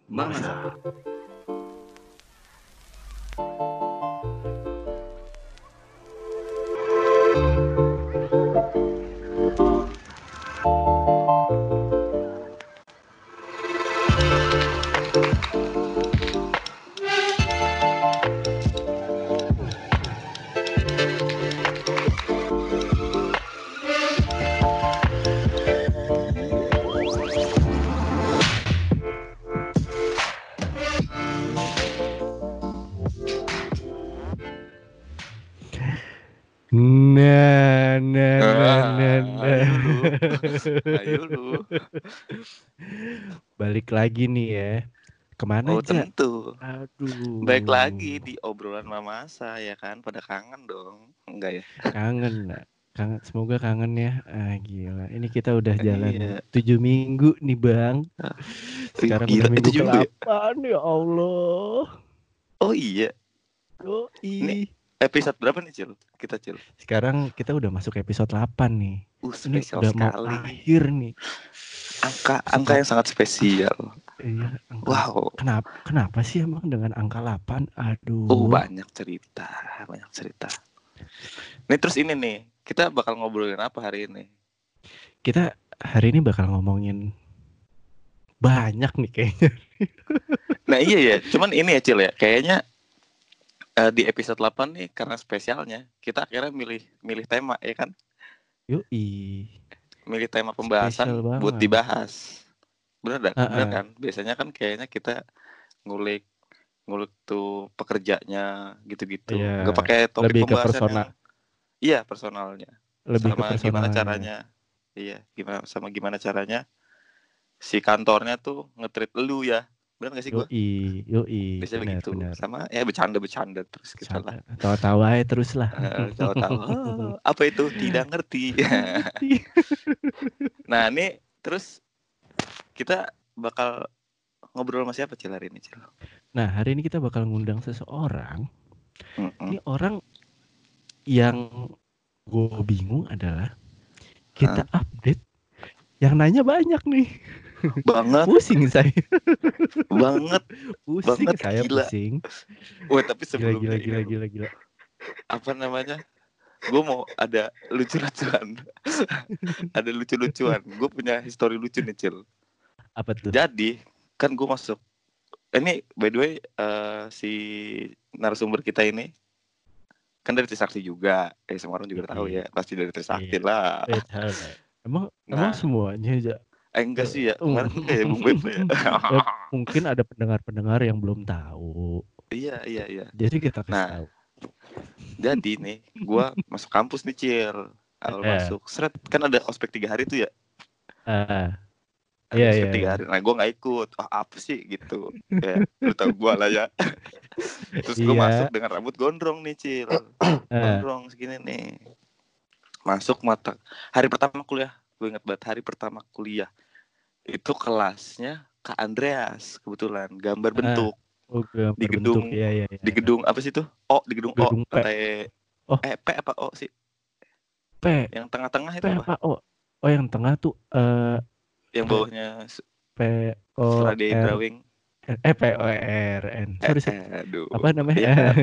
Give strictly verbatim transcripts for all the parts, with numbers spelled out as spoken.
Masa. Nah, nah, nah, nah, Ah, nah. ayo lu, ayo lu. Balik lagi nih ya. Kemana Oh aja? tentu. Baik lagi Aduh, di obrolan Mamasa ya kan, pada kangen dong. Enggak ya? kangen. Nak. Kangen, semoga kangen ya. Ah, gila. Ini kita udah jalan Iya. tujuh minggu nih, Bang. Ah, ih, Sekarang udah gila, minggu itu ke juga ya. delapan ya Allah. Oh iya. Ini Yoi. episode berapa nih, Cil? Kita, Cil. Sekarang kita udah masuk episode delapan nih. Uh, Ini spesial udah mau sekali. akhir nih. Angka Episode angka yang sangat spesial. Iya, angka Wow. kenapa kenapa sih emang dengan angka delapan? Oh, Aduh. banyak cerita, banyak cerita. Nih terus ini nih, kita bakal ngobrolin apa hari ini? Kita hari ini bakal ngomongin banyak nih kayaknya. Nah iya ya, cuman ini ya Cil ya, kayaknya uh, di episode delapan nih karena spesialnya, kita akhirnya milih milih tema ya kan? Yoi. Milih tema Spesial pembahasan buat banget. dibahas. Bener, bener Heeh. kan? Biasanya kan kayaknya kita ngulik ngulik tuh pekerjanya gitu-gitu. Iya, Nggak pakai topik lebih ke pembahasan yang personal, iya personalnya. lebih ke Sama gimana personalnya. caranya. Iya, gimana sama gimana caranya si kantornya tuh nge-treat lu ya. Bener gak sih gue? Yoi, yoi, Biasanya benar begitu. benar. Sama ya bercanda-bercanda terus gitu lah. Bercanda. Tawa-tawa aja terus lah. Eh, tahu-tahu "Ah, apa itu tidak ngerti." Tidak ngerti. Nah ini terus kita bakal ngobrol sama siapa Cil hari ini Cil? Nah, hari ini kita bakal ngundang seseorang. Mm-mm. Ini orang yang gue bingung adalah kita Hah? update yang nanya banyak nih. Banget, Pusing saya. banget, Pusing banget saya gila. pusing. Wah tapi Gila gila sebelumnya ini gila loh, gila gila. apa namanya? Gue mau ada lucu-lucuan, ada lucu-lucuan. Gue punya histori lucu nih Cil. Apa tuh? Jadi kan gue masuk. Ini by the way uh, si narasumber kita ini kan dari Trisakti juga. Eh semua orang juga tahu Iya. ya, pasti dari Trisakti Iya. lah. Eh, tahu lah. Emang emang Nah, semuanya aja. eh enggak Eh, sih ya, kemarin mm. enggak ya Bung Beb ya. Eh, mungkin ada pendengar-pendengar yang belum tahu. Iya, iya, iya. Jadi kita kasih Nah, tahu. jadi nih, gue masuk kampus nih Cil. Awal Eh, masuk, seret kan ada ospek tiga hari tuh ya. ah, Ada iya iya ospek tiga iya. hari. Nah, gue nggak ikut. Wah, apa sih gitu? Ya, lu tau gue lah ya. Terus gue masuk Iya. dengan rambut gondrong nih Cil. Eh, Gondrong segini nih. Masuk mata hari pertama kuliah. Gue ingat banget hari pertama kuliah. Itu kelasnya Kak Andreas kebetulan gambar eh. bentuk Oh, di berbentuk. gedung Iya iya di iya. gedung apa sih tuh? Oh, di gedung O Gedung P. lantai Oh, eh P apa O sih? P. Yang tengah-tengah P itu apa? apa O? Oh, yang tengah tuh eh Yang P bawahnya P O setelah di R drawing eh P O R N. eh, Sorry, sorry. eh aduh Apa namanya? iya kan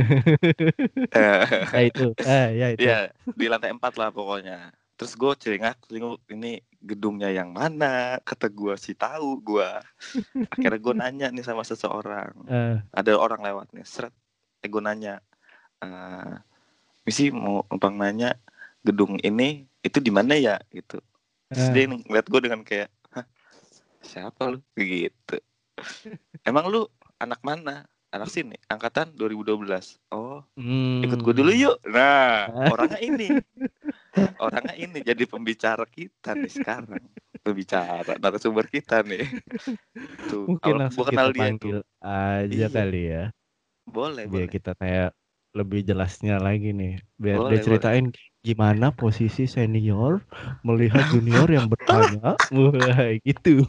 Ya itu. Ah, ya itu. ya di lantai empat lah pokoknya. Terus gue celingak celinguk ini gedungnya yang mana, kata gue sih tahu gue. Akhirnya gue nanya nih sama seseorang, Eh, ada orang lewat nih seret, eh gue nanya, uh, misi mau numpang nanya gedung ini itu di mana ya gitu. Terus dia eh. ngeliat gue dengan kayak, hah siapa lu gitu. Emang lu anak mana? Anak sini, angkatan dua ribu dua belas. Oh, ikut gue dulu Hmm. yuk. Nah, Ah. orangnya ini. Orangnya ini jadi pembicara kita nih sekarang. Pembicara, narasumber kita nih. Tuh, Mungkin awal gue langsung kenal kita dia tuh. panggil aja Iya, kali ya. boleh, Biar boleh. kita kayak lebih jelasnya lagi nih. Biar dia Boleh, boleh. ceritain gimana posisi senior melihat junior yang bertanya. Wah, gitu.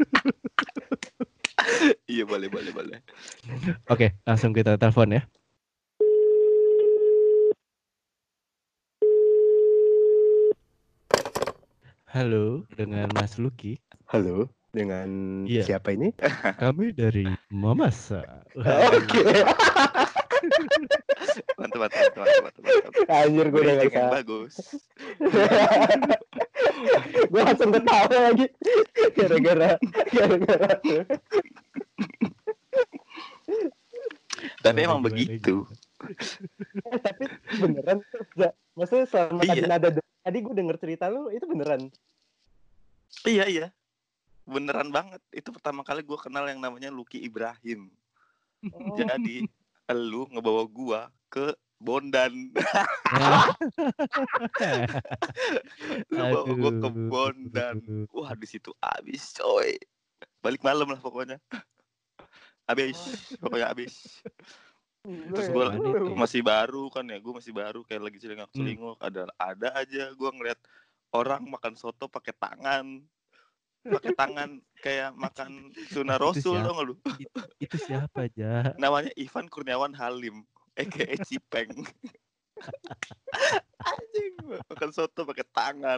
Iya, boleh, boleh, boleh. Oke, langsung kita telepon ya. Halo, dengan Mas Lucky. Halo. Dengan Iya. siapa ini? Kami dari Mamasa. Oke. Mantap, mantap, mantap, mantap, mantap. Anjir gue udah gak Bridging yang bisa. bagus. Gue langsung ketawa lagi. Gara-gara Gara-gara Tapi Gimana, emang gimana, begitu. gimana? Eh tapi beneran tuh, Za. Maksudnya selama tadi Iya. nada tadi gue denger cerita lu itu beneran. Iya, iya. Beneran banget. Itu pertama kali gue kenal yang namanya Lucky Ibrahim. Oh. Jadi lu ngebawa gua ke Bondan. Lu bawa gua ke Bondan. Wah, di situ abis coy. Balik malam lah pokoknya. Abis, pokoknya abis. Terus gue masih baru kan ya, gue masih baru kayak lagi celingak-celinguk. Hmm. Ada ada aja gue ngeliat orang makan soto pakai tangan, pakai tangan kayak makan sunah rasul, tau gak lu? Itu, itu siapa aja? Namanya Ivan Kurniawan Halim, aka Cipeng. Anjing, makan soto pakai tangan.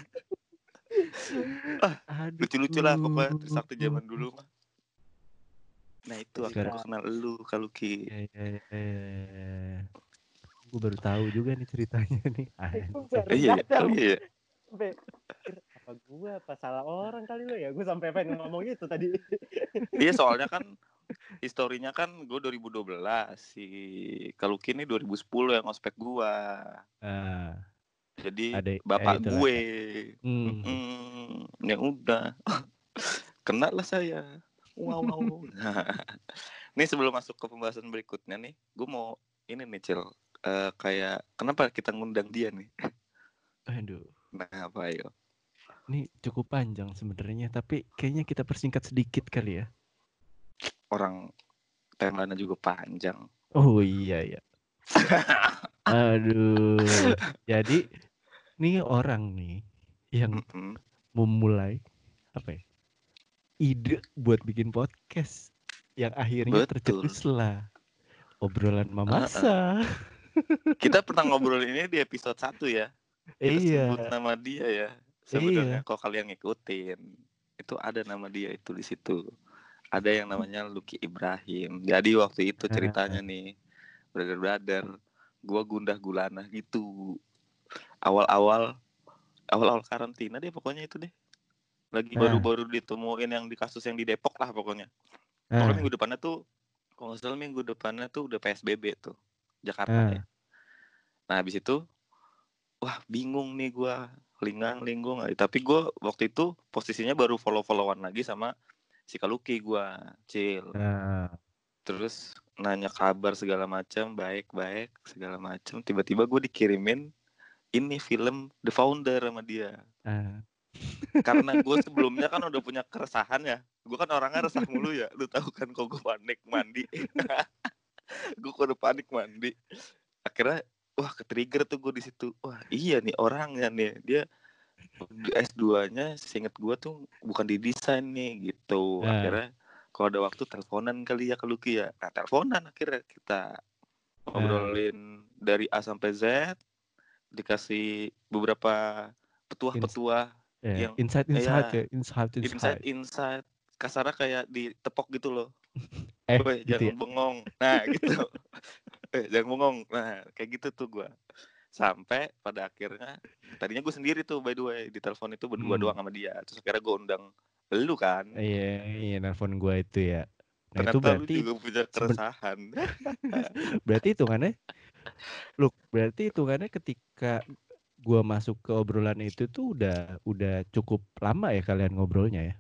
Ah, lucu-lucu lah pokoknya sakti zaman dulu mah. Nah itu akhirnya gue kenal lu, Kaluki. Eh, eh, eh. Gue baru tahu juga nih ceritanya nih. Iya, iya. Sampai apa gue apa salah orang kali lo ya? Gue sampai pengen ngomong itu tadi. Iya soalnya kan historinya kan gue dua ribu dua belas, si Kaluki ini dua ribu sepuluh yang ngospek gue. Uh, Jadi ada, bapak eh, gue. Hmm. Hmm, ya udah. Kena lah saya. Wow, wow. Nih sebelum masuk ke pembahasan berikutnya nih, gue mau ini nih Cil, uh, kayak kenapa kita ngundang dia nih? Aduh. Nah apa yo? Ini cukup panjang sebenarnya, tapi kayaknya kita persingkat sedikit kali ya. Orang timeline-nya juga panjang. Oh iya ya. Aduh. Jadi nih orang nih yang mm-hmm. memulai apa ya? Ide buat bikin podcast yang akhirnya tercetuslah obrolan Mamasa. Uh-uh. Kita pernah ngobrol ini di episode satu ya. Kita iya. sebut nama dia ya. Sebenarnya iya. Kalau kalian ngikutin, itu ada nama dia itu di situ. Ada yang namanya Lucky Ibrahim. Jadi waktu itu ceritanya nih, brother-brother, gua gundah gulana gitu. Awal-awal awal-awal karantina deh pokoknya itu deh. Lagi nah. baru-baru ditemuin yang di kasus yang di Depok lah pokoknya. Nah. Pokoknya minggu depannya tuh, kalau nggak salah minggu depannya tuh udah P S B B tuh, Jakarta nah. ya. Nah habis itu, wah bingung nih gue, linggang-linggung. Tapi gue waktu itu posisinya baru follow-followan lagi sama si Kaluki gue, Cil. Nah. Terus nanya kabar segala macam, baik-baik segala macam. Tiba-tiba gue dikirimin ini film The Founder sama dia. Nah. Karena gue sebelumnya kan udah punya keresahan ya. Gue kan orangnya resah mulu ya. Lu tahu kan kok gue panik mandi. Gue kok udah panik mandi. Akhirnya wah ke-trigger tuh gue di situ. Wah iya nih orangnya nih. Dia S dua-nya seinget gue tuh bukan di desain nih gitu. Nah. Akhirnya kalau ada waktu teleponan kali ya ke Lucky ya. Nah teleponan akhirnya kita ngobrolin nah. dari A sampai Z. Dikasih beberapa petuah-petuah. Yeah. Yang insight insight ya, insight insight insight insight kasarnya kayak ditepok gitu loh. Eh, Woy, gitu jangan ya? bengong. Nah, gitu. eh, jangan bengong. Nah, kayak gitu tuh gue. Sampai pada akhirnya tadinya gue sendiri tuh by the way di telepon itu berdua hmm. doang sama dia. Terus akhirnya gue undang lu kan. Iya, iya nelfon gue itu ya. Nah, ternyata itu berarti lu juga punya keresahan. Berarti hitungannya Look, berarti hitungannya ketika gua masuk ke obrolan itu tuh udah udah cukup lama ya kalian ngobrolnya ya?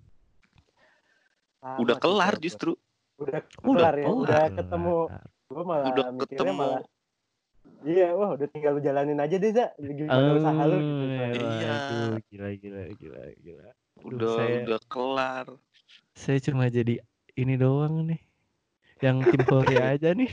Lama udah kelar kita, justru. Udah kelar ya, oh, udah ketemu. Gua malah udah mikirnya ketemu. malah iya, wah udah tinggal lu jalanin aja deh, Za. Gimana uh, usaha lu gitu. Iya. Aduh, gila gila gila gila. Udah Duh, saya, udah kelar. Saya cuma jadi ini doang nih. Yang tim Korea aja nih.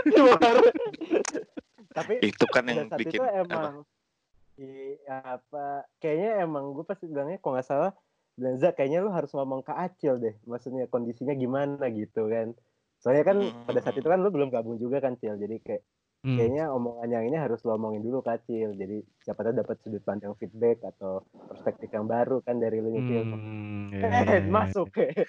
Tapi itu kan yang bikin itu emang i, apa kayaknya emang gue pasti bilangnya kalau nggak salah bilang Za kayaknya lu harus ngomong ke Acil deh, maksudnya kondisinya gimana gitu kan, soalnya kan mm-hmm. pada saat itu kan lu belum gabung juga kan Cil, jadi kayak Hmm. kayaknya omongan yang ini harus lo omongin dulu Kacil. Jadi siapa tahu dapat sudut pandang feedback atau perspektif yang baru kan dari lu nih Cil. Hmm, ya, Eh, ya, ya. masuk.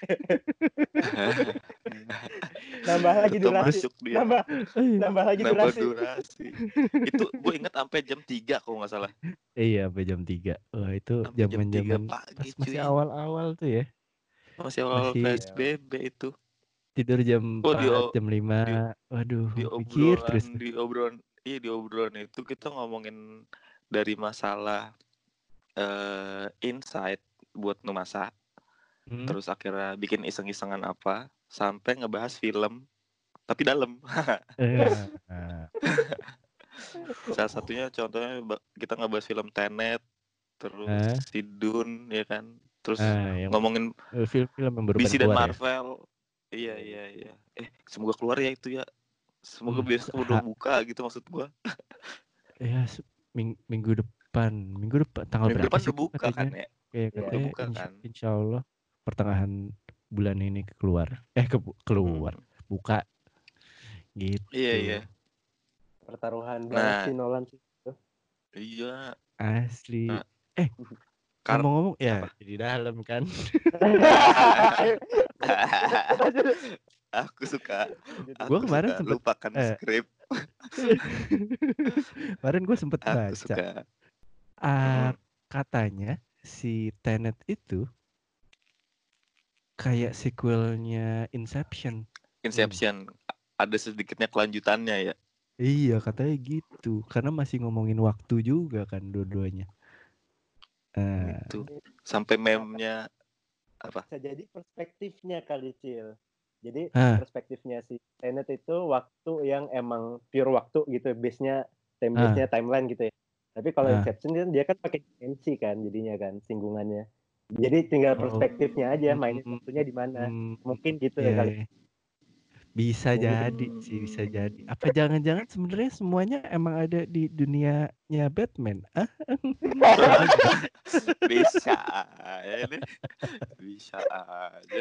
Nambah lagi Tetap durasi. masuk dia. Nambah, nambah lagi Nambah durasi. durasi. Itu gue inget sampai jam tiga kalau nggak salah. Iya, sampai jam tiga. Wah, itu Sampai jam tiga zaman-zaman pagi, pas masih cuy. awal-awal tuh ya. Masih awal Masih P S B B itu. tidur jam Oh, di, empat, o- jam lima. di, Waduh, di mikir terus. obrolan, di obrolan, iya di obrolan itu kita ngomongin dari masalah eh insight buat numasak. Hmm. Terus akhirnya bikin iseng-isengan apa sampai ngebahas film tapi dalam. Eh, Salah satunya contohnya ba- kita ngebahas film Tenet, terus eh, si Dune ya kan. Terus eh, yang ngomongin eh, film-film yang baru D C pada dan keluar ya. Marvel. Iya iya iya. Eh semoga keluar ya itu ya. Semoga Hmm, bioskop udah ha- buka gitu maksud gua. ya se- ming- minggu depan, minggu depan tanggal Minggu berapa depan sih udah tuh buka kan katanya? ya? Kayak Iya. Udah katanya buka insya, kan? insya Allah pertengahan bulan ini keluar. Eh ke, keluar, Hmm. buka gitu. Iya iya. Pertaruhan Nah. banget sih Nolan sih. Iya. Asli. Nah, Eh, Kar- ngomong-ngomong ya apa? di dalam kan. Aku suka. Aku Gue kemarin suka. sempet Lupakan eh, skrip. kemarin gue sempet Aku baca. suka. Ah, Mm. katanya si Tenet itu kayak sequelnya Inception. Inception. Ada sedikitnya kelanjutannya ya. Iya katanya gitu. Karena masih ngomongin waktu juga kan dua-duanya. Eh, Itu. Sampai meme-nya apa? Bisa jadi perspektifnya kali Cil. Jadi Hah. perspektifnya si Tenet itu waktu yang emang pure waktu gitu, base-nya time Ah. base-nya timeline gitu ya. Tapi kalau Ah. Inception kan dia kan pakai dimensi kan jadinya kan singgungannya. Jadi tinggal Oh. perspektifnya aja mainin Hmm. waktunya di mana. Hmm. Mungkin gitu Iya, ya kali. iya. Bisa Mungkin jadi sih, bisa jadi. Apa jangan-jangan sebenarnya semuanya emang ada di dunianya Batman? Ah? Bisa ini. Bisa aja.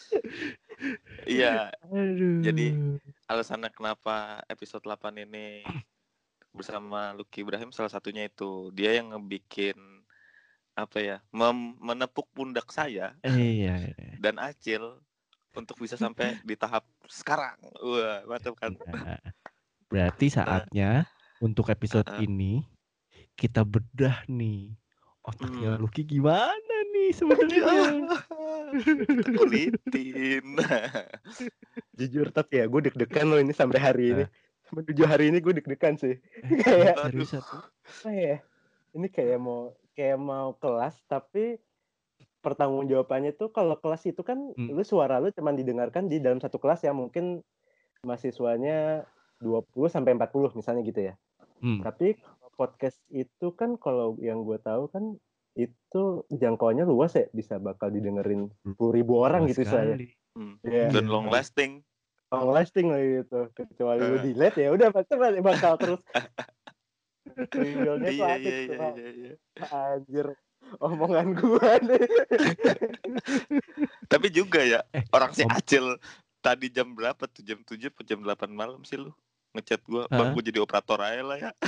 Iya. Aduh. Jadi alasannya kenapa episode delapan ini bersama Lucky Ibrahim salah satunya itu dia yang ngebikin apa ya mem- menepuk pundak saya Iya. dan Acil untuk bisa sampai di tahap sekarang. Wah mantap kan. Nah, berarti saatnya untuk episode Uh-uh. ini kita bedah nih otaknya Hmm. Lucky gimana nih sebenarnya. Kita kulitin. Jujur tapi ya gue deg-degan loh ini sampai hari ini. Menuju hari ini gue deg-degan sih. Eh, Kayak serius satu. apa ya? Ini kayak mau kayak mau kelas tapi pertanggungjawabannya tuh kalau kelas itu kan Hmm. lu suara lu cuma didengarkan di dalam satu kelas yang mungkin mahasiswanya dua puluh sampai empat puluh misalnya gitu ya. Hmm. Tapi podcast itu kan kalau yang gue tahu kan itu jangkauannya luas ya, bisa bakal didengerin sepuluh ribu orang Luas gitu saya. sekali. Hmm. Yeah. Dan long lasting. Long lasting lah gitu. Kecuali lu Uh. delete ya udah pasti bakal terus. Trivialnya tuh Iya ada iya tuh. iya iya iya. Anjir. Omongan gua nih. Tapi juga ya Eh, orang si om- Acil tadi jam berapa tuh? Jam tujuh atau jam delapan malam sih lu ngechat gua, "Bang, Hah? gua jadi operator aja lah ya."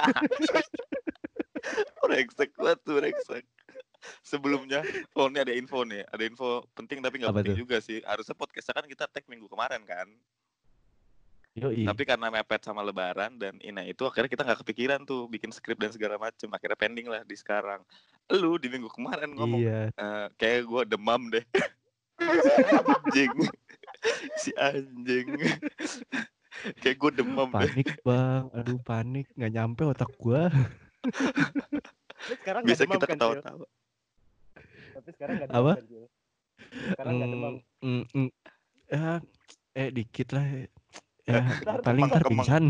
Rengsek banget tuh, rengsek. Sebelumnya, oh ini ada info nih, ada info penting tapi nggak Apa penting tuh? juga sih. Harusnya podcastnya kan kita tag minggu kemarin kan. Yoi. Tapi karena mepet sama Lebaran dan Ina itu akhirnya kita nggak kepikiran tuh bikin skrip dan segala macem. Akhirnya pending lah di sekarang. Lu di minggu kemarin ngomong, Iya. "Eh, kayak gue demam deh." Si anjing, si anjing, kayak gue demam deh. Panik bang, aduh panik, nggak nyampe otak gua. Sekarang Biasa demam kita kan, Cil? ketawa-tawa. Tapi sekarang nggak demam Apa? kan, Cil? Sekarang nggak demam. Mm, mm, mm. Ya, eh dikit lah. Ya, Ntar paling ntar kemang-kemang. pingsan.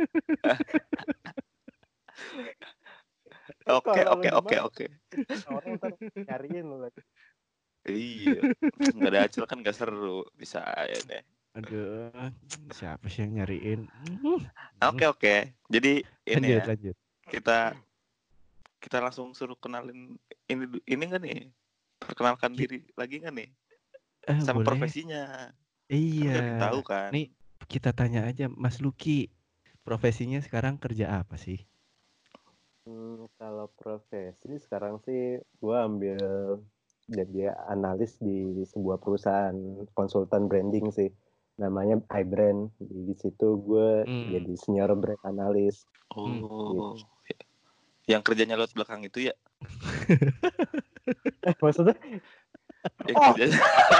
Oke Kalau oke lu oke demam, oke. orang ntar cariin lu lagi. Iya, nggak ada Acil kan nggak seru, bisa aja deh. Aduh, siapa sih yang nyariin? Oke oke, jadi ini Lanjut, ya lanjut. kita kita langsung suruh kenalin ini ini nggak nih? Perkenalkan Ki- diri lagi nggak nih? Eh, Sama boleh. profesinya. Kan Iya. nggak ada yang tahu kan? Nih kita tanya aja, Mas Lucky. profesinya sekarang kerja apa sih? Hmm, kalau profesi sekarang sih gue ambil jadi analis di sebuah perusahaan konsultan branding sih. Namanya iBrand. Di situ gue Hmm. jadi senior brand analis. Hmm. Oh, yang kerjanya lewat belakang itu ya? Eh, maksudnya? Yang Oh, kerjanya.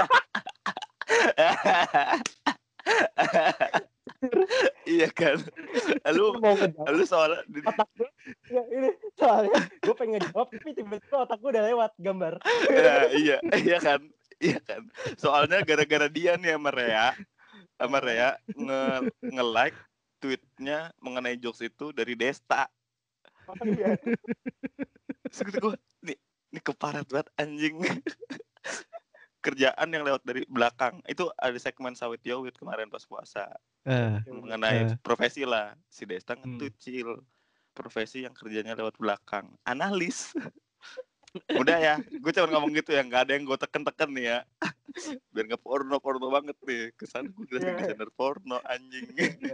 Iya kan? Lu mau ngejawab lu soalnya otak gue ya, ini soalnya gue pengen ngejawab tapi tiba-tiba otak gue udah lewat gambar. ya, iya, iya kan? Iya kan? Soalnya gara-gara dia nih sama Rea, sama Rea nge nge-like tweetnya mengenai jokes itu dari Desta. Oh iya. Terus gue, nih, ini keparat banget anjing. Kerjaan yang lewat dari belakang. Itu ada segmen Sawit Yowit kemarin pas puasa. Uh, mengenai uh. profesi lah. Si Desta Hmm. ngetucil profesi yang kerjanya lewat belakang. Analis. Udah ya, gue cuma ngomong gitu ya, nggak ada yang gue teken-teken nih ya. Biar nggak porno-porno banget nih. Kesan gue jadi desainer porno anjing.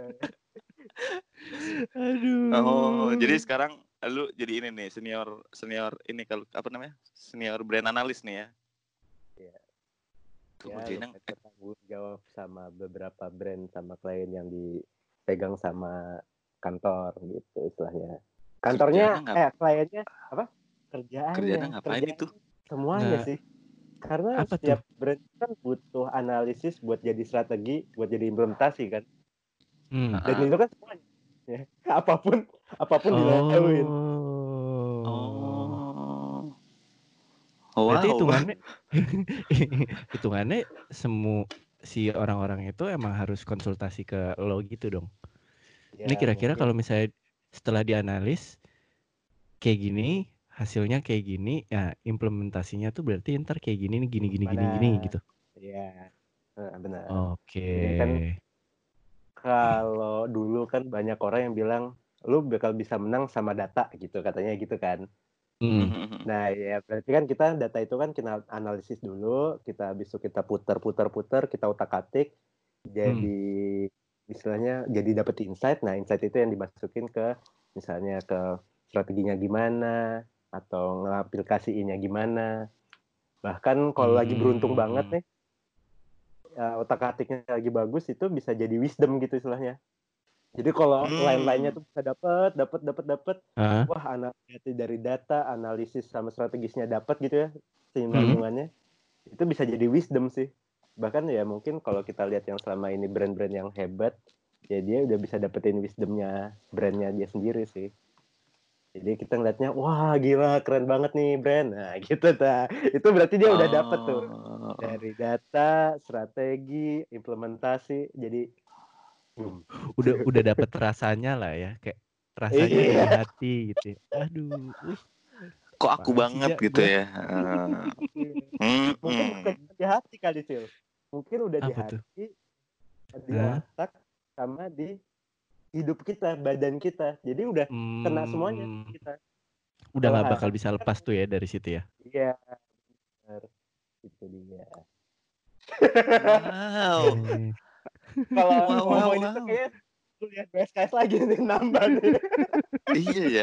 Aduh. Oh, jadi sekarang lu jadi ini nih senior senior ini kalau apa namanya? Senior brand analis nih ya. Iya. Tuh, Ya, Jenang, lu tanggung jawab sama beberapa brand sama klien yang dipegang sama kantor gitu istilahnya. Kantornya ngap- eh kliennya apa? Kerjaannya. kerjanya ngapain kerjaan itu? semuanya Nggak. sih. Karena Apa setiap tuh? brand kan butuh analisis buat jadi strategi, buat jadi implementasi kan. Hmm. Dan itu kan semuanya. Ya, apapun apapun Oh. dilakuin. Oh. Berarti Wow. hitungannya hitungannya semu si orang-orang itu emang harus konsultasi ke lo gitu dong. Ya, Ini kira-kira mungkin. kalau misalnya setelah dianalis kayak gini, hasilnya kayak gini, ya implementasinya tuh berarti ntar kayak gini nih, gini gini gini Mana? gini gitu. Iya, eh, benar. Oke. Jadi kan kalau dulu kan banyak orang yang bilang lu bakal bisa menang sama data gitu katanya gitu kan. Hmm. Nah ya berarti kan kita data itu kan kita analisis dulu, kita habis itu kita putar-putar-putar, kita utak-atik, jadi hmm. istilahnya jadi dapet insight. Nah insight itu yang dimasukin ke misalnya ke strateginya gimana atau ngaplikasiinnya gimana. Bahkan kalau hmm. lagi beruntung banget nih, ya, otak-atiknya lagi bagus itu bisa jadi wisdom gitu istilahnya. Jadi kalau hmm. lain-lainnya tuh bisa dapat, dapat, dapat, dapat. Huh? Wah, analisis dari data, analisis sama strategisnya dapat gitu ya, seimbang-seimbangnya. Hmm. Itu bisa jadi wisdom sih. Bahkan ya mungkin kalau kita lihat yang selama ini brand-brand yang hebat, ya dia udah bisa dapetin wisdomnya brandnya dia sendiri sih. Jadi kita ngeliatnya, wah gila keren banget nih brand. Nah gitu ta. Itu berarti dia udah dapet tuh. Dari data, strategi, implementasi. Jadi Hmm. udah udah dapet rasanya lah ya, kayak rasanya iya. di hati gitu. Aduh, wih. Kok aku banget gitu gua. ya. hmm, Mungkin bukan di hati kali Sil. Mungkin udah apa di hati, tuh? di huh? otak, sama di hidup kita, badan kita. Jadi udah hmm. kena semuanya kita. Udah nggak bakal bisa lepas tuh ya dari situ ya. Iya. Benar. Itu dia. Wow. Kalau wow, ngomongin wow, itu wow. kayak lu lihat B S K S lagi nih nambah nih. Iya ya.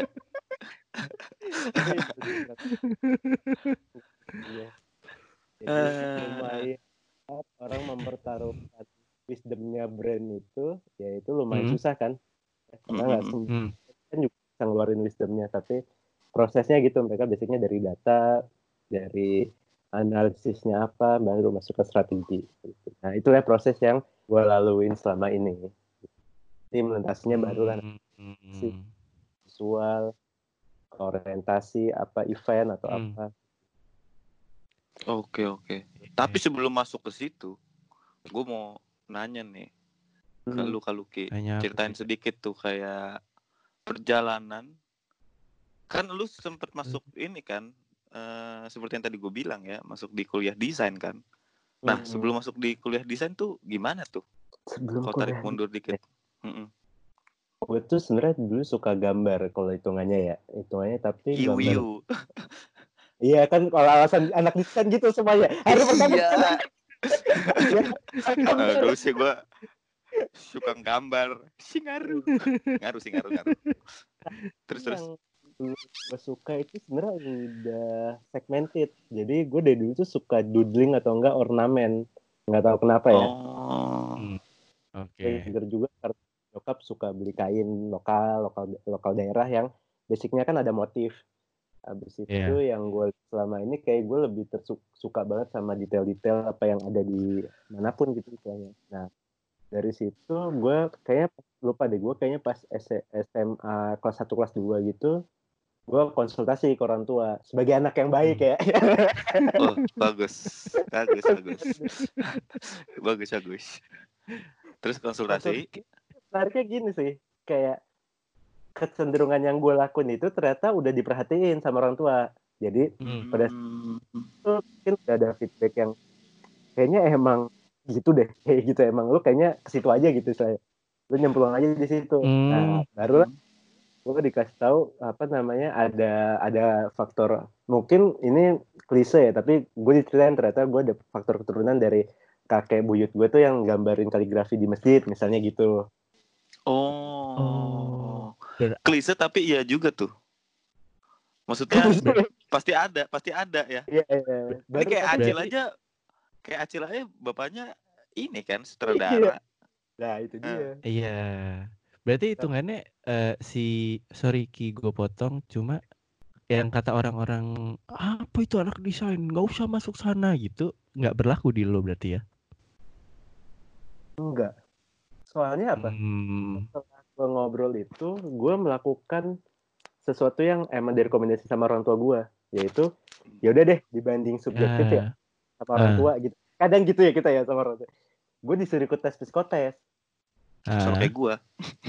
Iya. Jadi lumayan orang mempertaruhkan wisdomnya brand itu, ya itu lumayan hmm. susah kan. Karena nggak hmm. semua hmm. kan juga bisa ngeluarin wisdomnya, tapi prosesnya gitu, mereka basicnya dari data, dari analisisnya apa, baru masuk ke strategi. Nah itulah proses yang gue laluin selama ini. Implementasinya baru kan, hmm. visual, orientasi, apa event atau hmm. apa. Oke oke. Tapi sebelum masuk ke situ, gue mau nanya nih hmm. ke lu Kaluki, ceritain sedikit tuh kayak perjalanan. Kan lu sempet masuk ini kan, uh, seperti yang tadi gue bilang ya, masuk di kuliah desain kan. Nah hmm. sebelum masuk di kuliah desain tuh gimana tuh? Sebelum kau tarik mundur dikit. Hmm. Gue tuh sebenarnya dulu suka gambar kalau hitungannya ya, hitungannya tapi Iu, gambar. Iu. Iya kan kalau alasan anak desain gitu semuanya. Hari pertama iya. Dulu sih gue suka gambar si ngaruh ngaruh si ngaruh ngaruh terus terus yang gue suka itu sebenarnya udah segmented. Jadi gue dari dulu tuh suka doodling atau enggak ornamen, nggak tahu kenapa ya. Oh. Hmm. Oke. Trigger juga karena nyokap suka beli kain lokal lokal lokal daerah yang basicnya kan ada motif. Habis itu Yeah. yang gue selama ini kayak gue lebih tersuka banget sama detail-detail apa yang ada di manapun gitu istilahnya. Nah dari situ gue kayaknya lupa deh, gue kayaknya pas S M A kelas satu kelas dua gitu gue konsultasi ke orang tua sebagai anak yang baik ya. Oh bagus bagus bagus bagus bagus. Terus konsultasi. Menariknya gini sih, kayak kecenderungan yang gue lakuin itu ternyata udah diperhatiin sama orang tua. Jadi Hmm. pada saat itu mungkin udah ada feedback yang kayaknya emang gitu deh, kayak gitu emang lu kayaknya ke situ aja gitu saya. Lu nyemplung aja di situ. Hmm. Nah, baru gue dikasih tahu apa namanya ada ada faktor, mungkin ini klise ya, tapi gue diceritain ternyata gue ada faktor keturunan dari kakek buyut gue tuh yang gambarin kaligrafi di masjid misalnya gitu. Oh. Oh. Klise tapi iya juga tuh. Maksudnya pasti ada, pasti ada ya. Iya, iya. Ini kayak Acil berarti... aja, kayak Acil aja bapaknya ini kan sutradara. Nah itu dia. Iya. Berarti hitungannya uh, si sorry Ki gue potong, cuma yang kata orang-orang apa itu anak desain nggak usah masuk sana gitu nggak berlaku di lo berarti ya? Enggak. Soalnya apa? Hmm. Setelah gue ngobrol itu, gue melakukan sesuatu yang emang direkomendasi sama orang tua gue, yaitu ya udah deh dibanding subjektif uh, ya sama uh. orang tua gitu. Kadang gitu ya kita ya sama orang tua. Gue disuruh ikut tes psikotes. Uh. Sama kayak gue.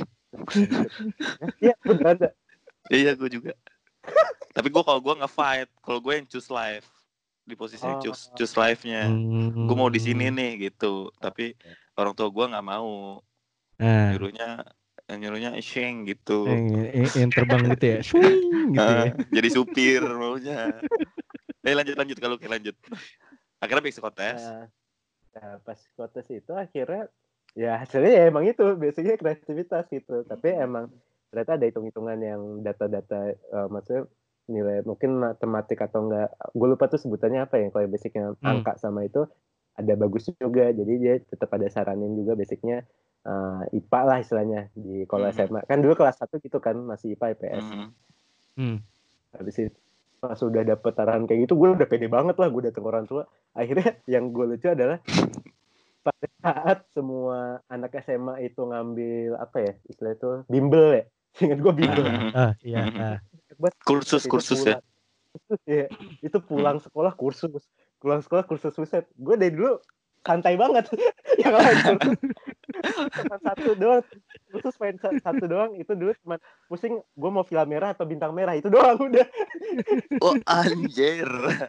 Iya bener ada. Iya gue juga. Tapi gue kalau gue nge-fight, kalau gue yang choose life di posisinya oh. choose choose life-nya. Hmm. Gue mau di sini nih gitu. Tapi orang tua gue nggak mau. Uh. Nyuruhnya nyuruhnya sheng gitu. Eh, yang terbang gitu ya. Swing gitu ya. Jadi supir maunya. Eh lanjut lanjut kalau kayak lanjut. Akhirnya psikotes. Nah, nah pas psikotes itu akhirnya ya hasilnya ya emang itu biasanya kreativitas gitu. Tapi emang ternyata ada hitung-hitungan yang data-data uh, maksudnya nilai mungkin matematik atau enggak, gue lupa tuh sebutannya apa ya, kalau basicnya hmm. angka sama itu ada bagus juga, jadi dia tetap ada saranin juga basicnya uh, I P A lah istilahnya di kalau hmm. S M A kan dulu kelas satu gitu kan masih I P A I P S. Hmm. Habis itu pas sudah dapet arahan kayak gitu gue udah pede banget lah, gue datang orang tua. Akhirnya yang gue lucu adalah pada saat semua anak S M A itu ngambil apa ya istilah itu bimbel ya, ingat gue bimbel. Ah iya. Ah. Kursus kursus ya. Ya, itu pulang sekolah kursus, pulang sekolah kursus buset. Gue dari dulu santai banget. Yang lain kursus cuma satu doang, kursus main satu doang. Itu dulu cuma pusing gue mau film merah atau bintang merah, itu doang udah. Oh anjir.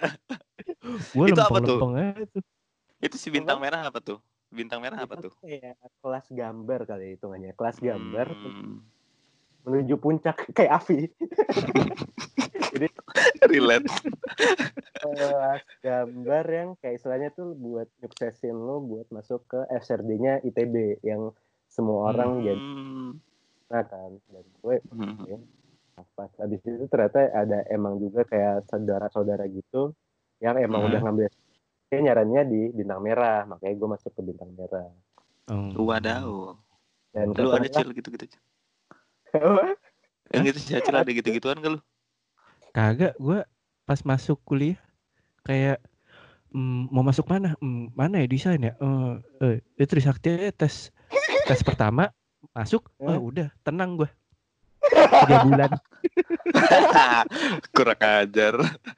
Itu apa tuh? Itu. Itu si bintang apa? Merah apa tuh? Bintang merah apa tuh? Ya, kelas gambar kali hitungannya, kelas gambar. Hmm. Menuju puncak kayak Avi. Jadi relate. Kelas gambar yang kayak istilahnya tuh buat nyuksesin lo buat masuk ke F S R D-nya I T B yang semua orang hmm. jadi nah kan, dan gue hmm. ya, pas habis itu ternyata ada emang juga kayak saudara-saudara gitu yang emang hmm. udah ngambil kayak nyarannya di bintang merah, makanya gue masuk ke bintang merah. Oh. Wadaw. Dan lu ada Cil gitu-gitu. Yang gitu sih Acil ada gitu-gituan gak lu? Kagak, gue pas masuk kuliah kayak mm, mau masuk mana? Mm, mana ya desain ya? Uh, uh, itu Trisakti tes tes pertama masuk, wah oh, udah tenang gue tiga bulan. Kurang ajar.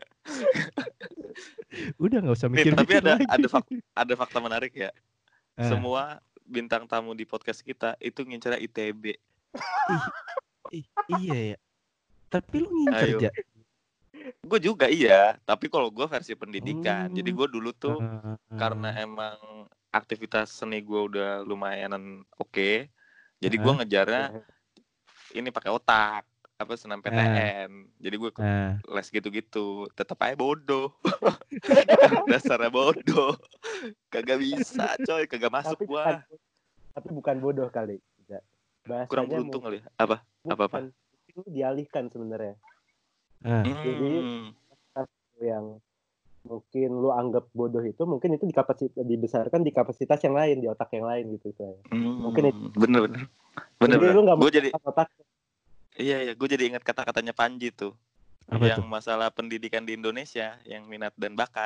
Udah nggak usah mikir. Nih, tapi ada lagi. ada fakta, ada fakta menarik ya. Uh. Semua bintang tamu di podcast kita itu ngincer I T B. I, iya ya. Tapi lu ngincer aja. Gue juga iya. Tapi kalau gue versi pendidikan. Hmm. Jadi gue dulu tuh uh, uh. karena emang aktivitas seni gue udah lumayanan oke. Okay, jadi uh. gue ngejarnya ini pakai otak. Apa senam P T N. Uh. Jadi gue uh. les gitu-gitu. Tetap aja bodoh. Dasarnya bodoh. Kagak bisa coy. Kagak masuk gue. tapi bukan bodoh kali. Bahasanya kurang beruntung kali ya? Apa? Apa apa? Itu dialihkan sebenarnya. Ah. Jadi yang mungkin lu anggap bodoh itu mungkin itu dikapasitas dibesarkan di kapasitas yang lain, di otak yang lain gitu saya. Hmm, mungkin itu bener bener. Bener jadi bener. Lu gak mau gue jadi otak. Iya iya, gue jadi ingat kata-katanya Panji tuh. Apa yang tuh? masalah pendidikan di Indonesia, yang minat dan bakat.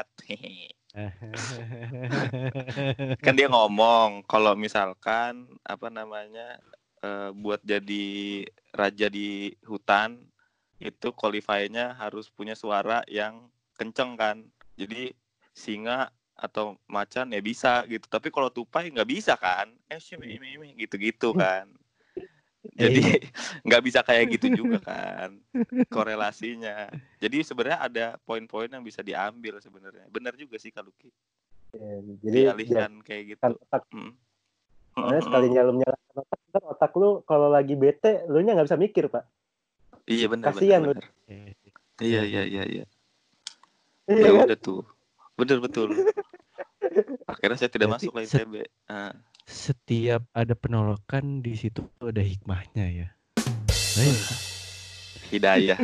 Kan dia ngomong kalau misalkan apa namanya uh, buat jadi raja di hutan itu qualify-nya harus punya suara yang kenceng kan. Jadi singa atau macan ya bisa gitu. Tapi kalau tupai nggak bisa kan? Eh sih gitu-gitu kan. Jadi nggak bisa kayak gitu juga kan korelasinya. Jadi sebenarnya ada poin-poin yang bisa diambil sebenarnya. Benar juga sih kalau Ki. Ya, jadi dialihkan kayak gitu. Otak. Hmm. Karena sekalinya lu menyalahkan otak, kan otak lu kalau lagi bete, lu nya nggak bisa mikir, Pak. Iya benar. Kasian benar, lu. benar. Iya iya iya iya. Iya Ya kan? udah tuh. Betul betul. Akhirnya saya tidak Berarti masuk lagi I T B. Ah. Setiap ada penolakan di situ ada hikmahnya ya. Baik. Hidayah.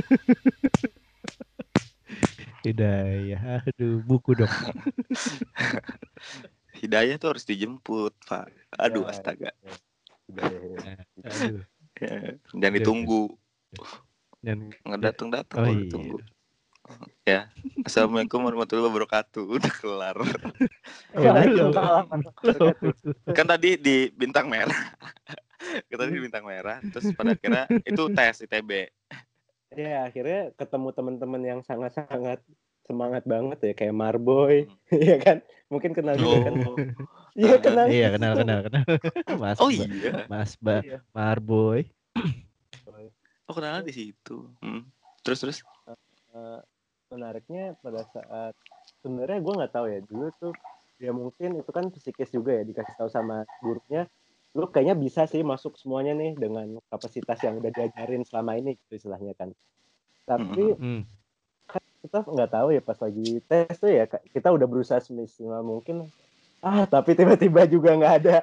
Hidayah. Aduh, buku dong. Hidayah tuh harus dijemput, Pak. Aduh, astaga. Aduh. Ya, jangan ditunggu. Dan nggak datang-datang oh, kalau iya. ditunggu. Ya. Assalamualaikum warahmatullahi wabarakatuh. Udah kelar. Waalaikumsalam. Kan tadi di bintang merah. Kita di bintang merah. Terus pada akhirnya itu tes I T B. Ya akhirnya ketemu teman-teman yang sangat-sangat semangat banget ya kayak Marboy, ya kan? Mungkin kenal juga kan? Iya kenal. Iya kenal kenal kenal. Mas. Oh iya. Mas Ba iya. Marboy. Oh kenal di situ. Hmm. Terus terus. Uh, menariknya pada saat sebenarnya gue nggak tahu ya dulu tuh ya mungkin itu kan psikis juga ya dikasih tahu sama gurunya lu kayaknya bisa sih masuk semuanya nih dengan kapasitas yang udah diajarin selama ini gitu istilahnya kan tapi mm-hmm. kan kita nggak tahu ya pas lagi tes tuh ya kita udah berusaha semaksimal mungkin ah tapi tiba-tiba juga nggak ada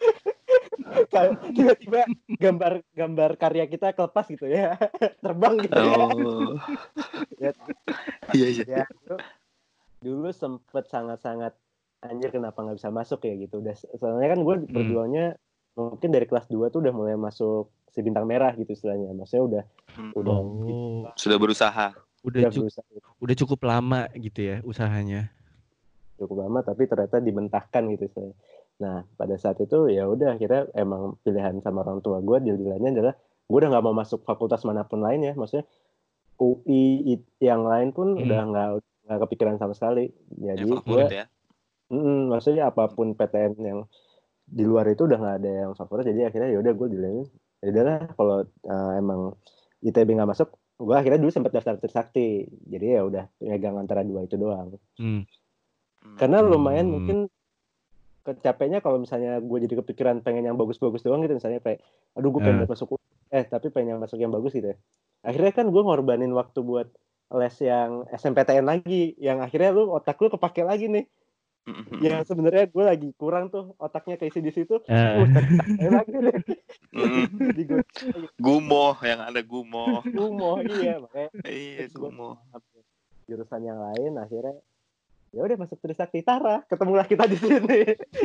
tiba-tiba gambar gambar karya kita kelepas gitu ya terbang gitu ya oh. ya iya iya ya, dulu, dulu sempet sangat-sangat anjir kenapa nggak bisa masuk ya gitu udah soalnya kan gue hmm. berjuangnya mungkin dari kelas dua tuh udah mulai masuk si bintang merah gitu istilahnya maksudnya udah hmm. udah oh. gitu. sudah berusaha udah udah, cu- berusaha, gitu. Udah cukup lama gitu ya usahanya cukup lama tapi ternyata dimentahkan gitu saya. Nah pada saat itu ya udah akhirnya emang pilihan sama orang tua gue deal-dealannya adalah gue udah nggak mau masuk fakultas manapun lain ya maksudnya U I yang lain pun hmm. udah nggak nggak kepikiran sama sekali jadi ya, gue ya? mm, maksudnya apapun P T N yang di luar itu udah nggak ada yang favorit jadi akhirnya ya udah gue dealin ya udahlah kalau uh, emang I T B nggak masuk gue akhirnya dulu sempat daftar Trisakti jadi ya udah pegang antara dua itu doang hmm. karena lumayan hmm. mungkin kecapeknya kalau misalnya gue jadi kepikiran pengen yang bagus-bagus doang gitu misalnya kayak aduh gue pengen uh. masuk eh tapi pengen yang masuk yang bagus gitu ya akhirnya kan gue ngorbanin waktu buat les yang S M P T N lagi yang akhirnya lu otak lu kepake lagi nih mm-hmm. yang sebenarnya gue lagi kurang tuh otaknya keisi di situ uh. gue lagi deh mm. gumoh yang ada gumoh gumoh iya makanya iya gumoh jurusan yang lain akhirnya ya udah masuk Trisakti Tara ketemulah kita di sini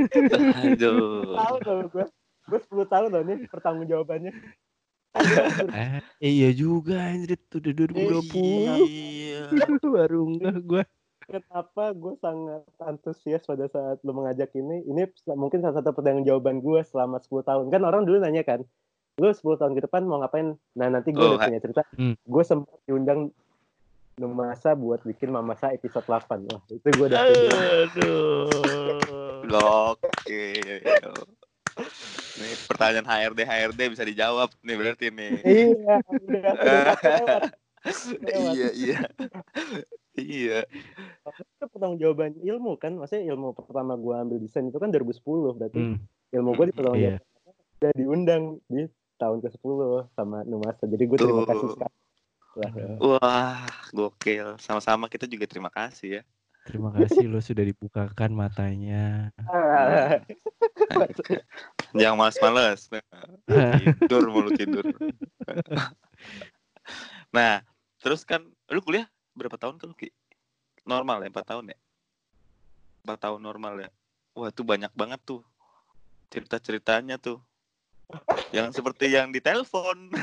aduh tahu loh gue gue sepuluh tahun loh nih pertanggung jawabannya eh, iya juga anjir tuh udah dua ribu dua puluh iya. baru enggak gue kenapa gue sangat antusias pada saat lo mengajak ini ini mungkin salah satu pertanyaan jawaban gue selama sepuluh tahun kan orang dulu nanya kan lo sepuluh tahun ke depan mau ngapain nah nanti gue oh, udah punya cerita hmm. gue sempat diundang Numasa buat bikin Mamasa episode delapan wah itu gue udah aduh gokil nih pertanyaan H R D H R D bisa dijawab nih berarti nih. Iya, udah lewat. Iya, iya. Iya. Itu pertanggungjawaban ilmu kan, maksudnya ilmu pertama gue ambil desain itu kan dua ribu sepuluh berarti hmm. ilmu gue dipertanggungjawabkan yeah. udah diundang di tahun ke sepuluh sama Numasa. Jadi gue terima kasih sekali. Wah, Wah, gokil. Sama-sama kita juga terima kasih ya. Terima kasih lo sudah dibukakan matanya. Yang males-males. Tidur mulu tidur. Nah, terus kan lu kuliah berapa tahun kan, Ki? Normal ya, empat tahun ya? empat tahun normal ya. Wah, itu banyak banget tuh cerita-ceritanya tuh. Yang seperti yang di telepon.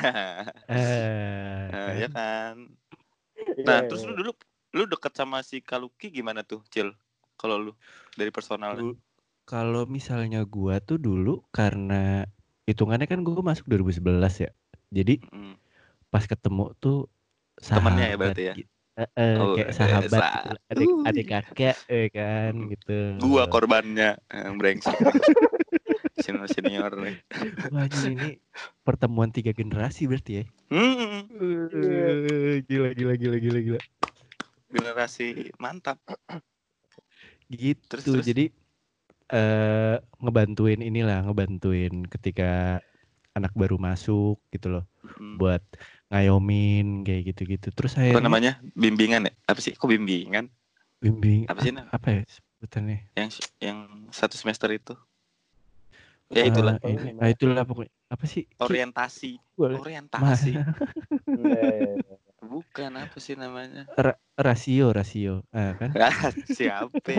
Eh, Nah, ya kan. Iya, Nah, iya, terus lu iya. dulu lu deket sama si Kaluki gimana tuh, Cil? Kalau lu dari personalnya. dulu- kalau misalnya gua tuh dulu karena hitungannya kan gua masuk dua ribu sebelas ya. Jadi Mm. pas ketemu tuh Temennya ya sahabat berarti ya. gitu. Eh, eh, Oh, kayak eh, sahabat sa- gitu lah. Adik uh. adik kakak eh kan Mm-mm. gitu. Gua korbannya eh, brengsek nih. Senior senior nih. Wah, anjing, ini pertemuan tiga generasi berarti ya. Hmm, Iya. Eh, gila gila gila gila gila. generasi mantap. Gitu. Terus terus. Jadi eh ngebantuin inilah, ngebantuin ketika anak baru masuk gitu loh. Mm. Buat ngayomin kayak gitu-gitu. Terus Apa akhirnya namanya? Bimbingan ya? Apa sih? Kok bimbingan? bimbing Apa sih apa, nam? apa ya sebutannya? Yang yang satu semester itu? Ya Eh, itulah. Apa ini, namanya? nah itulah pokoknya. Apa sih? Ki? Orientasi. Boleh. Orientasi. Iya, iya, iya. Bukan apa sih namanya? Ra- rasio, rasio. Ah, kan? Ah, siapa?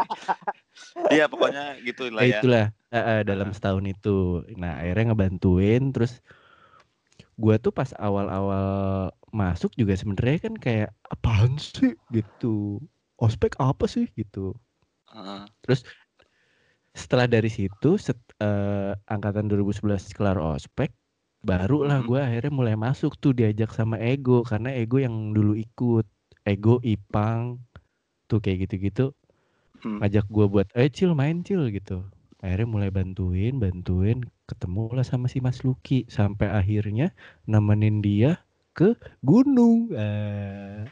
Iya pokoknya gitu lah Eh, ya. itulah eh, eh, dalam Ah. setahun itu. Nah, akhirnya ngebantuin. Terus gua tuh pas awal-awal masuk juga sebenarnya kan kayak apaan sih gitu. Ospek apa sih gitu. Ah. Terus setelah dari situ set, eh, angkatan dua ribu sebelas kelar ospek, barulah Mm-mm. gue akhirnya mulai masuk tuh diajak sama Ego, karena Ego yang dulu ikut. Ego, Ipang tuh kayak gitu-gitu Hmm. ngajak gue buat eh Cil main Cil gitu. Akhirnya mulai bantuin bantuin ketemulah sama si Mas Luki sampai akhirnya nemenin dia ke gunung. Eh,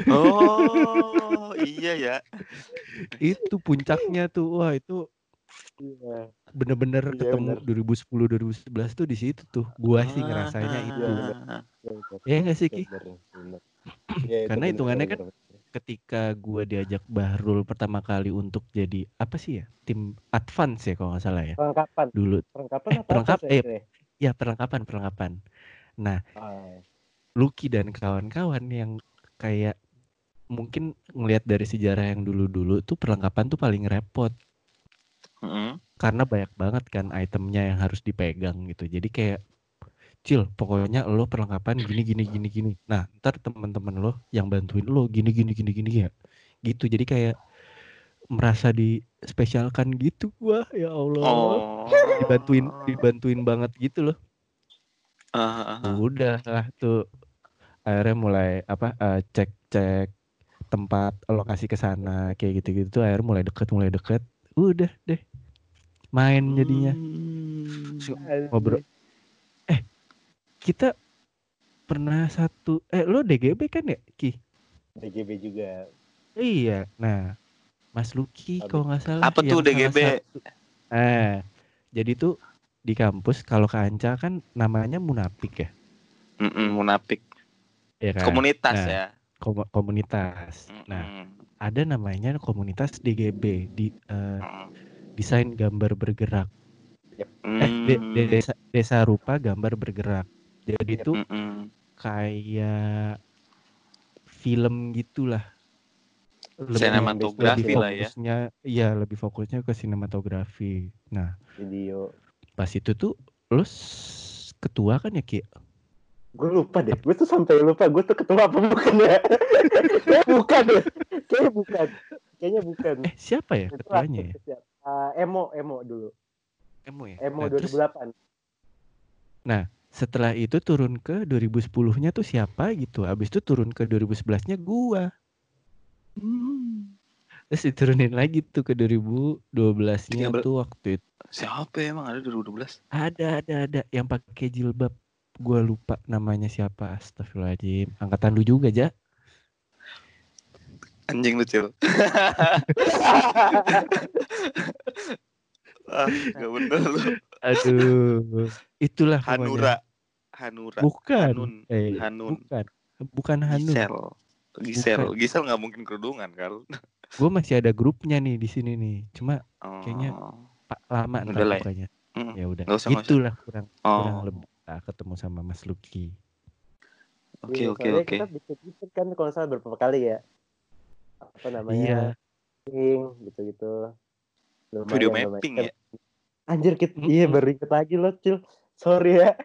Oh iya ya. itu puncaknya tuh. Wah, itu Iya, bener-bener iya ketemu benar. dua ribu sepuluh dua ribu sebelas tuh di situ tuh. Gua sih ngerasanya itu. Ah. Iya, benar. Ya enggak sih, Ki? Benar, benar. Iya, itu Karena benar, hitungannya benar, kan benar. ketika gua diajak Bahrul pertama kali untuk jadi apa sih ya? Tim advance ya kalau nggak salah ya. Perlengkapan. Dulu. Perlengkapan Eh, apa apa perlengkap sih? eh ya perlengkapan perlengkapan. Nah, Ah, Lucky dan kawan-kawan yang kayak mungkin ngelihat dari sejarah yang dulu-dulu tuh perlengkapan tuh paling repot. Mm-mm. Karena banyak banget kan itemnya yang harus dipegang gitu. Jadi kayak Cil, pokoknya lo perlengkapan gini gini gini gini. Nah, ntar teman-teman lo yang bantuin lo gini gini gini gini ya. Gitu. Jadi kayak merasa dispesialkan gitu. Wah, ya Allah. Oh. Dibantuin dibantuin banget gitu loh. Ah, ah, ah. Udah lah tuh akhirnya mulai apa eh, cek-cek tempat lokasi ke sana kayak gitu-gitu. Akhirnya mulai deket mulai deket. Udah deh main jadinya. Hmm. Ngobrol. Eh, kita pernah satu eh lo D G B kan ya, Ki? D G B juga. Iya. Nah, Mas Luki Habis. kalau nggak salah Apa tuh yang D G salah B? satu. Eh, jadi tuh di kampus kalau ke Anca kan namanya Munafik ya, Mm-mm, munafik. ya kan? Komunitas Nah, ya. kom- komunitas. Nah, Mm-mm. ada namanya komunitas D G B di eh, Mm. desain gambar bergerak. Hmm. Eh, de- de- desa, desa rupa gambar bergerak. Jadi Yep. tuh Mm-mm. kayak film gitulah. Lebih Sinematografi lebih Film, lah ya. fokusnya, iya lebih fokusnya ke sinematografi. Nah, video. pas itu tuh lu s- ketua kan ya, Ki? Gue lupa deh. Gue tuh sampai lupa. Gue tuh ketua apa bukan ya? Kayaknya bukan deh. Kayaknya bukan. Kayaknya bukan. Eh, siapa ya Itu ketuanya ya? aktif siapa? Uh, Emo, Emo dulu. Emo ya. Emo Nah, terus dua ribu delapan. nah, setelah itu turun ke dua ribu sepuluh-nya tuh siapa gitu. Habis itu turun ke dua ribu sebelas-nya gua. Hmm. Terus diturunin lagi tuh ke dua ribu dua belas-nya Tiga belas. tuh waktu itu. Siapa emang ada dua ribu dua belas? Ada ada ada yang pakai jilbab. Gua lupa namanya siapa. Astagfirullahaladzim. Angkatan lu juga, Ja. Anjing lucu. Ah, gak bener lu. Aduh. Itulah Hanura. pokoknya. Hanura. Bukan. Hanun. Eh, Hanun. bukan. Bukan Hanun. Gisel. Gisel. Bukan. Gisel gak mungkin kerudungan kan? Gue masih ada grupnya nih di sini nih. Cuma Oh. kayaknya pak lama ntar Udah lah ya. bukanya. Mm. Ya udah, Nggak usah, nggak usah. gitulah kurang kurang Oh, lebih ah, ketemu sama Mas Lucky. oke Iya, oke soalnya oke. kita bikin kan kalau nggak salah beberapa kali ya. Apa namanya? Iya. Ing, gitu-gitu. Video Lumayan, mapping lumayan. ya. Anjir, kita, iya Mm-mm. baru inget lagi loh, Cil. Sorry ya.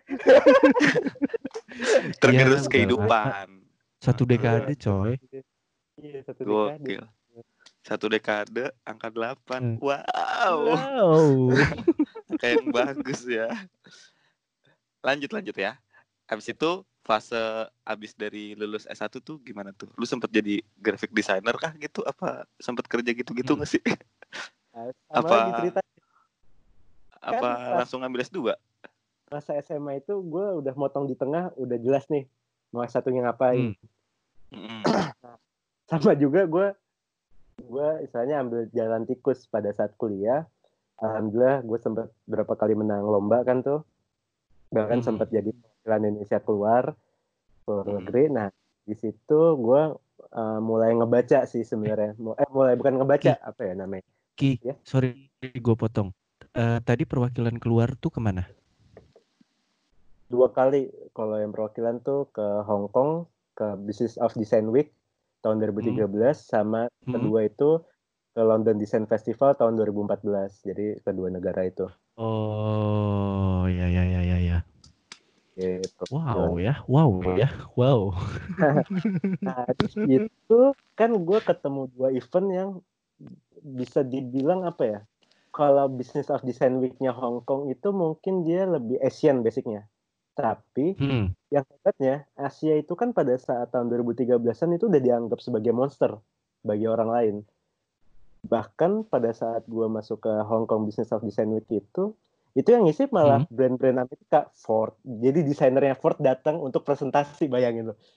Iya, Tergerus udah lama. kehidupan. Satu Heeh. dekade, coy. Iya, satu dekade. Gokil. Satu dekade angka delapan. Hmm. Wow. Wow. Angka yang bagus ya. Lanjut lanjut ya. Habis itu fase abis dari lulus S satu tuh gimana tuh? Lu sempet jadi graphic designer kah gitu? Apa sempet kerja gitu-gitu Hmm. nggak sih? Nah, sama Apa lagi cerita kan apa pas langsung ngambil S dua? masa S M A itu gue udah motong di tengah, udah jelas nih mau S satunya ngapain. Hmm. Mm-mm. Sama juga gue gue istilahnya ambil jalan tikus pada saat kuliah. Alhamdulillah gue sempat berapa kali menang lomba kan tuh, bahkan Hmm. sempat jadi perwakilan Indonesia keluar ke luar Mm-mm. negeri. Nah di situ gue uh, mulai ngebaca sih sebenarnya. Eh mulai bukan ngebaca, Ki, apa ya namanya? Ki, Ya, sorry gue potong. Eh, tadi perwakilan keluar tuh kemana? dua kali. Kalau yang perwakilan tuh ke Hong Kong, ke Business of Design Week tahun dua ribu tiga belas, Hmm. sama Hmm. kedua itu ke London Design Festival tahun dua ribu empat belas. Jadi kedua negara itu. Oh, ya ya ya ya ya. Gitu. Wow ya, wow ya, wow. Nah, di situ kan gue ketemu dua event yang bisa dibilang apa ya? Kalau Business of Design Week-nya Hong Kong itu mungkin dia lebih Asian basicnya. Tapi Hmm. yang hebatnya, Asia itu kan pada saat tahun dua ribu tiga belasan itu udah dianggap sebagai monster bagi orang lain. Bahkan pada saat gue masuk ke Hong Kong Business of Design Week itu, itu yang ngisi malah Hmm. brand-brand Amerika, Ford. Jadi desainernya Ford datang untuk presentasi, bayangin loh.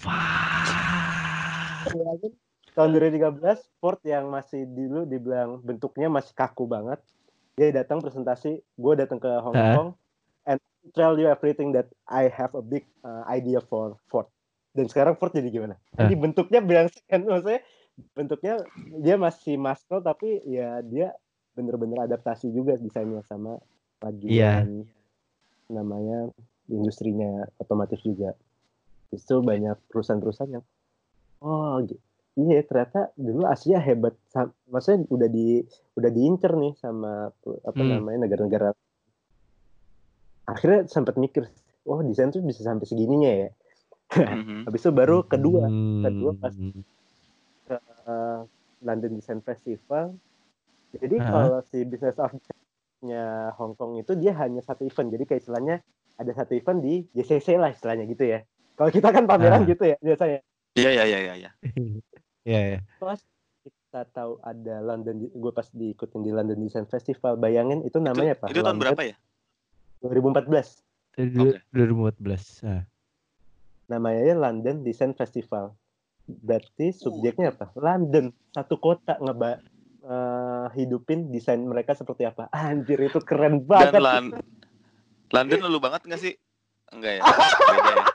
Wah. Bayangin, tahun dua ribu tiga belas, Ford yang masih dulu dibilang bentuknya masih kaku banget, dia datang presentasi, gue datang ke Hong Hah? Kong, and tell you everything that I have a big uh, idea for Ford. Dan sekarang Ford jadi gimana? Hah? Ini bentuknya berangsek, maksudnya bentuknya dia masih maskot, tapi ya dia bener-bener adaptasi juga desainnya sama majuan Iya. namanya industrinya otomotif juga. Itu banyak perusahaan-perusahaan yang oh iya ternyata dulu Asia hebat, maksudnya udah di udah diincer nih sama apa Hmm. namanya negara-negara. Akhirnya sempat mikir, oh desain tuh bisa sampai segininya ya. Mhm. Habis itu baru kedua, Hmm. kedua pas ke uh, London Design Festival. Jadi Hah? kalau si Business of Design-nya Hong Kong itu dia hanya satu event. Jadi kayak istilahnya ada satu event di J C C lah istilahnya gitu ya. Kalau kita kan pameran Ah. gitu ya biasanya. Iya iya iya iya. Iya ya. Pas kita tahu ada London, gue pas diikutin di London Design Festival, bayangin itu Itu namanya apa? itu tahun London berapa ya? dua ribu empat belas. Oke. dua ribu empat belas. Ah. Namanya London Design Festival. Berarti subjeknya apa? London, satu kota ngeba uh, hidupin desain mereka seperti apa. Anjir itu keren Dan banget. Lan London lalu banget nggak sih? Enggak ya? Beda ya.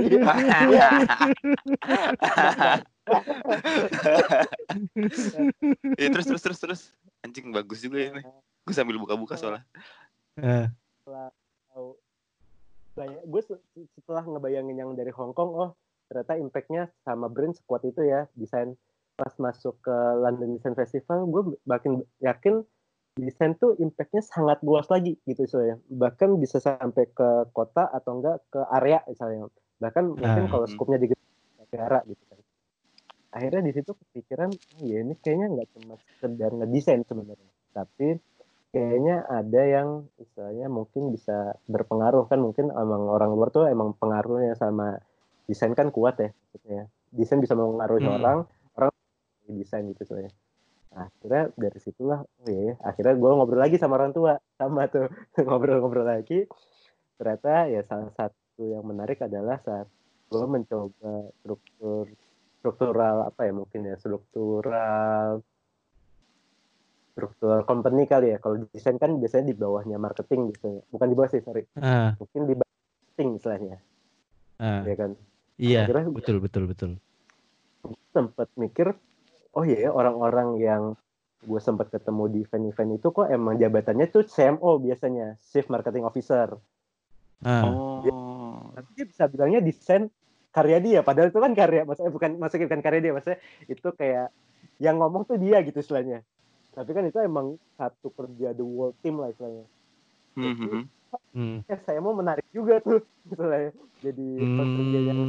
Ya terus terus terus terus. Anjing bagus juga ini. Gue sambil buka-buka soalnya. Ah. Setelah tahu, gue setelah ngebayangin yang dari Hong Kong, oh ternyata impactnya sama brand sekuat itu ya desain. Pas masuk ke London Design Festival, gue makin yakin desain tuh impactnya sangat luas lagi gitu soalnya. Bahkan bisa sampai ke kota atau enggak ke area misalnya. Bahkan mungkin Ah. kalau skupnya di negara gitu kan. Akhirnya di situ kepikiran, oh ya ini kayaknya nggak cuma sekedar ngedesain sebenarnya, tapi kayaknya ada yang istilahnya mungkin bisa berpengaruh kan, mungkin emang orang luar tuh emang pengaruhnya sama desain kan kuat ya, maksudnya desain bisa mempengaruhi Hmm. orang, orang desain gitu soalnya. Nah, akhirnya dari situlah, oh iya, akhirnya gue ngobrol lagi sama orang tua, sama tuh ngobrol-ngobrol lagi. Ternyata ya salah satu yang menarik adalah saat gue mencoba struktur struktural apa ya mungkin ya struktural struktural company kali ya. Kalau desain kan biasanya di bawahnya marketing gitu, bukan di bawah sih sorry, Ah. mungkin di marketing istilahnya, Ah. ya kan. Iya. Akhirnya betul betul betul. sempat mikir, oh iya ya orang-orang yang gue sempat ketemu di event-event itu kok emang jabatannya tuh C M O biasanya, Chief Marketing Officer. Ah. Oh. Dia, tapi dia bisa bilangnya desain karya dia, padahal itu kan karya, maksudnya bukan maksudnya bukan karya dia, maksudnya itu kayak yang ngomong tuh dia gitu istilahnya. Tapi kan itu emang satu kerja the whole team lah istilahnya. Jadi, hmm. ya saya mau menarik juga tuh istilahnya. Jadi hmm. pekerja yang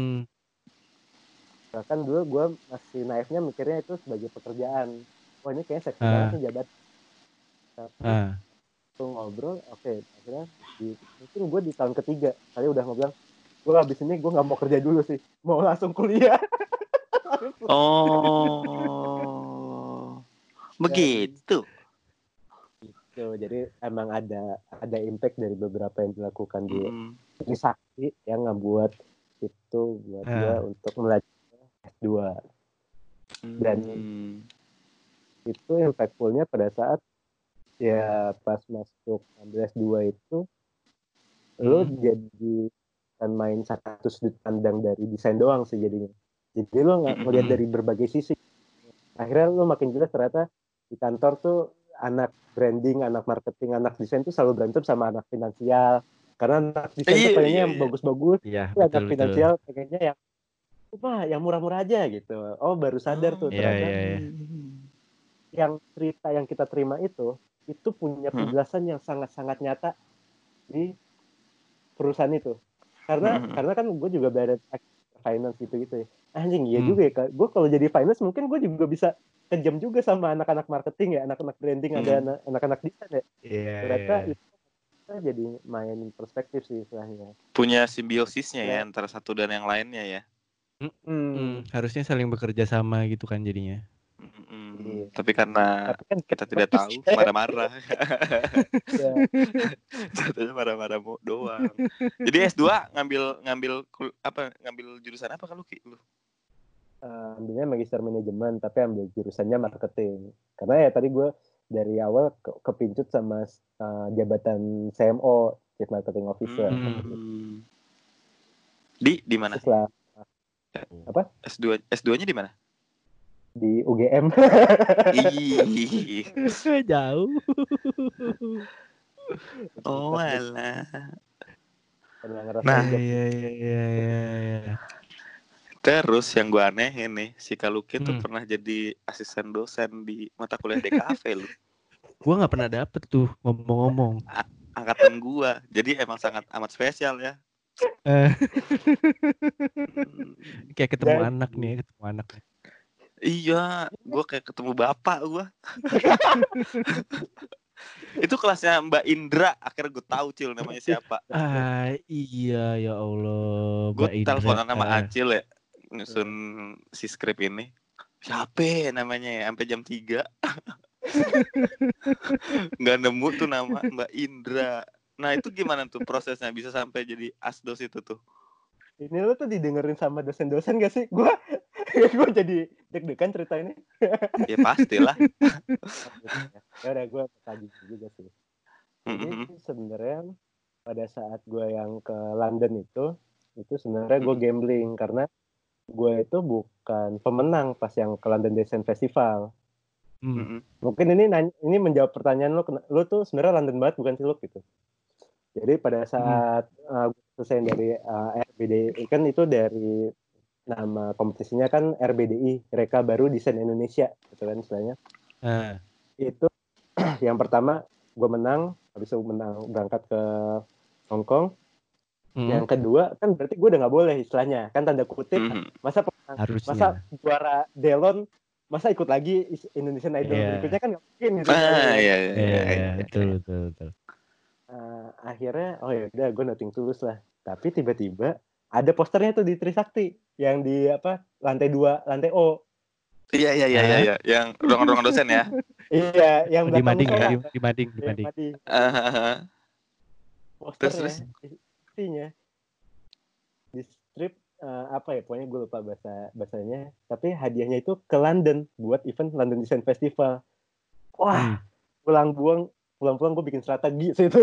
bahkan dulu gue masih naifnya mikirnya itu sebagai pekerjaan. Oh ini kayaknya seksi ah. banget nih jabat. Tapi ah. tuh ngobrol, oke okay, akhirnya di, mungkin gue di tahun ketiga kali udah ngobrol, gue abis ini gue nggak mau kerja dulu sih, mau langsung kuliah. Oh, begitu. Gitu. Jadi emang ada ada impact dari beberapa yang dilakukan di mm. Trisakti yang ngebuat itu buat ah. gue untuk melanjutkan S dua. Dan mm. itu impactfulnya pada saat ya pas masuk ambil S dua itu hmm. lo jadi kan main satu sudut pandang dari desain doang sih jadinya. Jadi lo nggak ngeliat dari berbagai sisi. Akhirnya lo makin jelas ternyata di kantor tuh anak branding, anak marketing, anak desain tuh selalu berantem sama anak finansial. Karena anak desain iya, tuh pengennya iya, yang iya. bagus-bagus, iya, anak betul, finansial betul. pengennya yang wah yang murah-murah aja gitu. Oh baru sadar tuh oh, ternyata iya, iya. yang cerita yang kita terima itu itu punya penjelasan hmm. yang sangat-sangat nyata di perusahaan itu. Karena hmm. karena kan gue juga beres finance gitu-gitu ya. Anjing iya hmm. juga ya. Gue kalau jadi finance mungkin gue juga bisa kejam juga sama anak-anak marketing ya, anak-anak branding, hmm. ada anak-anak desain ya. Yeah, ternyata yeah. itu kita jadi main perspektif sih istilahnya. Punya simbiosisnya ya nah. antara satu dan yang lainnya ya. Hmm. Hmm. Harusnya saling bekerja sama gitu kan jadinya. Mm-mm. Iya. Tapi karena Tapi kan kita tidak tahu, marah-marah. Jatuhnya marah-marah doang. Jadi S dua ngambil ngambil apa? Ngambil jurusan apa kalau Ki lu? Uh, ambilnya magister manajemen tapi ambil jurusannya marketing. Karena ya tadi gue dari awal ke- kepincut sama uh, jabatan C M O, Chief Marketing Officer. Hmm. Di di mana? Setelah apa? S dua S dua-nya di mana? Di U G M. Ih. Jauh. Oh alah. Nah, iya iya iya iya. Terus yang gue anehin nih, si Kaluki hmm. tuh pernah jadi asisten dosen di mata kuliah D K V lu. Gue nggak pernah dapet tuh ngomong-ngomong. A- angkatan gue, jadi emang sangat amat spesial ya. Kayak ketemu ya, anak nih, ketemu anak nih. Iya, gue kayak ketemu bapak gue. Itu kelasnya Mbak Indra, akhirnya gue tahu Cil namanya siapa. Ah iya ya Allah. Gue teleponan sama Acil ya, nyusun si skrip ini. Siapa namanya ya, sampai jam tiga. Nggak nemu tuh nama Mbak Indra. Nah itu gimana tuh prosesnya bisa sampai jadi asdos itu tuh? Ini lo tuh didengerin sama dosen-dosen gak sih? Gue gue jadi deg-degan cerita ini. Ya pastilah. Ya udah gue tadi juga sih. Jadi mm-hmm. sebenarnya pada saat gue yang ke London itu, itu sebenarnya gue gambling mm-hmm. karena gue itu bukan pemenang pas yang ke London Design Festival. Mm-hmm. Mungkin ini ini menjawab pertanyaan lo, lo tuh sebenarnya London banget bukan sih lo gitu. Jadi pada saat mm-hmm. uh, gue selesai dari uh, R B D I kan itu dari nama kompetisinya kan R B D I, Reka Baru Desain Indonesia, gitu kan istilahnya. Uh. Itu yang pertama gue menang, habis itu menang berangkat ke Hong Kong. Hmm. Yang kedua kan berarti gue udah nggak boleh istilahnya, kan tanda kutip. Hmm. Masa Harusnya. Masa juara Delon, masa ikut lagi Indonesian Idol yeah. berikutnya kan nggak mungkin gitu. Ah iya iya iya betul betul betul. Uh, akhirnya oh ya udah gue noting tulus lah. Tapi tiba-tiba ada posternya tuh di Trisakti yang di apa lantai dua lantai O. Iya iya iya iya ya. Yang ruangan-ruangan dosen ya. Iya, yang di mading ya, di, di mading, di mading. Uh, Posternya, isinya di strip uh, apa ya, pokoknya gue lupa bahasa bahasanya. Tapi hadiahnya itu ke London buat event London Design Festival. Wah, hmm. pulang buang, pulang-pulang gue bikin strategi sih itu.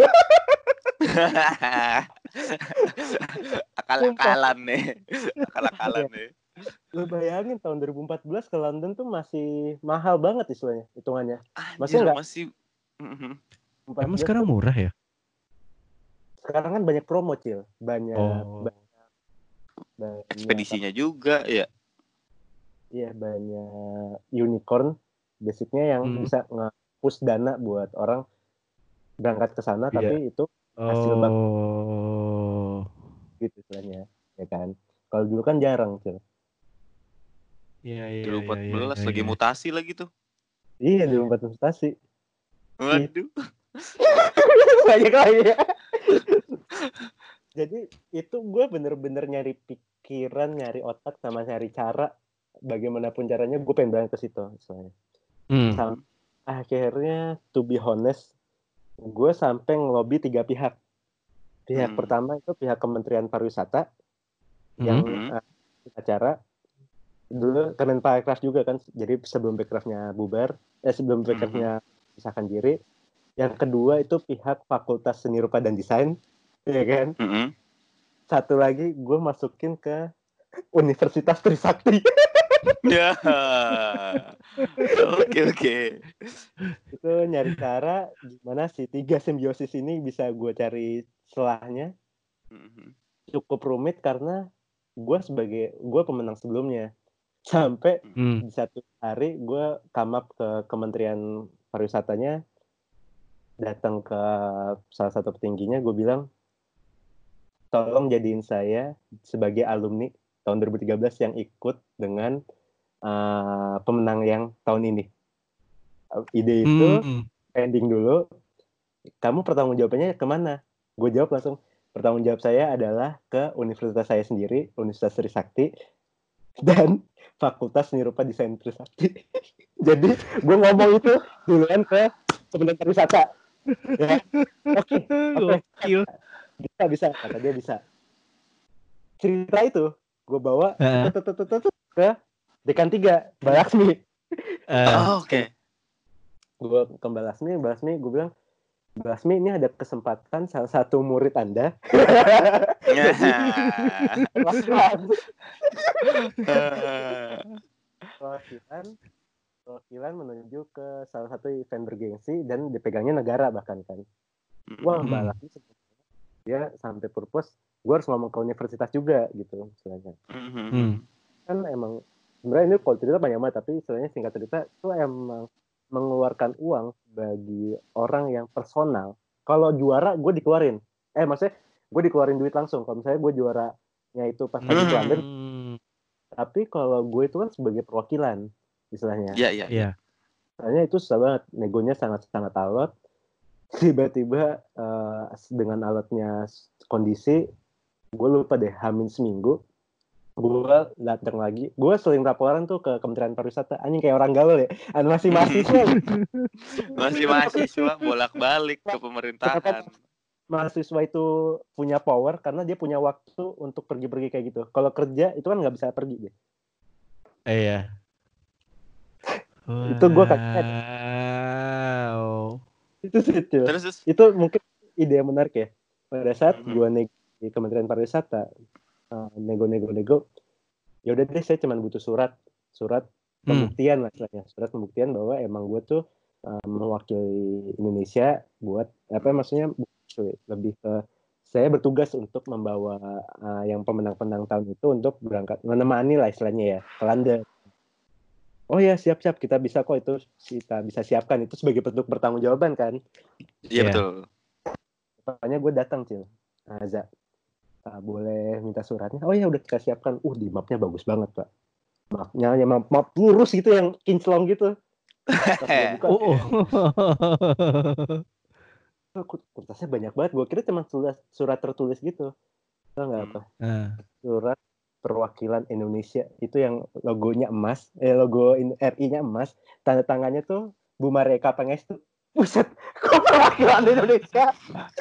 Akal-akalan nih, akal-akalan nih. Lu bayangin tahun dua ribu empat belas ke London tuh masih mahal banget istilahnya, hitungannya. Anjir, masih mm-hmm. Emang sekarang tuh, murah ya? Sekarang kan banyak promo, Cil. Banyak, oh. banyak, banyak ekspedisinya juga ya. Iya, banyak unicorn basicnya yang hmm. bisa nge-push dana buat orang berangkat ke sana, yeah. tapi itu hasil oh. bak gitu istilahnya, ya kan. Kalau dulu kan jarang, Cil. Iya, iya, dua ribu empat belas iya, lagi iya. mutasi lagi tuh. Iya, dua ribu empat belas mutasi. Waduh. Banyak lagi ya. Jadi itu gue bener-bener nyari pikiran, nyari otak, sama nyari cara. Bagaimanapun caranya gue pengen berangkat ke situ istilahnya. Hmm. Sampai akhirnya, to be honest, gue sampai ngelobi tiga pihak. Pihak hmm. pertama itu pihak Kementerian Pariwisata hmm. yang uh, acara dulu Kemenparekraf juga kan, jadi sebelum Bekrafnya bubar, eh sebelum Bekrafnya pisahkan diri. Yang kedua itu pihak Fakultas Seni Rupa dan Desain, ya kan. Hmm. Satu lagi gue masukin ke Universitas Trisakti. Ya, oke oke. Itu nyari cara gimana sih tiga simbiosis ini bisa gue cari celahnya. Mm-hmm. Cukup rumit karena gue sebagai gue pemenang sebelumnya, sampai mm. di satu hari gue come up ke Kementerian Pariwisatanya, datang ke salah satu petingginya, gue bilang tolong jadiin saya sebagai alumni tahun dua ribu tiga belas yang ikut dengan uh, pemenang yang tahun ini. Ide itu hmm. pending dulu. Kamu pertanggung jawabannya kemana? Gue jawab langsung, pertanggung jawab saya adalah ke universitas saya sendiri, Universitas Trisakti, dan Fakultas Seni Rupa Desain Trisakti. Jadi gue ngomong itu duluan ke Kementerian Pariwisata. Ya, oke, oke, bisa bisa, kata dia bisa. Cerita itu gue bawa uh. ke Dekan tiga, Mbak Laksmi. Uh. Oh, oke. Okay. Gue ke Mbak Lasmi, Mbak Lasmi gue bilang, Mbak Lasmi ini ada kesempatan salah satu murid Anda. Perwakilan, perwakilan menuju ke salah satu event bergengsi dan dipegangnya negara bahkan kan. Wah, Mbak Lasmi dia sampai purpose, gue harus ngomong ke universitas juga gitu istilahnya. Hmm. Kan emang sebenarnya ini kalau cerita banyak banget, tapi istilahnya singkat cerita itu emang mengeluarkan uang bagi orang yang personal. Kalau juara gue dikeluarin. Eh maksudnya gue dikeluarin duit langsung. Kalau misalnya gue juaranya itu pas lagi hmm. London. Tapi kalau gue itu kan sebagai perwakilan istilahnya. Iya, iya, iya. Soalnya itu susah banget. Negonya sangat-sangat alot. Tiba-tiba uh, dengan alatnya kondisi, gue lupa deh, hamin seminggu. Gue datang lagi, gue sering laporan tuh ke Kementerian Pariwisata, anjing kayak orang gaul ya, masih mahasiswa, masih mahasiswa bolak-balik ke pemerintahan. Kenapa mahasiswa itu punya power karena dia punya waktu untuk pergi-pergi kayak gitu. Kalau kerja itu kan nggak bisa pergi deh. Iya. Itu gue kaget. Wow. Itu itu. Terus, itu mungkin ide yang menarik ya. Pada saat mm-hmm. gue nego di Kementerian Pariwisata, Uh, nego-nego-nego, ya udah deh saya cuma butuh surat surat pembuktian hmm. lah istilahnya, surat pembuktian bahwa emang gue tuh uh, mewakili Indonesia buat apa maksudnya lebih ke saya bertugas untuk membawa uh, yang pemenang-pemenang tahun itu untuk berangkat menemani lah istilahnya ya ke London. Oh ya siap-siap, kita bisa kok itu kita bisa siapkan itu sebagai bentuk bertanggungjawaban kan? Iya yeah. betul. Makanya gue datang Cil, Azza. Uh, boleh minta suratnya? Oh ya udah kita siapkan. Uh di mapnya bagus banget pak. Mapnya ya map, map lurus gitu yang kinclong gitu. Buka, oh. Kertasnya banyak banget. Gue kira cuma surat, surat tertulis gitu. Tahu nggak apa? Hmm. Surat perwakilan Indonesia itu yang logonya emas, eh logo R I-nya emas. Tanda tangannya tuh Bu Maria Pangestu. Buset, kok perwakilan Indonesia?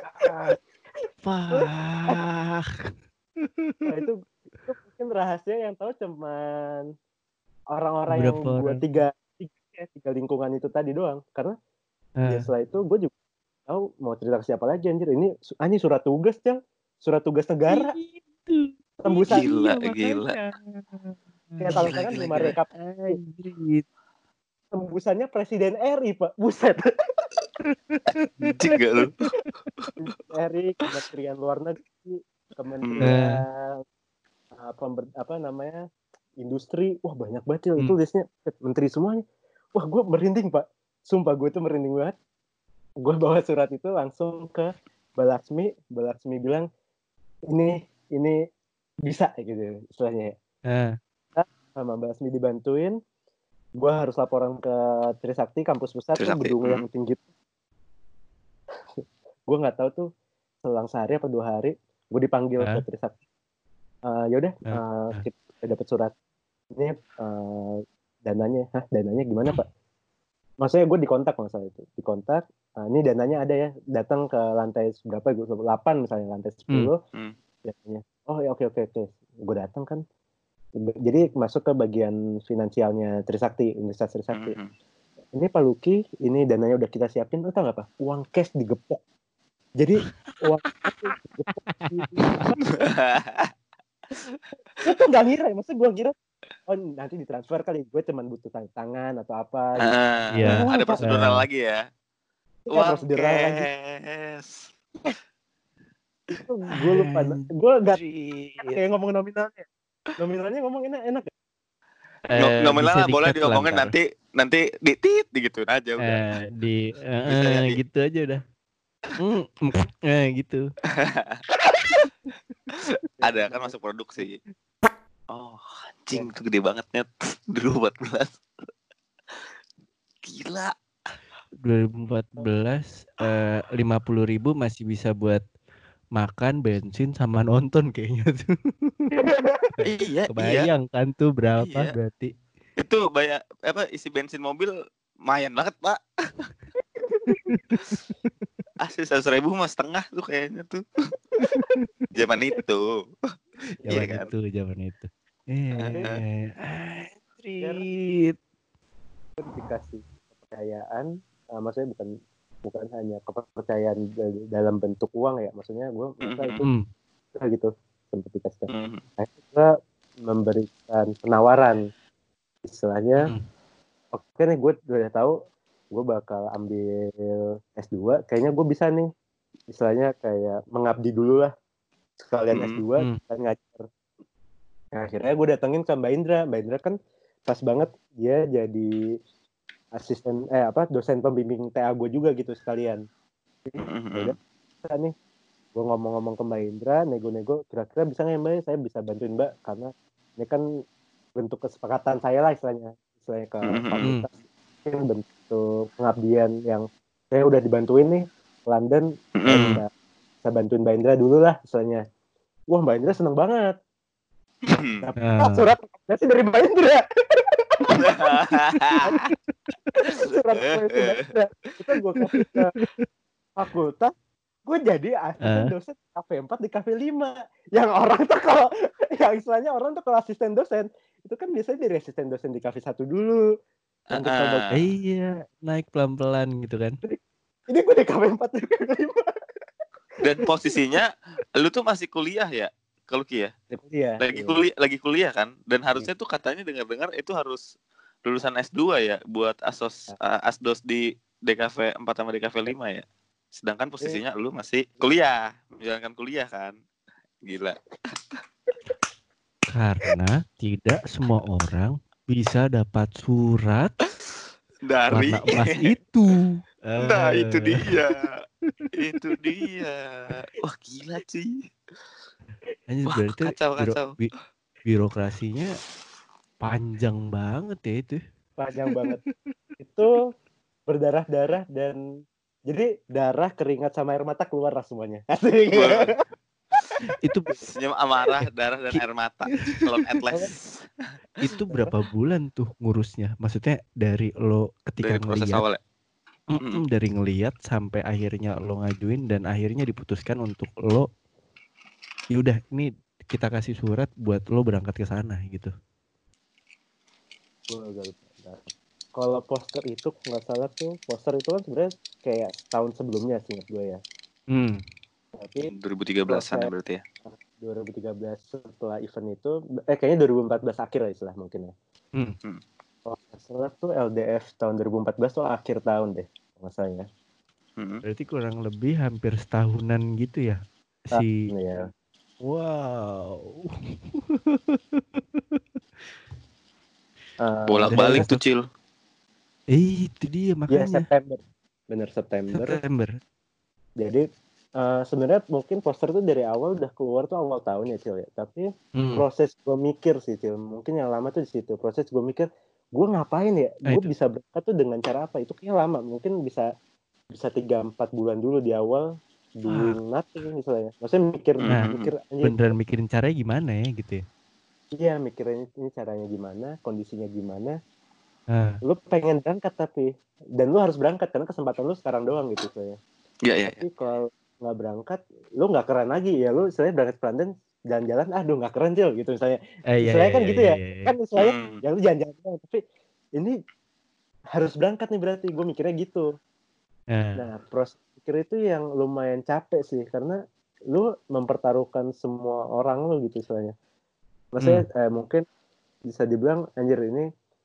Wah. Nah, itu, itu mungkin rahasia yang tahu cuman orang-orang yang gue tiga, tiga tiga lingkungan itu tadi doang. Karena uh. ya setelah itu gue juga tahu mau cerita ke siapa lagi anjir. Ini anjir surat tugas Cang, surat tugas negara. Itu. Tembusan gila, gila. Kayak tanda tangan lima rekap. Tembusannya Presiden R I, Pak. Buset. Anjing gak lu? R I, Kementerian Luar Negeri, Kementerian hmm. apa, apa namanya, Industri. Wah, banyak banget hmm. itu listnya. Menteri semuanya. Wah, gue merinding, Pak. Sumpah gue tuh merinding banget. Gue bawa surat itu langsung ke Balaksmi. Balaksmi bilang, ini ini bisa gitu istilahnya. Eh. Sama Balaksmi dibantuin. Gue harus laporan ke Trisakti kampus besar tuh gedung hmm. yang tinggi. Gue nggak tahu tuh selang sehari apa dua hari gue dipanggil eh? ke Trisakti. Uh, yaudah eh? uh, kita dapat surat ini uh, dananya, hah dananya gimana Pak? Maksudnya gue dikontak masalah itu, dikontak. Uh, ini dananya ada ya, datang ke lantai berapa? Gue delapan misalnya, lantai sepuluh. Hmm. Dananya. Oh ya oke oke oke. Gue datang kan. Jadi masuk ke bagian finansialnya Trisakti, Universitas Trisakti. Mm-hmm. Ini Pak Luki, ini dananya udah kita siapin, lo tau gak Pak? Uang cash digepok. Jadi uang cash digepok. Gue tuh gak ngira, maksudnya gue kira, oh nanti ditransfer kali, gue cuma butuh tanda tangan atau apa. Gitu. Uh, iya. Uang, ada prosedural uh. lagi ya? Ya, uang prosedural cash. Lagi. Itu gue lupa, gue gak kayak ngomong nominalnya. Nominalnya ngomong enak enak gak? Eh, nominal boleh diomongin nanti nanti ditit digituin aja udah. Eh, di eh, gitu aja udah. Mm, eh gitu. Ada kan masuk produksi. Oh, anjing itu gede banget net dua ribu empat belas. Gila. dua ribu empat belas eh, lima puluh ribu masih bisa buat makan, bensin, sama nonton kayaknya tuh. Iya, kebayang iya. Kan tuh berapa iya. Berarti? Itu banyak apa isi bensin mobil lumayan banget Pak. Asli seratus ribu mas setengah tuh kayaknya tuh. Zaman itu. Zaman iya, kan? itu, zaman itu. Eh, Astrid. Dikasih kepercayaan, uh, maksudnya bukan bukan hanya kepercayaan dalam bentuk uang ya, maksudnya gue merasa itu mm. gitu sempat dikasih. Mm. Akhirnya memberikan penawaran, istilahnya, mm. oke okay nih gue udah tahu gue bakal ambil S dua, kayaknya gue bisa nih, istilahnya kayak mengabdi dulu lah, sekalian mm. S dua mm. dan ngajar. Nah, akhirnya gue datengin ke Mbak Indra, Mbak Indra kan pas banget dia jadi asisten eh apa dosen pembimbing T A gue juga gitu sekalian. Jadi mm-hmm. nih gue ngomong-ngomong ke Mbak Indra, nego-nego kira-kira bisa nggak Mbak, saya bisa bantuin Mbak karena ini kan bentuk kesepakatan saya lah istilahnya, istilahnya ke mm-hmm. fakultas ini bentuk pengabdian yang saya udah dibantuin nih London, mm-hmm. saya bisa, saya bantuin Mbak Indra dulu lah istilahnya. Wah Mbak Indra seneng banget. Dapat uh. surat rekomendasi dari Mbak Indra. Surat rekomendasi itu gue kasih ke fakultas, gue jadi asisten uh. dosen K V empat di K V lima. Yang orang tuh kalau yang istilahnya orang tuh kalau asisten dosen itu kan biasanya dari asisten dosen di K V satu dulu. Uh, uh. Iya, naik pelan-pelan gitu kan. Ini gue di K V empat di K V lima. Dan posisinya lu tuh masih kuliah ya? Kalau Ki ya? Iya, lagi kuliah, lagi kuliah kan? Dan harusnya tuh katanya dengar-dengar itu harus lulusan S dua ya buat asos uh, asdos di D K V empat sama D K V lima ya. Sedangkan posisinya lu masih kuliah, menjalankan kuliah kan. Gila. Karena tidak semua orang bisa dapat surat dari warna emas itu. Nah, itu dia. Itu dia. Wah, gila sih. Anjir, wah, berarti kacau, biro, kacau. Bi, birokrasinya panjang banget ya itu. Panjang banget. Itu berdarah-darah dan jadi darah, keringat sama air mata keluar lah semuanya. Itu senyum amarah, darah dan air mata. Lord Atlas. Itu berapa bulan tuh ngurusnya? Maksudnya dari lo ketika dari proses ngeliat, awal ya? Mm-mm, dari ngeliat sampai akhirnya lo ngajuin dan akhirnya diputuskan untuk lo yaudah ini kita kasih surat buat lo berangkat ke sana gitu. Kalau poster itu nggak salah tuh, poster itu kan sebenarnya kayak tahun sebelumnya sih ingat gue ya. Hmm. Tapi dua ribu tiga belasan ya berarti ya. dua ribu tiga belas setelah event itu, eh kayaknya dua ribu empat belas akhir lah istilah mungkin ya. Hmm. Kalau nggak salah tuh L D F tahun dua ribu empat belas tuh akhir tahun deh, masalahnya. Hmm. Berarti kurang lebih hampir setahunan gitu ya Ah, si. ya. Wow. Uh, Bolak-balik tuh Cil. Eh, itu dia Ya makanya. September, bener September. September. Jadi uh, sebenarnya mungkin poster tuh dari awal udah keluar tuh awal tahun ya Cil ya. Tapi Hmm. proses gue mikir sih Cil, mungkin yang lama tuh di situ. Proses gue mikir, gue ngapain ya? Nah, Gue itu. bisa berangkat tuh dengan cara apa? Itu kayak lama, mungkin bisa bisa tiga empat bulan dulu di awal doing nothing misalnya. Maksudnya mikir Nah, mikir beneran mikirin caranya gimana ya gitu ya. Iya, mikirin ini caranya gimana, kondisinya gimana. Nah. Lu pengen berangkat tapi dan lu harus berangkat karena kesempatan lu sekarang doang gitu saya. Iya, iya. Tapi kalau nggak berangkat, lu nggak keren lagi ya. Lu istilahnya berangkat ke London jalan-jalan, aduh nggak keren Cil gitu misalnya. Eh, iya, istilahnya iya, kan iya, gitu iya, ya. iya. Kan istilahnya Hmm. ya lu jalan-jalan doang, tapi ini harus berangkat nih berarti. Gue mikirnya gitu. Nah, Nah, proses pikir itu yang lumayan capek sih karena lu mempertaruhkan semua orang lu gitu istilahnya. Maksudnya hmm. eh, mungkin bisa dibilang anjir ini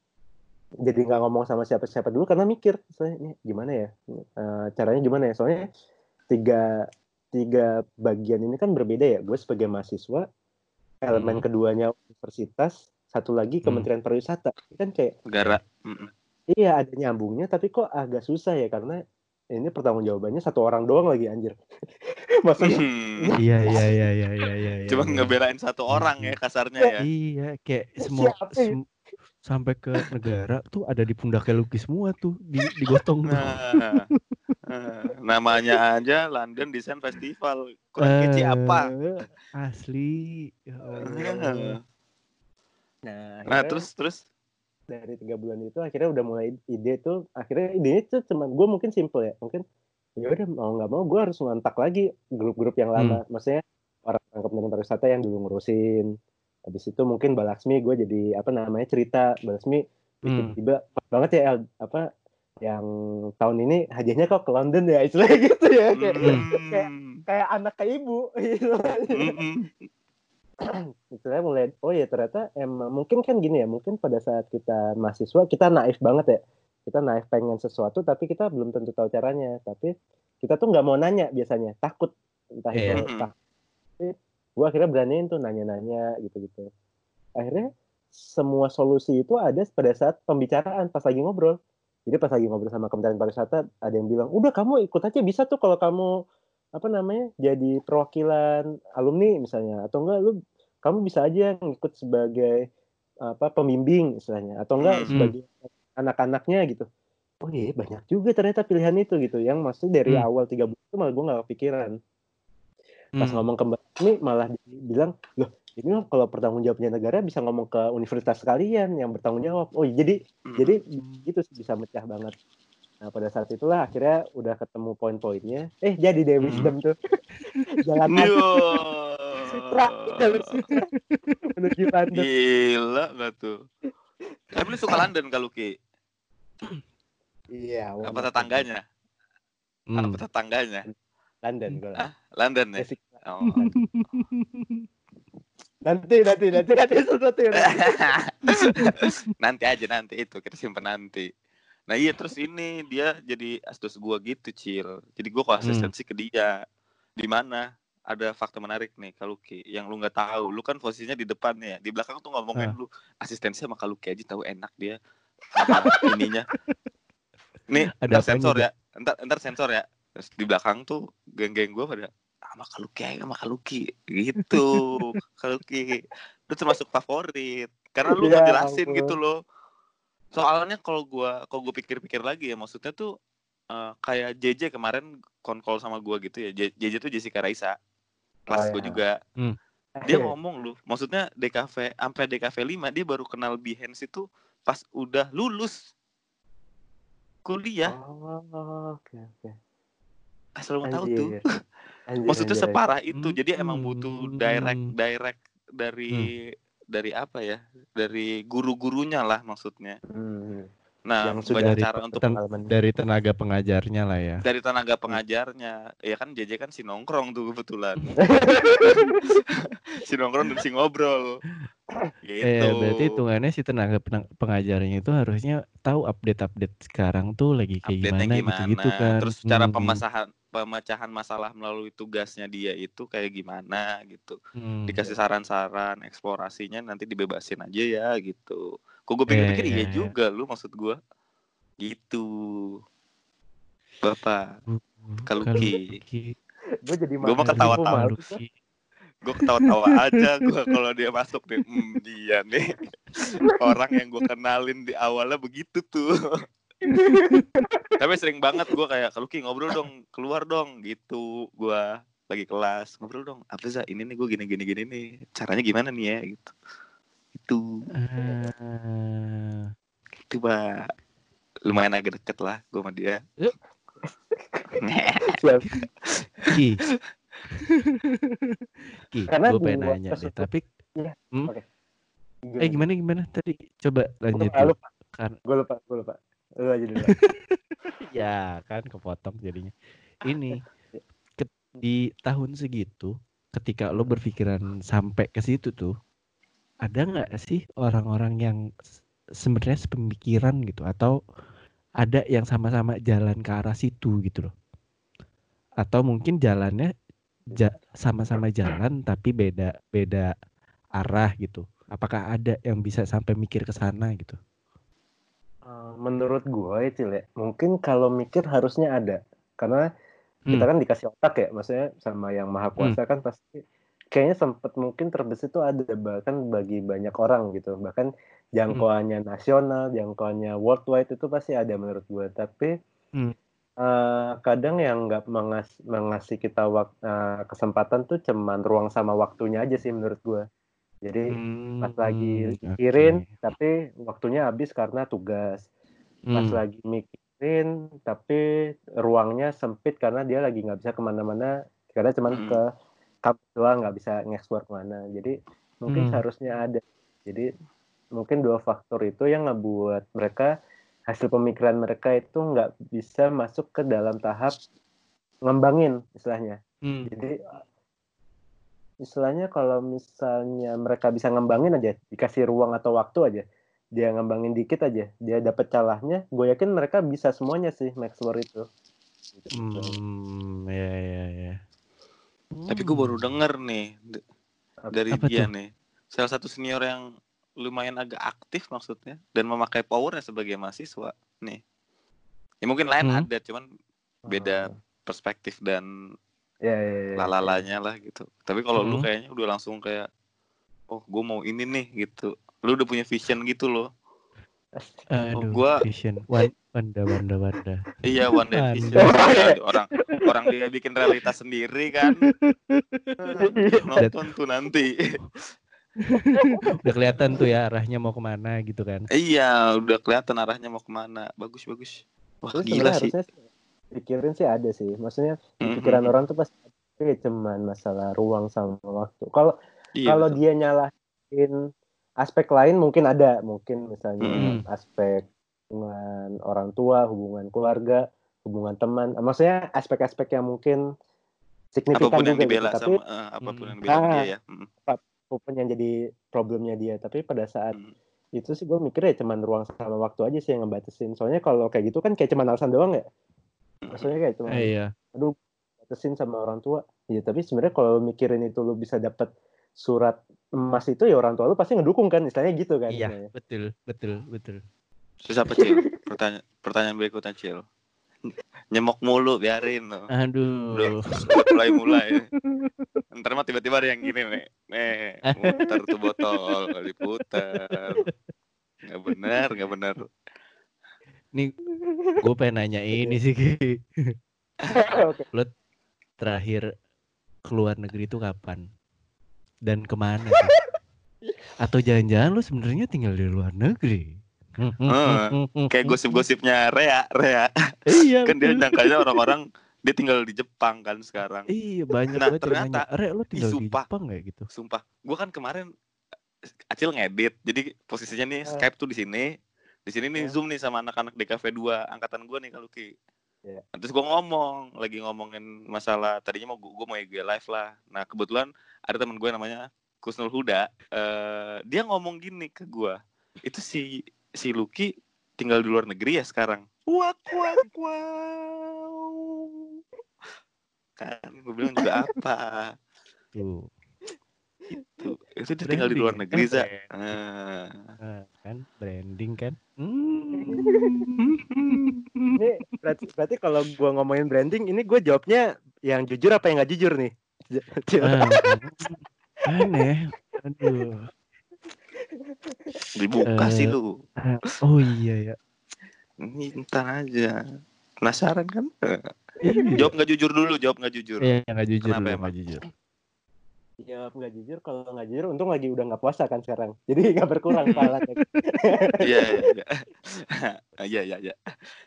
jadi nggak ngomong sama siapa-siapa dulu karena mikir soalnya ini gimana ya uh, caranya gimana ya soalnya tiga tiga bagian ini kan berbeda ya. Gue sebagai mahasiswa, elemen hmm. keduanya universitas, satu lagi Kementerian hmm. Pariwisata. Ini kan kayak negara. Hmm. Iya ada nyambungnya tapi kok agak susah ya karena ini pertanggungjawabannya satu orang doang lagi anjir. Maksudnya Hmm. Iya iya iya iya iya iya. Cuma iya. ngebelain satu orang ya kasarnya ya. Iya, kayak semua sem- sampai ke negara tuh ada di pundaknya Lucky semua tuh di digotong tuh. Nah, uh, namanya aja London Design Festival. Kurang uh, kece apa? Asli. Ya Allah. Nah, nah terus terus dari tiga bulan itu akhirnya udah mulai ide tuh akhirnya ide itu cuman gue mungkin simple ya mungkin ya udah mau nggak mau gue harus ngontak lagi grup-grup yang lama hmm. maksudnya orang Kementerian Pariwisata yang dulu ngurusin habis itu mungkin Balaksmi gue jadi apa namanya cerita Balaksmi tiba-tiba hmm. banget ya El, apa yang tahun ini hadiahnya kok ke London ya istilahnya gitu ya kayak hmm. kayak, kayak anak ke ibu gitu. hmm. Istilahnya mulai oh ya ternyata emang mungkin kan gini ya mungkin pada saat kita mahasiswa kita naif banget ya kita naif pengen sesuatu tapi kita belum tentu tahu caranya tapi kita tuh nggak mau nanya biasanya takut entah yeah. itu takut gue akhirnya beraniin tuh nanya-nanya gitu-gitu akhirnya semua solusi itu ada pada saat pembicaraan pas lagi ngobrol jadi pas lagi ngobrol sama Kementerian Pariwisata ada yang bilang udah kamu ikut aja bisa tuh kalau kamu apa namanya jadi perwakilan alumni misalnya atau enggak lu kamu bisa aja ngikut sebagai apa pembimbing istilahnya atau enggak hmm. sebagai anak-anaknya gitu oh iya banyak juga ternyata pilihan itu gitu yang maksud dari hmm. awal tiga bulan itu malah gue nggak kepikiran pas hmm. ngomong kembali ini malah bilang loh ini kalau pertanggung jawabnya negara bisa ngomong ke universitas sekalian yang bertanggung jawab oh jadi hmm. jadi gitu bisa mecah banget. Nah pada saat itulah akhirnya udah ketemu poin-poinnya eh jadi deh wisdom hmm. tuh jalan Citra menuju London gila nggak tuh tapi lu suka London kalau Ki iya apa tetangganya hmm. apa tetangganya London gue ah London ya oh. nanti nanti nanti nanti sesuatu ya nanti aja nanti itu kita simpen nanti. Nah iya terus ini dia jadi asdos gua gitu Cil. Jadi gua kok asistensi hmm. ke dia. Di mana ada fakta menarik nih Kaluki yang lu nggak tahu. Lu kan posisinya di depan ya. Di belakang tuh ngomongin uh. lu asistensi sama Kaluki aja tahu enak dia. Apa ininya. Nih ada sensor ya. Entar entar sensor ya. Terus di belakang tuh geng-geng gua pada sama Kaluki sama Kaluki gitu. Kaluki itu termasuk favorit karena lu ya, ngejelasin ampun. Gitu loh. Soalnya kalau gue kalau gue pikir-pikir lagi ya maksudnya tuh uh, kayak J J kemarin konkol sama gue gitu ya J J tuh Jessica Raisa kelas oh, gue ya. Juga hmm. dia ngomong lu maksudnya D K V sampai D K V lima dia baru kenal Behance itu pas udah lulus kuliah oh oke okay, oke okay. asal mau tahu tuh anjir, maksudnya anjir, separah anjir. Itu hmm. jadi emang butuh direct direct dari hmm. dari apa ya dari guru-gurunya lah maksudnya hmm. Nah, yang sudah banyak dari cara untuk ten- dari tenaga pengajarnya lah ya. dari tenaga pengajarnya. Ya kan J J kan si nongkrong tuh kebetulan. Si nongkrong dan si ngobrol. Gitu. Eh berarti hitungannya si tenaga penang- pengajarnya itu harusnya tahu update-update sekarang tuh lagi kayak Update-nya gimana, gimana. gitu-gitu kan. Terus cara Hmm. pemecahan pemecahan masalah melalui tugasnya dia itu kayak gimana gitu. Hmm. Dikasih saran-saran, eksplorasinya nanti dibebasin aja ya gitu. Kok gue Eh, pikir-pikir iya ya, ya. juga lu maksud gue. Gitu. Bapak Kaluki. Gue jadi Gue mah mahasiswa ketawa-tawa. malu. Gue ketawa-tawa aja gue kalau dia masuk nih. Hmm, dia nih orang yang gue kenalin di awalnya begitu tuh. Tapi sering banget gue kayak Kaluki ngobrol dong, keluar dong gitu. Gue lagi kelas ngobrol dong. Apa sih ini nih gue gini gini gini nih. Caranya gimana nih ya gitu. Itu. Uh... Itu Pak. Lumayan agak deket lah gue sama dia. Ki. Ki, gue pengen nanya deh, tapi ya, hmm? okay. Eh gimana gimana tadi? Coba lanjut dulu. Kan gue lupa, gue lupa. Lu aja dulu. Ya kan kepotong jadinya. Ini ke, di tahun segitu, ketika lo berpikiran sampai ke situ tuh, ada nggak sih orang-orang yang sebenarnya sepemikiran gitu, atau ada yang sama-sama jalan ke arah situ gitu loh? Atau mungkin jalannya ja, sama-sama jalan tapi beda beda arah gitu. Apakah ada yang bisa sampai mikir ke sana gitu? Menurut gue itu ya, mungkin kalau mikir harusnya ada, karena kita hmm. kan dikasih otak ya, maksudnya sama yang maha kuasa hmm. kan pasti kayaknya sempat mungkin terbesit itu ada bahkan bagi banyak orang gitu, bahkan jangkauannya hmm. nasional, jangkauannya worldwide itu pasti ada menurut gue. Tapi hmm. uh, kadang yang nggak mengas mengasih kita wak- uh, kesempatan tuh cuman ruang sama waktunya aja sih menurut gue. Jadi hmm. pas lagi mikirin, okay. tapi waktunya habis karena tugas. Pas hmm. lagi mikirin, tapi ruangnya sempit karena dia lagi nggak bisa kemana-mana, karena cuman hmm. ke kampus doang, nggak bisa ngeksplor kemana. Jadi mungkin hmm. seharusnya ada. Jadi mungkin dua faktor itu yang ngebuat mereka, hasil pemikiran mereka itu nggak bisa masuk ke dalam tahap ngembangin istilahnya. Hmm. Jadi istilahnya kalau misalnya mereka bisa ngembangin aja, dikasih ruang atau waktu aja, dia ngembangin dikit aja, dia dapat calahnya, gue yakin mereka bisa semuanya sih explore itu. Hmm, ya ya ya. Tapi gue baru denger nih dari Apa dia tuh? nih, salah satu senior yang lumayan agak aktif maksudnya dan memakai powernya sebagai mahasiswa nih. Ya mungkin lain hmm. ada, cuman beda perspektif dan ya, ya, ya, lalalanya ya. lah gitu. Tapi kalau hmm. lu kayaknya udah langsung kayak, oh gue mau ini nih gitu. Lu udah punya vision gitu loh. Aduh, oh, gua vision. Wanda, Wanda, Wanda. Iya, one day vision. Ya, orang orang dia bikin realitas sendiri kan. Nonton tuh nanti. Udah kelihatan tuh ya arahnya mau kemana gitu kan. Iya, udah kelihatan arahnya mau kemana. Bagus, bagus. Wah, terus gila sih. Harusnya pikirin sih ada sih. Maksudnya di pikiran mm-hmm. orang tuh pasti cuman masalah ruang sama waktu. Kalau iya, kalau betul. Dia nyalahin aspek lain mungkin ada, mungkin misalnya mm-hmm. aspek hubungan orang tua, hubungan keluarga, hubungan teman. Maksudnya aspek-aspek yang mungkin signifikan apapun juga yang dibela gitu. Tapi sama, uh, apapun yang dibela ah, dia ya. Mm. Apapun yang jadi problemnya dia. Tapi pada saat mm. itu sih gue mikirnya cuman ruang sama waktu aja sih yang ngebatasin. Soalnya kalau kayak gitu kan kayak cuman alasan doang ya. Maksudnya kayak cuma, eh, iya. aduh, batasin sama orang tua. Ya tapi sebenarnya kalau lu mikirin itu lu bisa dapat surat emas itu ya orang tua lu pasti ngedukung kan, istilahnya gitu kan. Iya, istilahnya. betul, betul, betul. Terus apa Cil? Pertanyaan pertanyaan berikutnya Cil. Nyemok mulu biarin loh. Aduh. Udah mulai-mulai. Ntar mah tiba-tiba ada yang gini nih. Nih, muter tuh botol, diputer. Gak benar, gak benar. Nih, gue pengen nanya ini sih, Ki. Lo terakhir keluar negeri itu kapan? Dan kemana sih? Atau jangan-jangan lo sebenarnya tinggal di luar negeri? Hmm, kayak gosip-gosipnya Rea, Rea. Iya, kan dia nyangkanya orang-orang dia tinggal di Jepang kan sekarang. Iya, banyak nah, banget ternyata, Rea lo tinggal ih, sumpah, di Jepang kayak gitu. Sumpah, gue kan kemarin Acil ngedit, jadi posisinya nih Skype tuh di sini, Di sini nih Ya. Zoom nih sama anak-anak D K V dua angkatan gue nih Kak Luki. Ya. Terus gue ngomong, lagi ngomongin masalah tadinya mau gue mau I G live lah. Nah kebetulan ada teman gue namanya Kusnul Huda. Uh, dia ngomong gini ke gue, itu si si Luki tinggal di luar negeri ya sekarang. Wak wak wow. Kan gue bilang juga apa? Tuh. Itu itu dia tinggal di luar negeri za. Uh. Uh, kan branding kan. Ini berarti, berarti kalau gue ngomongin branding, ini gue jawabnya yang jujur apa yang nggak jujur nih? Uh, aneh. Aduh. Dibuka uh, sih lu. Uh, oh iya ya. Ini ntar aja. Penasaran kan? Jawab nggak jujur dulu, jawab nggak jujur. Iya, nggak jujur. Kenapa dulu, nggak jujur. Jawab nggak jujur, kalau nggak jujur, untung lagi udah nggak puasa kan sekarang, jadi nggak berkurang pahalanya. Iya, iya, iya, iya, iya.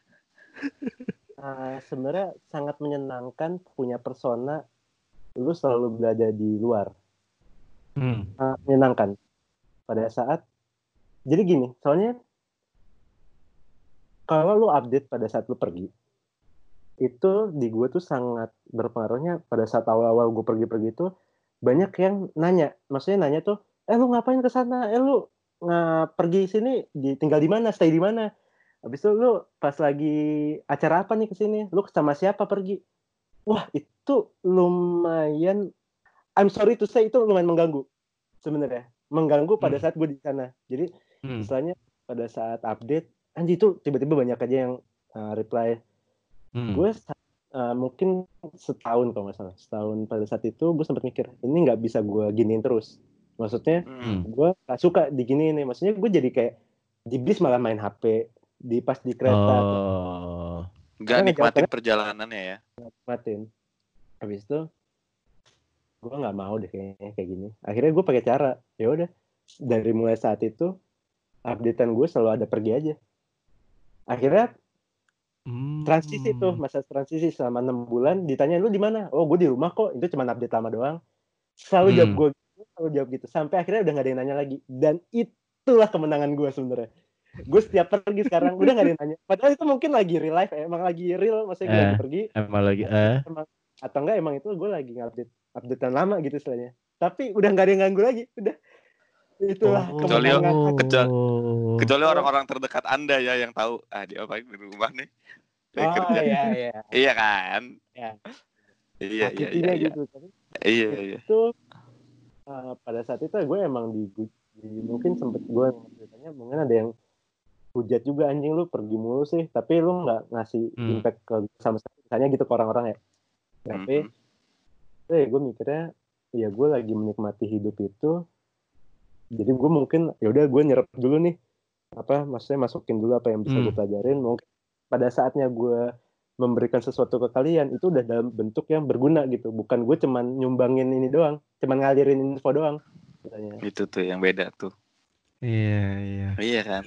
Sebenarnya sangat menyenangkan punya persona lu selalu berada di luar. Hmm. Uh, menyenangkan pada saat. Jadi gini, soalnya kalau lu update pada saat lu pergi, itu di gue tuh sangat berpengaruhnya. Pada saat awal-awal gue pergi-pergi itu banyak yang nanya, maksudnya nanya tuh, eh lu ngapain ke sana? Eh lu nggak pergi sini, di, tinggal di mana, stay di mana? Habis itu lu pas lagi acara apa nih ke sini? Lu sama siapa pergi? Wah, itu lumayan, I'm sorry to say, itu lumayan mengganggu sebenarnya. Mengganggu pada saat gue di sana. Jadi hmm. istilahnya pada saat update, anjir itu tiba-tiba banyak aja yang uh, reply. Hmm. Gue uh, mungkin setahun kalau nggak salah, setahun pada saat itu gue sempat mikir, ini nggak bisa gue giniin terus. Maksudnya hmm. gue nggak suka diginiin nih. Maksudnya gue jadi kayak di bis malah main H P, di pas di kereta. Oh. Nggak nikmatin perjalanannya ya? Nikmatin. Habis itu gue nggak mau deh kayaknya kayak gini. Akhirnya gue pakai cara, ya udah dari mulai saat itu updatean gue selalu ada pergi aja. Akhirnya transisi tuh, masa transisi selama enam bulan, ditanya lu di mana? Oh, gue di rumah kok, itu cuma update lama doang. Selalu hmm. jawab gue, selalu jawab gitu. Sampai akhirnya udah gak ada yang nanya lagi. Dan itulah kemenangan gue sebenarnya. Gue setiap pergi sekarang udah gak ada yang nanya. Padahal itu mungkin lagi real life, ya. Emang lagi real, maksudnya gue eh, lagi pergi. Emang lagi, eh. Emang, atau enggak emang itu gue lagi ngupdate updatean lama gitu istilahnya. Tapi udah gak ada yang ganggu lagi, udah. Itulah oh, kemenangan. Kecuali, kecuali orang-orang terdekat Anda ya yang tahu, ah dia apa di rumah nih. Oh kerja. Iya iya. Iya kan? Ya. Iya iya iya. Gitu. Tapi iya iya. Itu uh, pada saat itu gue emang di, di mungkin sempet gue ceritanya mungkin ada yang hujat juga, anjing lu pergi mulu sih, tapi lu nggak ngasih hmm. impact ke sama sekali, misalnya gitu ke orang-orang ya. Tapi mm-hmm. eh gue mikirnya ya gue lagi menikmati hidup itu. Jadi gue mungkin ya udah gue nyerap dulu nih, apa maksudnya masukin dulu apa yang bisa hmm. gue pelajarin. Mungkin pada saatnya gue memberikan sesuatu ke kalian itu udah dalam bentuk yang berguna gitu, bukan gue cuman nyumbangin ini doang, cuman ngalirin info doang misalnya. Itu tuh yang beda tuh. Iya iya iya kan.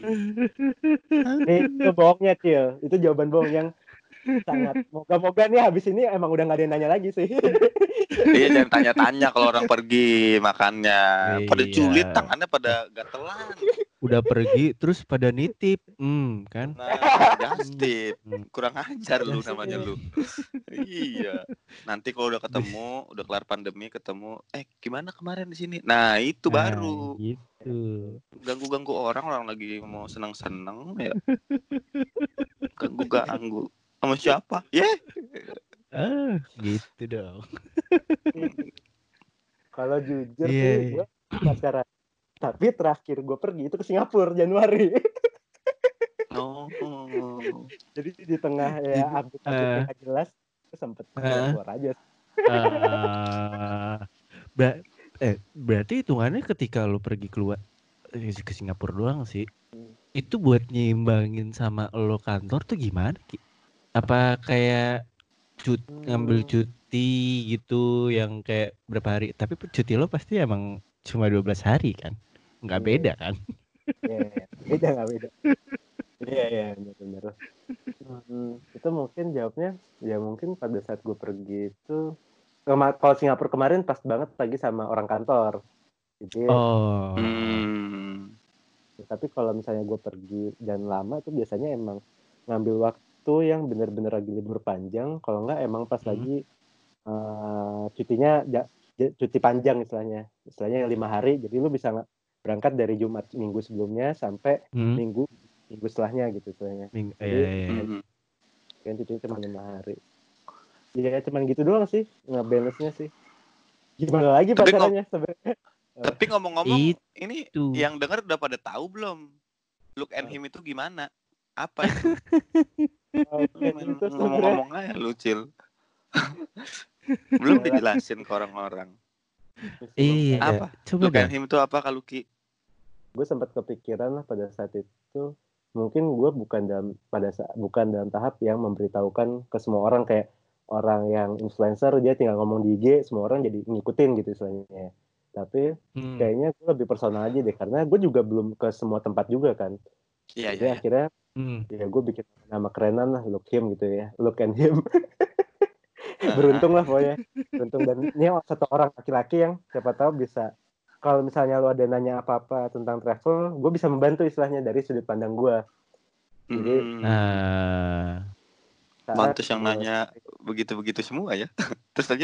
Itu bohongnya Cil, itu jawaban bohong yang sangat moga-moga nih habis ini emang udah nggak ada yang nanya lagi sih. Iya jangan tanya-tanya kalau orang pergi makannya iya. Pada julid tangannya pada gatelan. Udah pergi terus pada nitip, hmm kan? Nah, justip, kurang ajar lu namanya lu. Iya. Nanti kalau udah ketemu, udah kelar pandemi ketemu, eh gimana kemarin di sini? Nah itu nah, baru. Gitu. Ganggu-ganggu orang orang lagi mau senang-senang ya. Ganggu-ganggu. Sama siapa? Ya. Yeah. Ah, gitu dong. Kalau jujur yeah, sih, gue pacaran. Tapi terakhir gue pergi itu ke Singapura Januari. Oh. Jadi di tengah ya update-update uh, jelas, gue sempet uh, keluar aja. Uh, ber- eh berarti hitungannya ketika lo pergi keluar ke Singapura doang sih. Hmm. Itu buat nyimbangin sama lo kantor tuh gimana Ki? Apa kayak cut hmm. ngambil cuti gitu yang kayak berapa hari, tapi cuti lo pasti emang cuma dua belas hari kan, nggak yeah. beda kan? Iya yeah, beda nggak beda. Iya iya benar-benar. Hmm, itu mungkin jawabnya ya mungkin pada saat gue pergi itu kema- kalau Singapura kemarin pas banget lagi sama orang kantor. Jadi oh hmm. Tapi kalau misalnya gue pergi dan lama tuh biasanya emang ngambil waktu yang bener-bener lagi libur panjang. Kalau enggak emang pas hmm. lagi uh, cutinya ja, cuti panjang istilahnya, istilahnya lima hari. Jadi lu bisa berangkat dari Jumat minggu sebelumnya sampai hmm. minggu minggu setelahnya gitu istilahnya. Ming- Jadi iya, iya. kan cutinya cuma lima hari. Ya cuman gitu doang sih nge-balance-nya sih. Gimana lagi tapi pacarannya ngom- sebenarnya? Tapi ngomong-ngomong itu. Ini yang denger udah pada tahu belum? Look and him itu gimana? Apa itu? Oh, itu ngomong-ngomong aja lu, Cil. Belum dijelasin ke orang-orang. Iya. Apa? Coba Look and him itu apa, Kak Luki? Gue sempat kepikiran lah pada saat itu. Mungkin gue bukan dalam pada saat, bukan dalam tahap yang memberitahukan ke semua orang kayak orang yang influencer dia tinggal ngomong di I G semua orang jadi ngikutin gitu istilahnya. Tapi hmm. kayaknya gue lebih personal aja deh karena gue juga belum ke semua tempat juga kan. Iya, jadi iya, akhirnya hmm. ya gue bikin nama kerenan lah, Look Him gitu ya, Look and Him. Beruntung lah pokoknya. Beruntung dan ini satu orang laki-laki yang siapa tahu bisa kalau misalnya lo ada nanya apa-apa tentang travel, gue bisa membantu istilahnya dari sudut pandang gue. Jadi, hmm. uh, mantus yang gue... nanya begitu-begitu semua ya. Terus lanjut.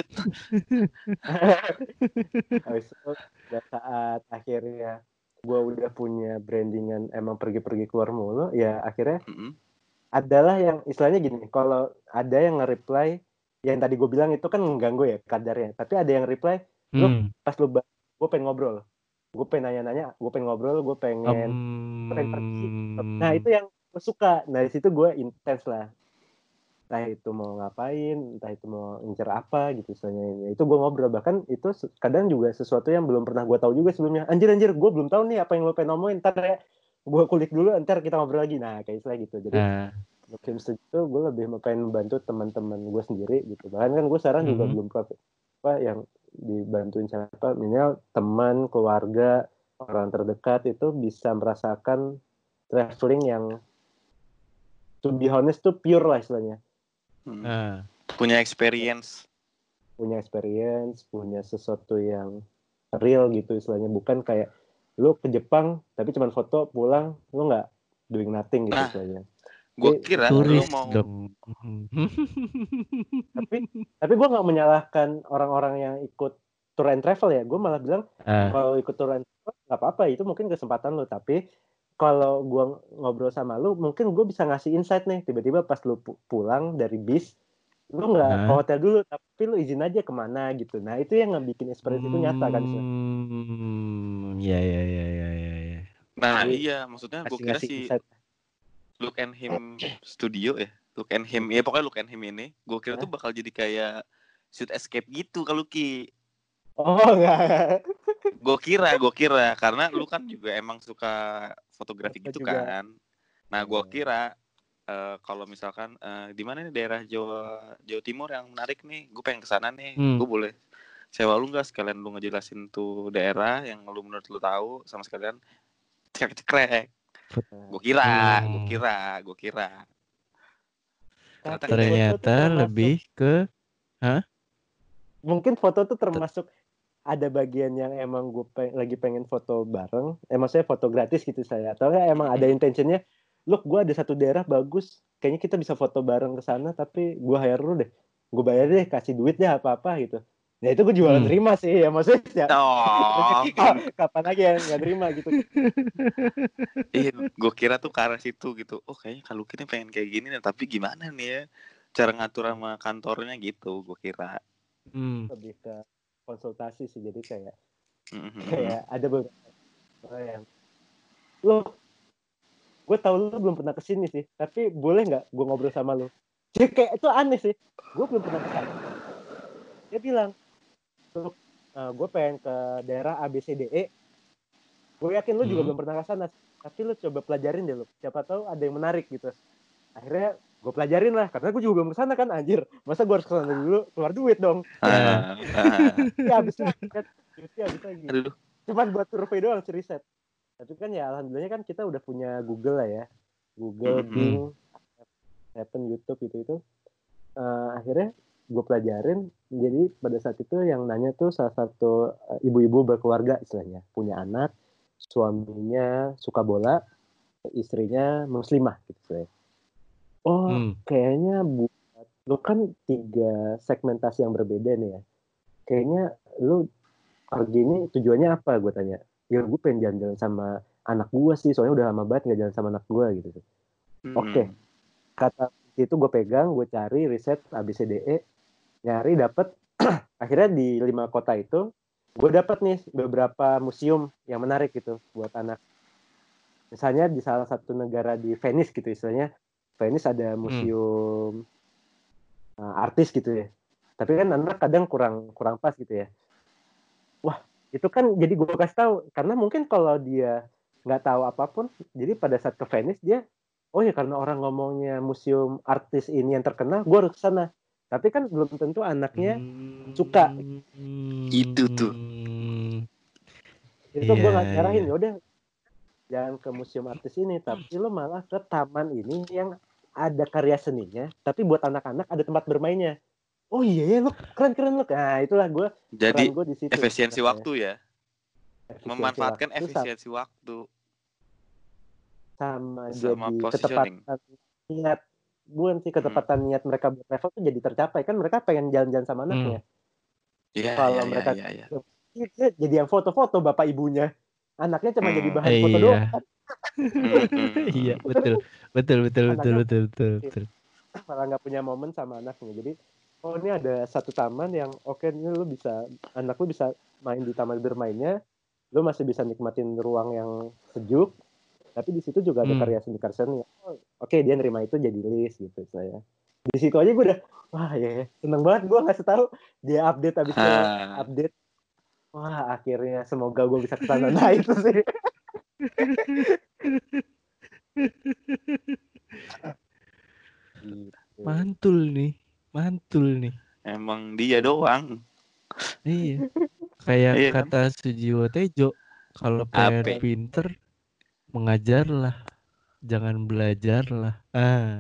Habis itu, saat akhirnya gue udah punya brandingan emang pergi-pergi keluar mulu, ya akhirnya mm-hmm. adalah yang istilahnya gini, kalau ada yang nge-reply, yang tadi gue bilang itu kan mengganggu ya kadarnya, tapi ada yang reply, lu hmm. pas lu gue pengen ngobrol, gue pengen nanya-nanya, gue pengen ngobrol, gue pengen, um... pengen pergi. Nah itu yang gue suka. Nah di situ gue intens lah. Entah itu mau ngapain, entah itu mau ngincer apa gitu misalnya. Itu gue ngobrol. Bahkan itu kadang juga sesuatu yang belum pernah gue tahu juga sebelumnya. Anjir-anjir, gue belum tahu nih apa yang lo pengen ngomongin. Ntar ya, gue kulik dulu, ntar kita ngobrol lagi. Nah kayak istilah gitu. Jadi uh. Film itu gue lebih pengen membantu teman-teman gue sendiri gitu. Bahkan kan gue sekarang mm-hmm. juga belum apa yang dibantuin siapa, minimal teman, keluarga, orang terdekat itu bisa merasakan traveling yang to be honest tuh pure lah istilahnya. Hmm. Uh. Punya experience. Punya experience, punya sesuatu yang real gitu istilahnya. Bukan kayak lu ke Jepang tapi cuma foto pulang, lu nggak doing nothing gitu nah. istilahnya. Gue kira turis lu mau dong. tapi tapi gue nggak menyalahkan orang-orang yang ikut tour and travel ya. Gue malah bilang uh. kalau ikut tour and travel nggak apa-apa, itu mungkin kesempatan lu. Tapi kalau gue ngobrol sama lu, mungkin gue bisa ngasih insight nih. Tiba-tiba pas lu pulang dari bis, lu nggak uh. ke hotel dulu, tapi lu izin aja kemana gitu. Nah itu yang ngebikin experience hmm. itu nyata kan. Hmm, ya ya ya ya ya. Nah jadi, iya, maksudnya gue kira sih insight. Look and Him Studio ya, Look and Him ya pokoknya Look and Him ini, gue kira huh? tuh bakal jadi kayak shoot escape gitu kalau Ki. Oh enggak. Gue kira, gue kira karena lu kan juga emang suka fotografi Foto gitu juga. Kan. Nah gue kira uh, kalau misalkan uh, di mana nih daerah Jawa Jawa Timur yang menarik nih, gue pengen kesana nih, hmm. gue boleh sewa lu nggak sekalian lu ngejelasin tuh daerah yang lu menurut lu tahu sama sekalian cekrek-cekrek. Gue kira, gue hmm. kira, gue kira. Ternyata, Ternyata lebih ke, hah? Mungkin foto tuh termasuk ada bagian yang emang gue peng- lagi pengen foto bareng, eh maksudnya foto gratis gitu saya. Atau nggak emang ada intentionnya, look gue ada satu daerah bagus, kayaknya kita bisa foto bareng ke sana, tapi gue hire lu deh, gue bayar deh, kasih duit deh apa-apa gitu. Ya itu gue juga hmm. terima sih ya maksudnya. Oh. Kapan lagi yang nggak terima gitu. Iya, gue kira tuh ke arah situ gitu. Oh kayaknya kalau kita pengen kayak gini nih, tapi gimana nih ya cara ngatur sama kantornya gitu, gue kira. Hmm. Lebih ke konsultasi sih, jadi kayak mm-hmm. kayak ada beberapa yang lo, gue tahu lu belum pernah kesini sih, tapi boleh nggak gue ngobrol sama lu? Jadi kayak itu aneh sih, gue belum pernah kesana. Dia bilang, uh, gue pengen ke daerah A B C D E. Gue yakin lu hmm. juga belum pernah kesana, tapi lu coba pelajarin deh lu. Siapa tahu ada yang menarik gitu. Akhirnya gue pelajarin lah, karena gue juga belum kesana kan, anjir. Masa gue harus kesana dulu, keluar duit dong. Uh, uh. Ya habis lagi, ya habis lagi. Aduh. Cuman buat survei doang, riset. Tapi kan ya alhamdulillahnya kan kita udah punya Google lah ya. Google, mm-hmm. Bing, Happen, YouTube itu-itu. Uh, akhirnya gue pelajarin. Jadi pada saat itu yang nanya tuh salah satu uh, ibu-ibu berkeluarga istilahnya. Punya anak. suaminya suka bola, istrinya muslimah gitu ya. Oh, hmm. kayaknya buat lu kan tiga segmentasi yang berbeda nih ya. Kayaknya lu pergi ini tujuannya apa, gue tanya. Ya gue pengen jalan-jalan sama anak gue sih, soalnya udah lama banget gak jalan sama anak gue gitu. Hmm. Oke, okay. Kata itu gue pegang, gue cari riset A B C D E, nyari dapet. Akhirnya di lima kota itu gue dapet nih beberapa museum yang menarik gitu buat anak. Misalnya di salah satu negara di Venice gitu istilahnya, Venice ada museum hmm. uh, artis gitu ya. Tapi kan anak kadang kurang kurang pas gitu ya. Wah, itu kan jadi gue kasih tahu karena mungkin kalau dia nggak tahu apapun, jadi pada saat ke Venice dia, oh ya karena orang ngomongnya museum artis ini yang terkenal, gue harus ke sana. Tapi kan belum tentu anaknya hmm. suka. Itu tuh. Itu yeah, gue nggak nyarahin, yeah. Yaudah jangan ke museum artis ini, tapi lo malah ke taman ini yang ada karya seninya, tapi buat anak-anak ada tempat bermainnya. Oh iya ya, lo keren-keren lo. Nah itulah gue. Jadi gue di situ, efisiensi waktu ya. Efisiensi memanfaatkan waktu, efisiensi sama, waktu. Sama, sama jadi ketepatan niat. Bukan sih ketepatan hmm. niat mereka buat travel tuh jadi tercapai kan, mereka pengen jalan-jalan sama anaknya. Hmm. Yeah, Kalau yeah, mereka yeah, yeah, yeah. jadi yang foto-foto bapak ibunya, anaknya cuma hmm. jadi bahan eh, foto iya. doang. Iya betul betul betul betul betul betul betul. Malah nggak punya momen sama anaknya. Jadi oh ini ada satu taman yang oke okay, ini lu bisa anak lu bisa main di taman bermainnya, lu masih bisa nikmatin ruang yang sejuk, tapi di situ juga ada hmm. karya seni karya seni. Oh, oke okay, dia nerima itu jadi list gitu saya. Di situ aja gue udah wah ya, ya seneng banget gue ngasih tahu dia update habis itu update. Wah akhirnya semoga gue bisa kesana. Nah itu sih. Mantul nih, mantul nih. Emang dia doang. Iya. Kayak iya, kata kan? Sujiwo Tejo, kalau pengen pinter, mengajarlah, jangan belajarlah. Ah.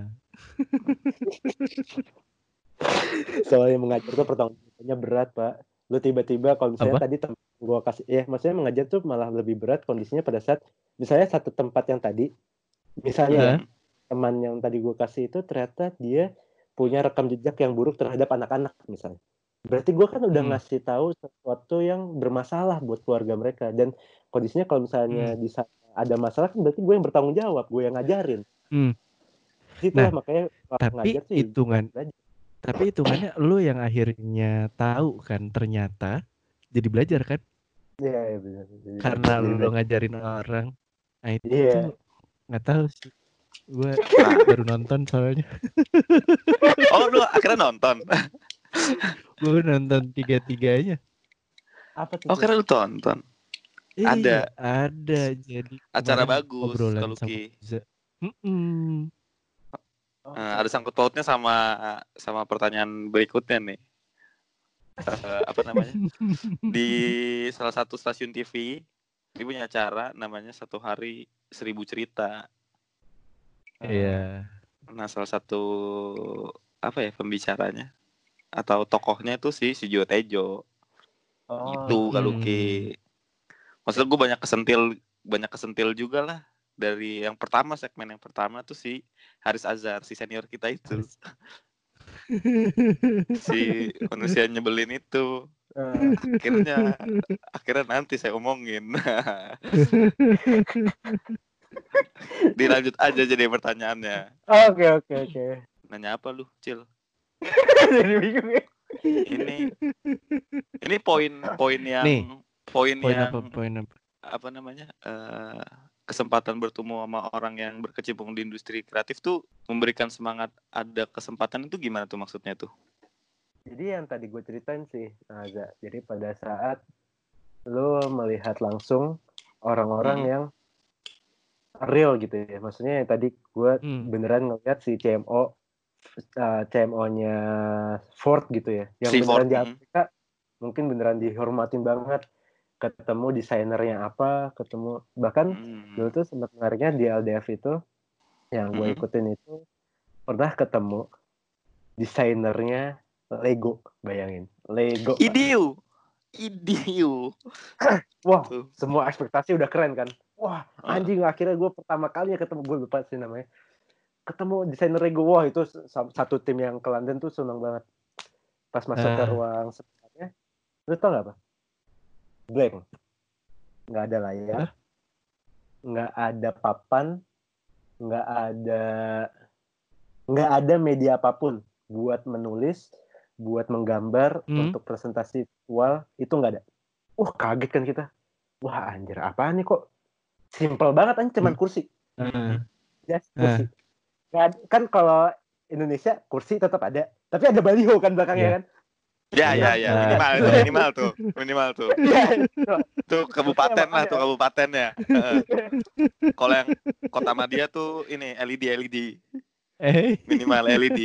Soalnya mengajar tuh pertanyaannya berat, Pak. Lu tiba-tiba kalau misalnya Apa? tadi tem- gua kasih ya maksudnya mengajar tuh malah lebih berat kondisinya pada saat misalnya satu tempat yang tadi misalnya uh. ya teman yang tadi gua kasih itu ternyata dia punya rekam jejak yang buruk terhadap anak-anak misalnya. Berarti gua kan udah hmm. ngasih tahu sesuatu yang bermasalah buat keluarga mereka dan kondisinya kalau misalnya hmm. di saat ada masalah kan berarti gue yang bertanggung jawab, gue yang ngajarin. Hmm. Itulah nah, makanya tapi sih, hitungan tapi hitungannya lu yang akhirnya tahu kan ternyata jadi belajar kan? Iya, ya, benar. Karena jadi lu belajar. Ngajarin orang. Nah itu yeah. Nggak tahu sih. Gue baru nonton soalnya. Oh lu akhirnya nonton? Gue nonton tiga-tiganya. Apa tuh? Oh karena lu tonton? Iya, ada. Ada. Jadi acara bagus obrolan sama Ki. Hmm. Uh, ada sangkut pautnya sama sama pertanyaan berikutnya nih. Uh, apa namanya? Di salah satu stasiun T V dia punya acara namanya Satu Hari Seribu Cerita. Iya. Uh, nah salah satu apa ya pembicaranya atau tokohnya itu si Sujiwo Tejo. Oh. Itu kalau hmm. Ki. Maksudnya gue banyak kesentil banyak kesentil juga lah. Dari yang pertama segmen yang pertama tuh si Haris Azhar, si senior kita itu. Si manusia nyebelin itu. Uh, akhirnya akhirnya nanti saya omongin. Dilanjut aja jadi pertanyaannya. Oke oke oke. Nanya apa lu, Cil? Jadi bingung ya. Ini ini poin-poin yang Nih, poin, poin yang apa poin apa? Apa namanya? Uh, kesempatan bertemu sama orang yang berkecimpung di industri kreatif tuh memberikan semangat ada kesempatan itu gimana tuh maksudnya tuh? Jadi yang tadi gue ceritain sih, Naza. Jadi pada saat lo melihat langsung orang-orang hmm. yang real gitu ya. Maksudnya yang tadi gue hmm. beneran ngeliat si C M O, uh, C M O-nya Ford gitu ya. Yang si beneran Ford, di Afrika hmm. mungkin beneran dihormatin banget. Ketemu desainernya apa, ketemu bahkan hmm. dulu tuh sempat menariknya di L D F itu yang gue hmm. ikutin itu pernah ketemu desainernya Lego, bayangin Lego. Idiu, Idiu. Wah, tuh. Semua ekspektasi udah keren kan. Wah, anjing uh. akhirnya gue pertama kalinya ketemu, gue lupa sih namanya. Ketemu desainer Lego. Wah, itu satu tim yang ke London tuh seneng banget. Pas masuk uh. ke ruang sebenarnya, lu tau gak apa? Blank. Nggak ada layar. Huh? Nggak ada papan. Nggak ada nggak ada media apapun buat menulis, buat menggambar, hmm. untuk presentasi visual, itu nggak ada. Wah, kaget kan kita. Wah, anjir, apaan nih kok? Simple banget aja, cuman kursi. Uh. Just kursi. Uh. Kan kalau Indonesia, kursi tetap ada. Tapi ada baliho kan belakangnya yeah. kan? Ya, ya, ya. Minimal itu, minimal tuh. Minimal tuh. Tuh kabupaten lah, tuh kabupaten ya. Kalau yang Kota Madia tuh ini L E D, L E D. Minimal L E D.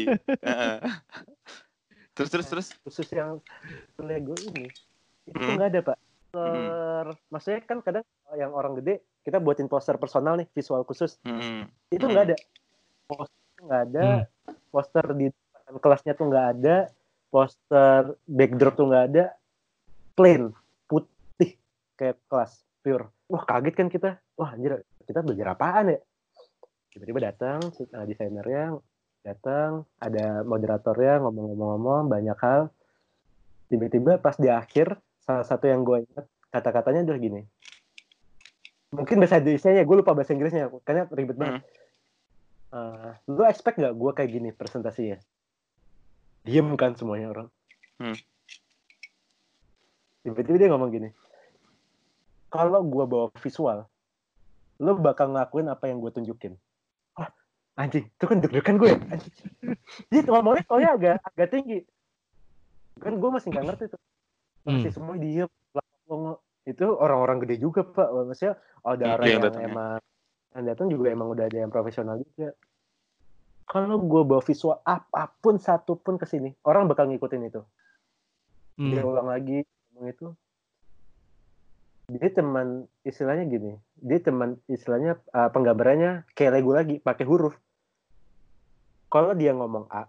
Terus, terus, terus. Khusus yang Lego ini, itu hmm. nggak ada, Pak. Poster, hmm. maksudnya kan kadang yang orang gede, kita buatin poster personal nih, visual khusus. Hmm. Itu nggak ada. Poster nggak ada. Hmm. Poster di kelasnya tuh nggak ada. Poster backdrop tuh nggak ada. Plain, putih, kayak kelas, pure. Wah, kaget kan kita. Wah, anjir, kita belajar apaan ya? Tiba-tiba datang, uh, desainernya datang, ada moderatornya ngomong-ngomong banyak hal. Tiba-tiba pas di akhir, salah satu yang gue ingat, kata-katanya adalah gini. Mungkin bahasa Indonesia-nya, gue lupa bahasa Inggrisnya, kayaknya ribet banget. Uh, lu expect gak gue kayak gini presentasinya? Diem kan semuanya orang. Hmm. Tiba-tiba dia ngomong gini. Kalau gue bawa visual, lu bakal ngelakuin apa yang gue tunjukin. Wah, anjing, itu kan deg-degan gue. Jadi ngomongnya soalnya agak agak tinggi. Kan gue masih nggak ngerti tuh. Masih hmm. semua diem. Itu orang-orang gede juga, Pak. Maksudnya ada orang yang, yang emang yang datang juga emang udah ada yang profesional juga. Kalau gue bawa visual apapun satu pun ke sini, orang bakal ngikutin itu. Hmm. Dia ulang lagi ngomong itu. Dia teman istilahnya gini, dia teman istilahnya uh, penggambarannya kayak Lego lagi, pakai huruf. Kalau dia ngomong A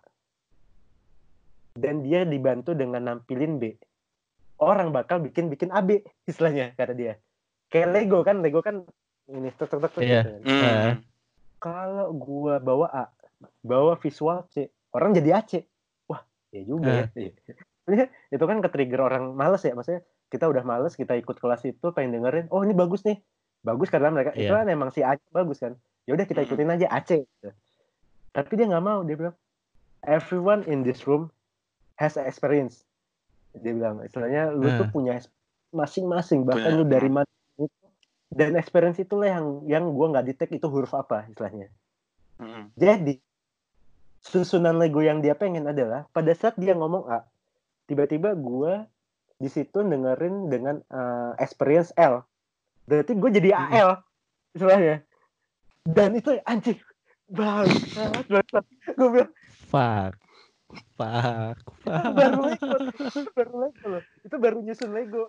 dan dia dibantu dengan nampilin B, orang bakal bikin bikin A B istilahnya kata dia. Kayak Lego kan, Lego kan ini tek tek tek yeah. gitu. Mm. Kalau gua bawa A, bawa visual C, orang jadi A C. Wah, ya juga uh. ya. Itu kan ke-trigger orang males ya, maksudnya kita udah males, kita ikut kelas itu pengen dengerin, oh ini bagus nih, bagus karena mereka yeah. itu kan emang si A C bagus kan, ya udah kita ikutin aja A C. Gitu. Tapi dia nggak mau, dia bilang everyone in this room has experience. Dia bilang istilahnya lu uh. tuh punya masing-masing, bahkan lu dari mana itu, dan experience itulah yang yang gue nggak detect itu huruf apa istilahnya. Uh. Jadi susunan Lego yang dia pengen adalah pada saat dia ngomong A, tiba-tiba gue di situ dengerin dengan uh, experience L. Berarti gue jadi A L istilahnya. Dan itu anjing banget banget. Gue bilang fuck. Fuck. Itu baru Lego. Itu baru Lego loh. Itu baru nyusun Lego.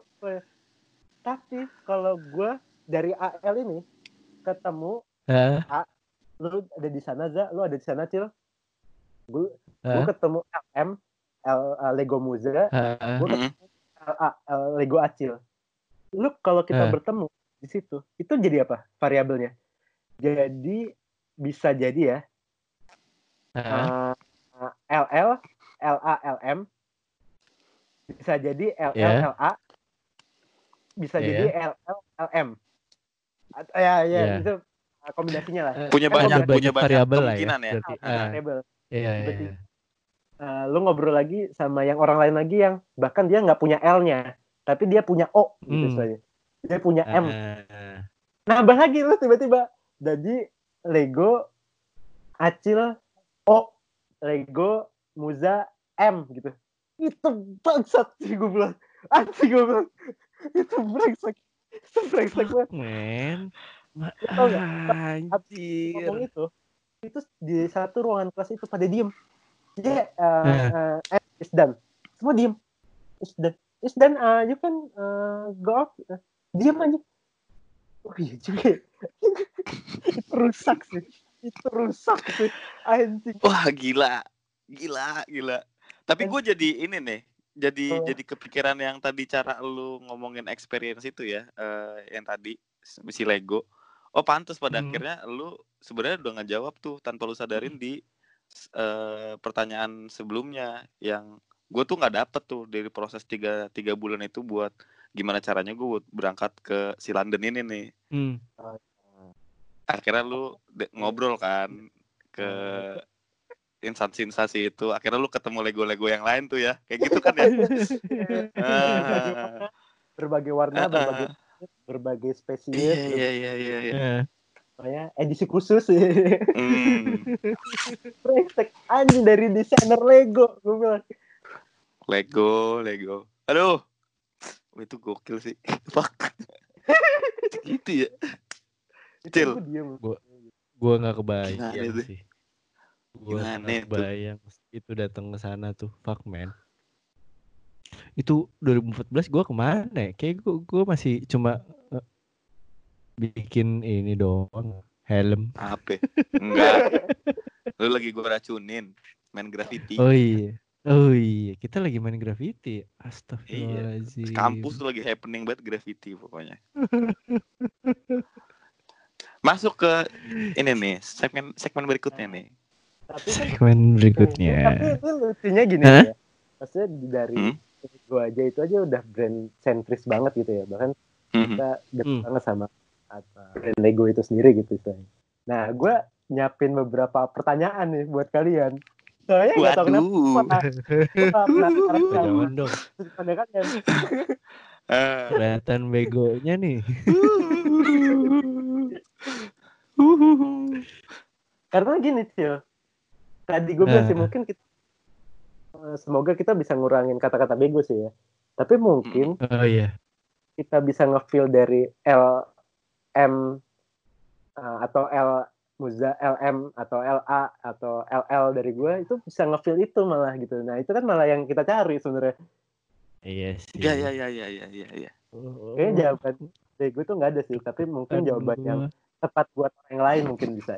Tapi kalau gue dari A L ini ketemu huh? A, lu ada di sana Za, lu ada di sana Cil. Gue huh? gue ketemu L M L, uh, Lego Muza, huh? gue ketemu L A, L, Lego Acil. Lu kalau kita uh. bertemu di situ, itu jadi apa variabelnya? Jadi bisa jadi ya uh. Uh, L L, L A, L M, bisa jadi L L, yeah. L A, bisa yeah. jadi L L, L M. Ya, ya yeah. itu kombinasinya lah. Punya banyak, punya banyak variabel kemungkinan ya. ya. Uh, variabel. Iya, iya. Uh, lu ngobrol lagi sama yang orang lain lagi yang bahkan dia nggak punya L-nya, tapi dia punya O gitu hmm. saja. Dia punya M. Uh. Nambah lagi lu tiba-tiba. Jadi Lego Acil O, Lego Muza M gitu. Itu bangsat sih gue bilang. Anjing gue bilang. Itu brengsek. Itu brengsek banget. Men. Anjir. Ngomong itu, itu di satu ruangan kelas itu pada diem. Dia uh, uh, is done. Semua diem. Is done. Is done. Uh, you can uh, go out. Uh, diem aja. Oh iya juga. Itu rusak sih. Itu rusak sih. Anjing. Wah gila. Gila. Gila. Tapi gue jadi ini nih. jadi Oh. jadi kepikiran yang tadi cara lu ngomongin experience itu ya, uh, yang tadi si Lego. Oh pantas pada Hmm. akhirnya lu sebenarnya udah ngejawab tuh tanpa lu sadarin di uh, pertanyaan sebelumnya yang gue tuh nggak dapet tuh dari proses tiga tiga bulan itu buat gimana caranya gue berangkat ke si London ini nih. Hmm. Akhirnya lu de- ngobrol kan ke instansi-instansi itu, akhirnya lu ketemu Lego-Lego yang lain tuh ya, kayak gitu kan ya. Berbagai warna, berbagai warna, Ah, ah. berbagai berbagai spesies, Iya iya iya iya. iya. Eh. Makanya edisi khusus sih. Hmm. Brengsek anjing dari desainer Lego, gue bilang. Lego, Lego. Aduh, itu gokil sih. Fuck. Gitu ya. Cil. Gue diem. Gua gua nggak kebayang Gimana itu? sih. Gua Gimana nggak itu? kebayang itu datang ke sana tuh. Fuck man. Itu dua ribu empat belas gua kemana ya? Kayak gua, gua masih cuma uh, bikin ini doang, helm. Apa? Enggak. Lu lagi gua racunin main graffiti. Oh iya. Oh iya, kita lagi main graffiti. Iya. Astagfirullahaladzim. Kampus tuh lagi happening banget graffiti pokoknya. Masuk ke ini nih, segmen segmen berikutnya nih. Tapi kan, segmen berikutnya. Tapi itu lucunya gini Hah? ya. Maksudnya dari Hmm? gue aja itu aja udah brand sentris banget gitu ya. Bahkan Hmm. kita deket Hmm. banget sama apa, brand Lego itu sendiri gitu. Soalnya. Nah, gue nyiapin beberapa pertanyaan nih buat kalian. Soalnya nggak tahu kenapa gue penasaran sama Jangan dong. pertanyaan kalian. Kelihatan begonya nih. Karena gini Cil, tadi gue bilang sih mungkin kita, semoga kita bisa ngurangin kata-kata bego sih ya. Tapi mungkin oh iya kita bisa nge-feel dari L M uh, atau L Muza L M atau L A atau L L dari gue itu bisa nge-feel itu malah gitu. Nah itu kan malah yang kita cari sebenarnya. iya sih. Iya iya iya iya iya iya. iya. Kayaknya jawaban dari gue tuh nggak ada sih, tapi mungkin Aduh. jawaban yang tepat buat orang yang lain mungkin bisa.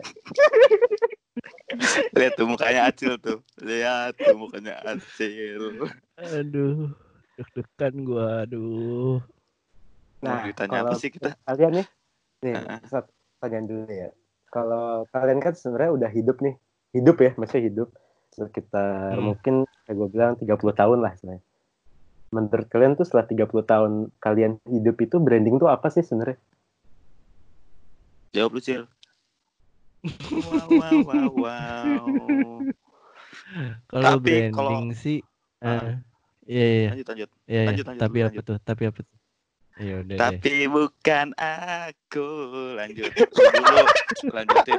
Lihat tuh mukanya Acil tuh. Lihat tuh mukanya Acil. Aduh, deg-degan gua, aduh. Mau Nah, ditanya kalau apa sih kita? kalian nih, nih, Uh-uh. satu pertanyaan dulu ya. Kalau kalian kan sebenarnya udah hidup nih, hidup ya, masih hidup sekitar Hmm. mungkin kayak gue bilang tiga puluh tahun lah sebenarnya. Menurut kalian tuh setelah tiga puluh tahun kalian hidup itu branding tuh apa sih sebenarnya? Jawab lu, Cil. Wow wow wow wow. Kalau Tapi branding kalau sih, uh, uh, iya iya. lanjut lanjut. Iya, iya. Lanjut lanjut Tapi dulu, apa lanjut. tuh? Tapi apa tuh? Iya udah Tapi deh. bukan aku. Lanjut. Dulu lanjutin.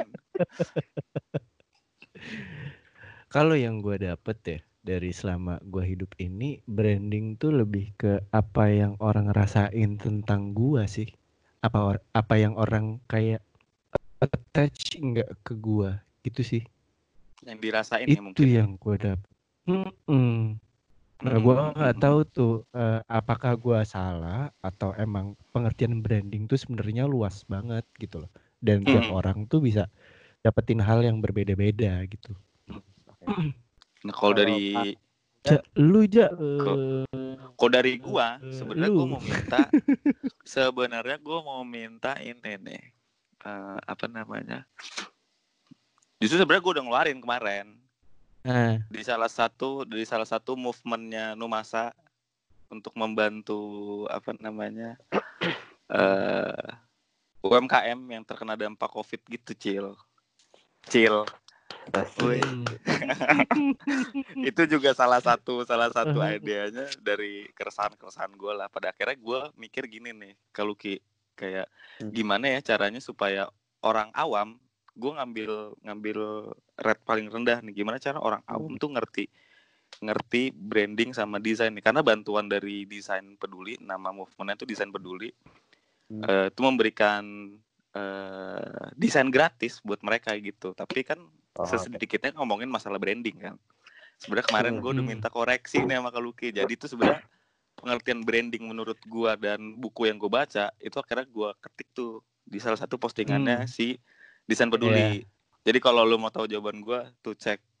Kalau yang gue dapet ya dari selama gue hidup ini, branding tuh lebih ke apa yang orang rasain tentang gue sih. Apa or- apa yang orang kayak attach nggak ke gue gitu sih. Yang dirasain Itu ya mungkin. yang gue dapet. Hmm. Nah, gue nggak tahu tuh uh, apakah gue salah atau emang pengertian branding tuh sebenarnya luas banget gitu loh. Dan tiap Hmm. orang tuh bisa dapetin hal yang berbeda-beda gitu. Nah, kalau dari Ja, lu ja kalau dari gua sebenarnya lu. gua mau minta sebenarnya gua mau minta ini nih uh, apa namanya? Justru sebenarnya gua udah ngeluarin kemarin. Nah. Di salah satu dari salah satu movementnya Numasa untuk membantu apa namanya uh, U M K M yang terkena dampak COVID gitu, Cil. Cil. Hmm. Itu juga salah satu salah satu idenya dari keresahan-keresahan gue lah. Pada akhirnya gue mikir gini nih, kalau Ki, kayak gimana ya caranya supaya orang awam, gue ngambil ngambil rate paling rendah nih, gimana cara orang awam tuh ngerti ngerti branding sama desain nih, karena bantuan dari Desain Peduli, nama movementnya itu Desain Peduli, hmm. uh, itu memberikan uh, desain gratis buat mereka gitu, tapi kan oh, sesedikitnya okay. ngomongin masalah branding kan. Sebenarnya kemarin gue udah minta koreksi nih sama Kaluki, jadi itu sebenarnya pengertian branding menurut gue dan buku yang gue baca itu akhirnya gue ketik tuh di salah satu postingannya hmm. si Desain Peduli. Yeah. Jadi kalau lo mau tahu jawaban gue tuh cek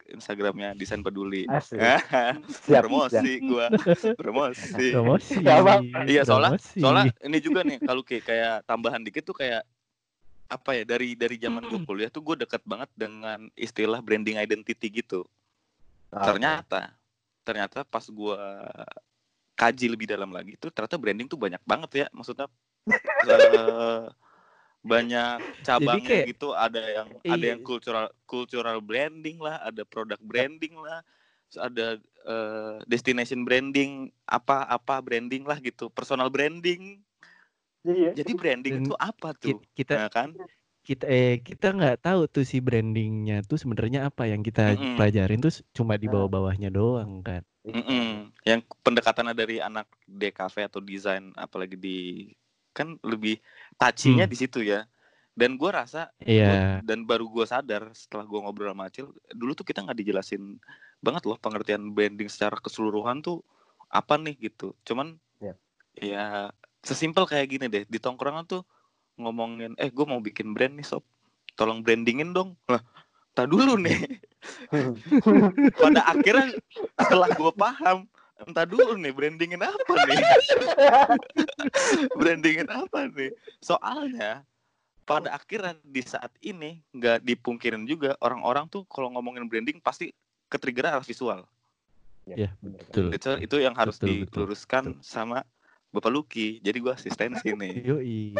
Instagramnya Desain Peduli. Asik. Promosi gua. Promosi. Promosi. Iya, soalnya Promosi. soalnya ini juga nih kalau kayak kayak tambahan dikit tuh kayak apa ya, dari dari zaman gue kuliah tuh gue dekat banget dengan istilah branding identity gitu. Okay. Ternyata ternyata pas gue kaji lebih dalam lagi tuh ternyata branding tuh banyak banget ya, maksudnya uh, banyak cabangnya kayak, gitu. Ada yang iya. ada yang cultural cultural branding lah, ada product branding lah, terus ada uh, destination branding, apa-apa branding lah gitu, personal branding. Iya. Jadi branding Dan itu apa tuh? Kita nah, kan kita eh kita nggak tahu tuh si brandingnya tuh sebenarnya apa, yang kita Mm-mm. pelajarin tuh cuma di bawah-bawahnya doang kan. Mm-mm. Yang pendekatannya dari anak D K V atau desain, apalagi di kan lebih touchy-nya hmm. di situ ya. Dan gue rasa yeah. gua, dan baru gue sadar setelah gue ngobrol sama Acil, dulu tuh kita nggak dijelasin banget loh pengertian branding secara keseluruhan tuh apa nih gitu. Cuman yeah. ya sesimpel kayak gini deh, di tongkrongan tuh ngomongin, eh gue mau bikin brand nih sob, tolong brandingin dong. Lah, tak dulu nih. Pada akhirnya setelah gue paham, entah dulu nih brandingin apa nih. Brandingin apa nih. Soalnya pada akhirnya di saat ini nggak dipungkirin juga orang-orang tuh kalau ngomongin branding pasti ketrigger arah visual. Ya, betul. Itu, itu yang harus betul, diluruskan betul. sama Bapak Lucky. Jadi gue asisten sini. Yoi.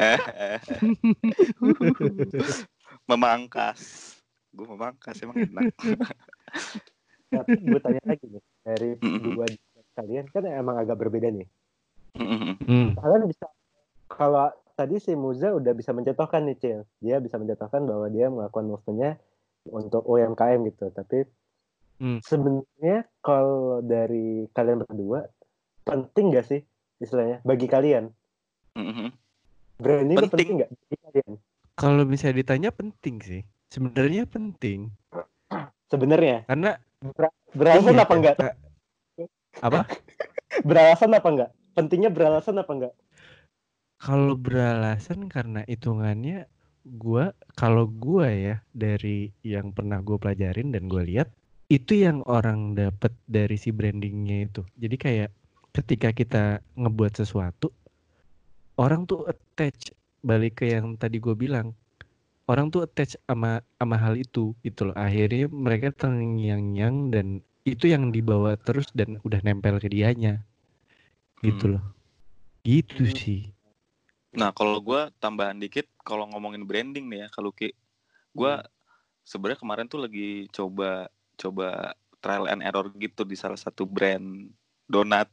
Memangkas. Gue memangkas emang enak. Tapi gue tanya lagi nih, dari dua kalian kan emang agak berbeda nih. Mm. Kalian bisa, kalau tadi si Muza udah bisa mencontohkan nih Cil, dia bisa mencontohkan bahwa dia melakukan movement-nya untuk U M K M gitu. Tapi mm. sebenarnya kalau dari kalian berdua penting gak sih istilahnya bagi kalian? Mm-hmm. Branding penting. penting gak bagi kalian? Kalau bisa ditanya penting sih. Sebenarnya penting. Sebenarnya. Karena ber- beralasan iya, apa enggak? Apa? Beralasan apa enggak? Pentingnya beralasan apa enggak? Kalau beralasan karena hitungannya gua, kalau gua ya dari yang pernah gua pelajarin dan gua lihat, itu yang orang dapat dari si brandingnya itu. Jadi kayak ketika kita ngebuat sesuatu, orang tuh attach, balik ke yang tadi gua bilang. Orang tuh attach sama sama hal itu gitu loh. Akhirnya mereka terngiang-ngiang dan itu yang dibawa terus dan udah nempel ke dianya. Gitu hmm. loh. Gitu hmm. sih. Nah, kalau gue tambahan dikit, kalau ngomongin branding nih ya, kalau Ki, gue hmm. sebenarnya kemarin tuh lagi coba coba trial and error gitu di salah satu brand donat.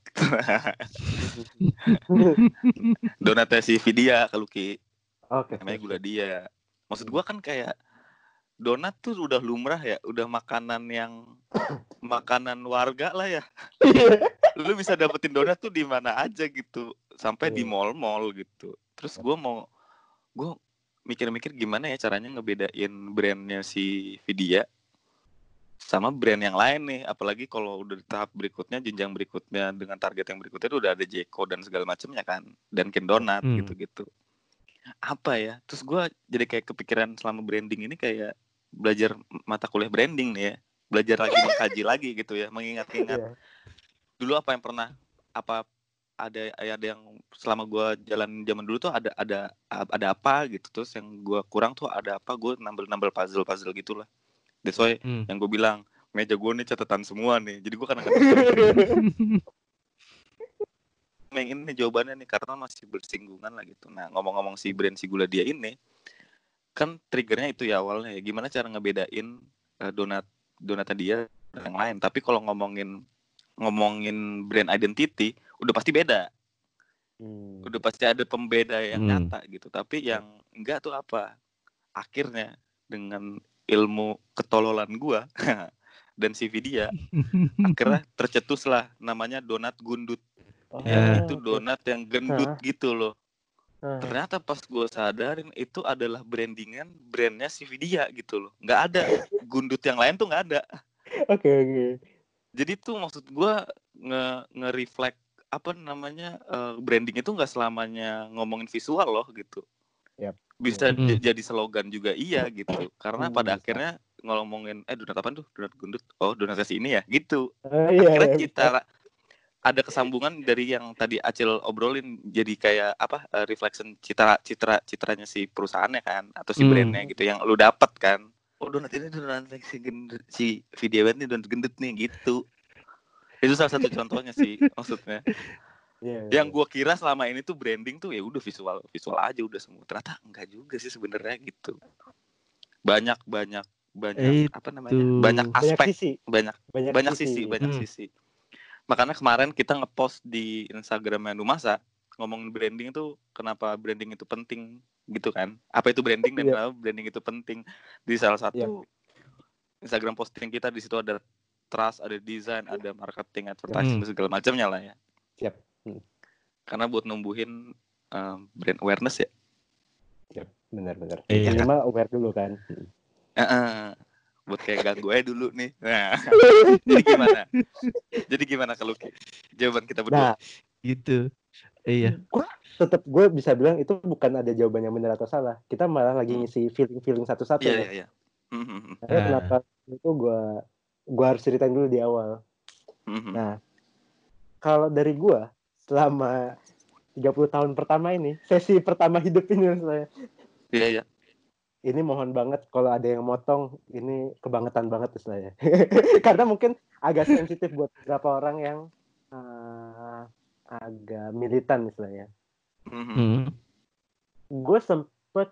Donatnya si Vidya kalau Ki. Oke. Okay, namanya gula dia. Maksud gue kan kayak donat tuh udah lumrah ya, udah makanan yang makanan warga lah ya. Lu bisa dapetin donat tuh di mana aja gitu, sampai yeah. di mall-mall gitu. Terus gue mau, gue mikir-mikir gimana ya caranya ngebedain brandnya si Vidya sama brand yang lain nih. Apalagi kalau udah di tahap berikutnya, jenjang berikutnya dengan target yang berikutnya itu udah ada Jeko dan segala macamnya kan, Dunkin Donat hmm. gitu-gitu. Apa ya, terus gue jadi kayak kepikiran selama branding ini kayak belajar mata kuliah branding nih ya, belajar lagi mengkaji lagi gitu ya, mengingat-ingat yeah. dulu apa yang pernah apa ada ada yang selama gue jalan zaman dulu tuh ada ada ada apa gitu, terus yang gue kurang tuh ada apa, gue nambel-nambel puzzle-puzzle gitulah. That's why hmm. yang gue bilang meja gue nih catatan semua nih, jadi gue kadang-kadang yang ini jawabannya nih karena masih bersinggungan lah gitu. Nah, ngomong-ngomong si brand si gula dia ini kan triggernya itu ya awalnya ya, gimana cara ngebedain uh, donat donatnya dia yang lain. Tapi kalau ngomongin ngomongin brand identity udah pasti beda. Hmm. Udah pasti ada pembeda yang hmm. nyata gitu. Tapi yang enggak tuh apa? Akhirnya dengan ilmu ketololan gua dan si Vidya akhirnya tercetuslah namanya donat gundut. Oh, ya, itu donat yang gendut huh? gitu loh. Huh? Ternyata pas gue sadarin itu adalah brandingan brandnya si Vidya gitu loh. Nggak ada gundut yang lain tuh nggak ada. Oke okay, oke. Okay. Jadi tuh maksud gue nge nge-reflect apa namanya uh, branding itu nggak selamanya ngomongin visual loh gitu. Yep. bisa Hmm. j- jadi slogan juga iya gitu. Karena Hmm, pada bisa. akhirnya ngomongin eh donat apa tuh? Donat gendut. Oh, donat kasih ini ya gitu. Oh, iya, Akhirnya iya, cita ada kesambungan dari yang tadi Acil obrolin jadi kayak apa uh, reflection citra citra citranya si perusahaannya kan atau si Hmm. brandnya gitu yang lu dapet kan. Oh donat ini donat si gendut si video ini donat gendut nih gitu. Itu salah satu contohnya sih maksudnya. iya, Yang iya. gua kira selama ini tuh branding tuh ya udah visual visual aja udah semua. Ternyata enggak juga sih sebenarnya gitu. Banyak banyak banyak apa namanya? Itu. Banyak Banyak aspek, sisi. banyak Banyak, banyak sisi. sisi, banyak Hmm. sisi. Makanya kemarin kita ngepost di Instagramnya Numasa ngomongin branding itu kenapa branding itu penting gitu kan? Apa itu branding dan Iya. kenapa branding itu penting? Di salah satu Iya. Instagram posting kita di situ ada trust, ada design, ada marketing, advertising Hmm. segala macamnya lah ya. Siap. Hmm. Karena buat numbuhin um, brand awareness ya. Siap. Benar-benar. Iya. Minimal aware dulu kan. Hmm. Uh-uh. Buat kayak ganggu aja dulu nih. Nah, jadi gimana? Jadi gimana kalau jawaban kita berdua? Nah, gitu. Iya. Gue tetap gue bisa bilang itu bukan ada jawaban yang benar atau salah. Kita malah lagi ngisi feeling-feeling satu-satu. Iya, ya. iya, iya. Karena kenapa itu gue gue harus ceritain dulu di awal. Nah, kalau dari gue selama tiga puluh tahun pertama ini, sesi pertama hidup ini saya. Iya, iya. Ini mohon banget kalau ada yang motong, ini kebangetan banget istilahnya. Karena mungkin agak sensitif buat beberapa orang yang uh, agak militan istilahnya. Hmm. Gue sempet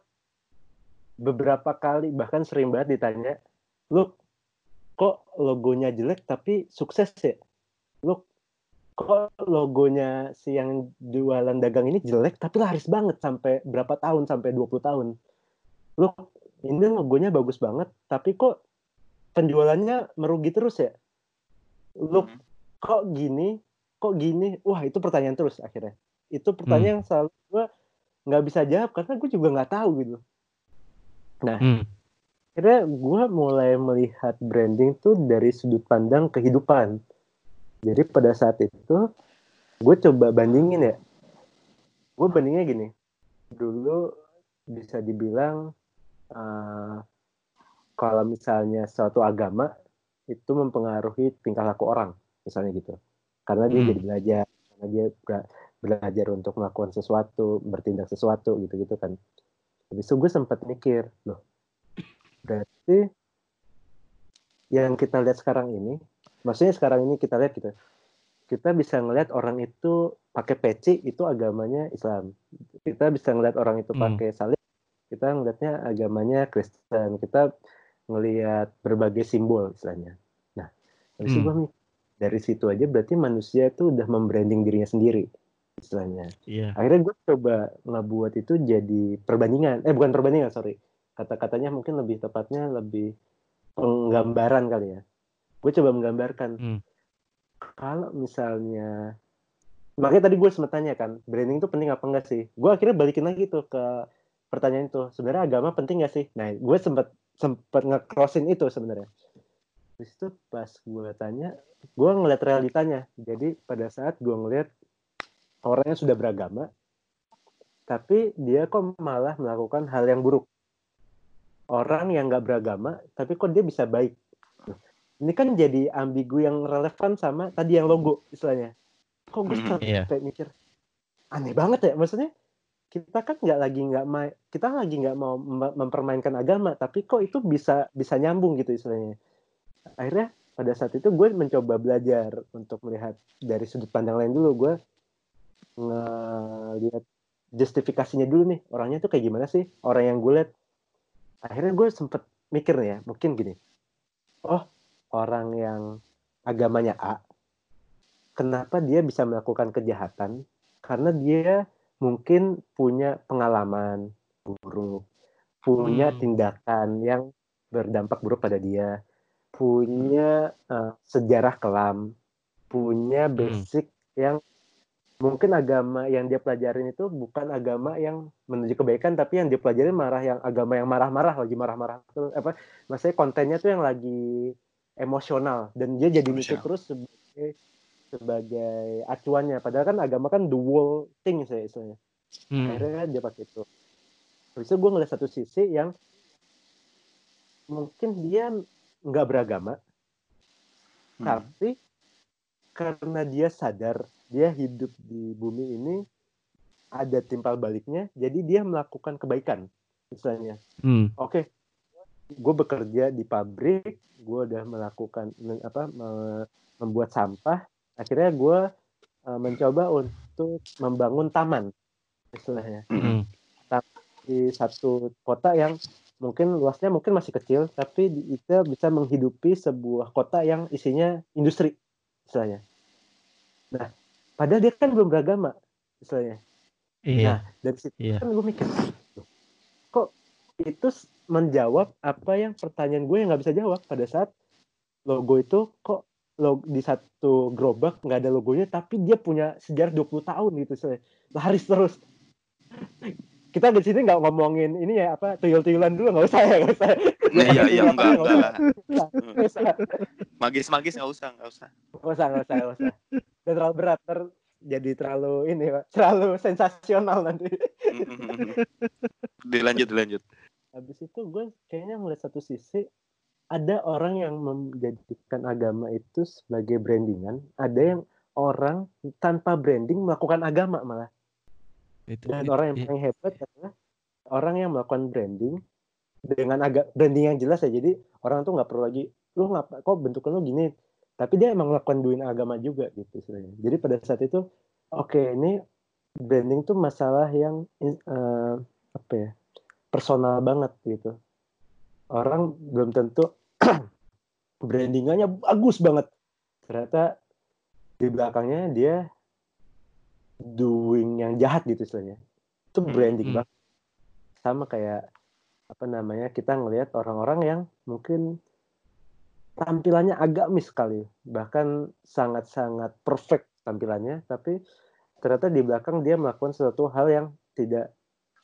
beberapa kali, bahkan sering banget ditanya, lu kok logonya jelek tapi sukses ya? Lu kok logonya si yang jualan dagang ini jelek tapi laris banget sampai berapa tahun, sampai dua puluh tahun. Lu ini logonya bagus banget, tapi kok penjualannya merugi terus ya? Lu kok gini, kok gini? Wah, itu pertanyaan terus akhirnya. Itu pertanyaan hmm. yang selalu gue nggak bisa jawab, karena gue juga nggak tahu gitu. Nah, hmm. akhirnya gue mulai melihat branding tuh dari sudut pandang kehidupan. Jadi pada saat itu, gue coba bandingin ya. Gue bandingnya gini. Dulu bisa dibilang, uh, kalau misalnya suatu agama itu mempengaruhi tingkah laku orang, misalnya gitu. Karena dia hmm. jadi belajar, karena dia belajar untuk melakukan sesuatu, bertindak sesuatu, gitu-gitu kan. Habis itu gue sempat mikir, loh, berarti yang kita lihat sekarang ini, maksudnya sekarang ini kita lihat gitu, kita bisa ngelihat orang itu pakai peci, itu agamanya Islam. Kita bisa ngelihat orang itu pakai salib, kita ngelihatnya agamanya Kristen. Kita ngelihat berbagai simbol istilahnya. Nah, habis itu hmm. gue mikir, dari situ aja berarti manusia itu udah membranding dirinya sendiri istilahnya. Yeah. Akhirnya gue coba ngebuat itu jadi perbandingan. Eh bukan perbandingan, sorry. Kata-katanya mungkin lebih tepatnya lebih penggambaran kali ya. Gue coba menggambarkan. Hmm. Kalau misalnya, makanya tadi gue sempat tanya kan, branding itu penting apa enggak sih? Gue akhirnya balikin lagi tuh ke pertanyaan itu. Sebenarnya agama penting nggak sih? Nah, gue sempat sempat nge-crossin itu sebenarnya. Terus itu pas gue tanya, gue ngeliat realitanya. Jadi pada saat gue ngeliat orang yang sudah beragama, tapi dia kok malah melakukan hal yang buruk. Orang yang nggak beragama, tapi kok dia bisa baik. Ini kan jadi ambigu yang relevan sama tadi yang logo istilahnya. Kok gue sampai mm-hmm, yeah. mikir, aneh banget ya. Maksudnya kita kan nggak lagi nggak ma- kita lagi nggak mau mempermainkan agama, tapi kok itu bisa bisa nyambung gitu istilahnya. Akhirnya pada saat itu gue mencoba belajar untuk melihat dari sudut pandang lain dulu. Gue ngelihat justifikasinya dulu nih, orangnya tuh kayak gimana sih orang yang gue lihat. Akhirnya gue sempet mikir nih ya, mungkin gini, oh orang yang agamanya A, kenapa dia bisa melakukan kejahatan? Karena dia mungkin punya pengalaman buruk, punya hmm. tindakan yang berdampak buruk pada dia, punya uh, sejarah kelam, punya basic hmm. yang mungkin agama yang dia pelajarin itu bukan agama yang menuju kebaikan, tapi yang dia pelajarin marah yang agama yang marah-marah, lagi marah-marah tuh apa? Maksudnya kontennya tuh yang lagi emosional dan dia jadi itu terus sebagai sebagai acuannya. Padahal kan agama kan the whole thing saya istilahnya. Hmm. Akhirnya dia pakai itu. Habis itu gue ngeliat satu sisi yang mungkin dia nggak beragama, hmm. tapi karena dia sadar dia hidup di bumi ini ada timpal baliknya, jadi dia melakukan kebaikan. Misalnya, hmm. oke, okay, gue bekerja di pabrik, gue udah melakukan apa membuat sampah, akhirnya gue uh, mencoba untuk membangun taman, misalnya, hmm. di satu kota yang mungkin luasnya mungkin masih kecil, tapi itu bisa menghidupi sebuah kota yang isinya industri, misalnya. Nah, padahal dia kan belum beragama, misalnya. Iya. Nah, dari situ iya. kan gue mikir, kok itu menjawab apa yang pertanyaan gue yang nggak bisa jawab pada saat logo itu kok logo, di satu gerobak nggak ada logonya, tapi dia punya sejarah dua puluh tahun gitu, misalnya. Laris terus. Kita di sini nggak ngomongin ini ya apa tuyul-tuyulan dulu, nggak usah ya, nggak usah. Nah, iya iya enggak enggak lah. Magis-magis nggak usah nggak usah. Nggak usah nggak usah nggak usah. Dan terlalu berat, ter jadi terlalu ini Pak, terlalu sensasional nanti. Dilanjut dilanjut. Habis itu gue kayaknya melihat satu sisi ada orang yang menjadikan agama itu sebagai brandingan, ada yang orang tanpa branding melakukan agama malah. Itu, dan itu, orang yang paling itu. hebat adalah orang yang melakukan branding dengan agak branding yang jelas ya. Jadi orang tuh nggak perlu lagi lu ngapa kok bentuk lu gini, tapi dia emang melakukan duin agama juga gitu sebenarnya. Jadi pada saat itu oke okay, ini branding tuh masalah yang uh, apa ya personal banget gitu. Orang belum tentu brandingannya bagus banget, ternyata di belakangnya dia doing yang jahat gitu istilahnya. Itu branding hmm. banget. Sama kayak apa namanya kita ngelihat orang-orang yang mungkin tampilannya agamis sekali, bahkan sangat-sangat perfect tampilannya, tapi ternyata di belakang dia melakukan sesuatu hal yang tidak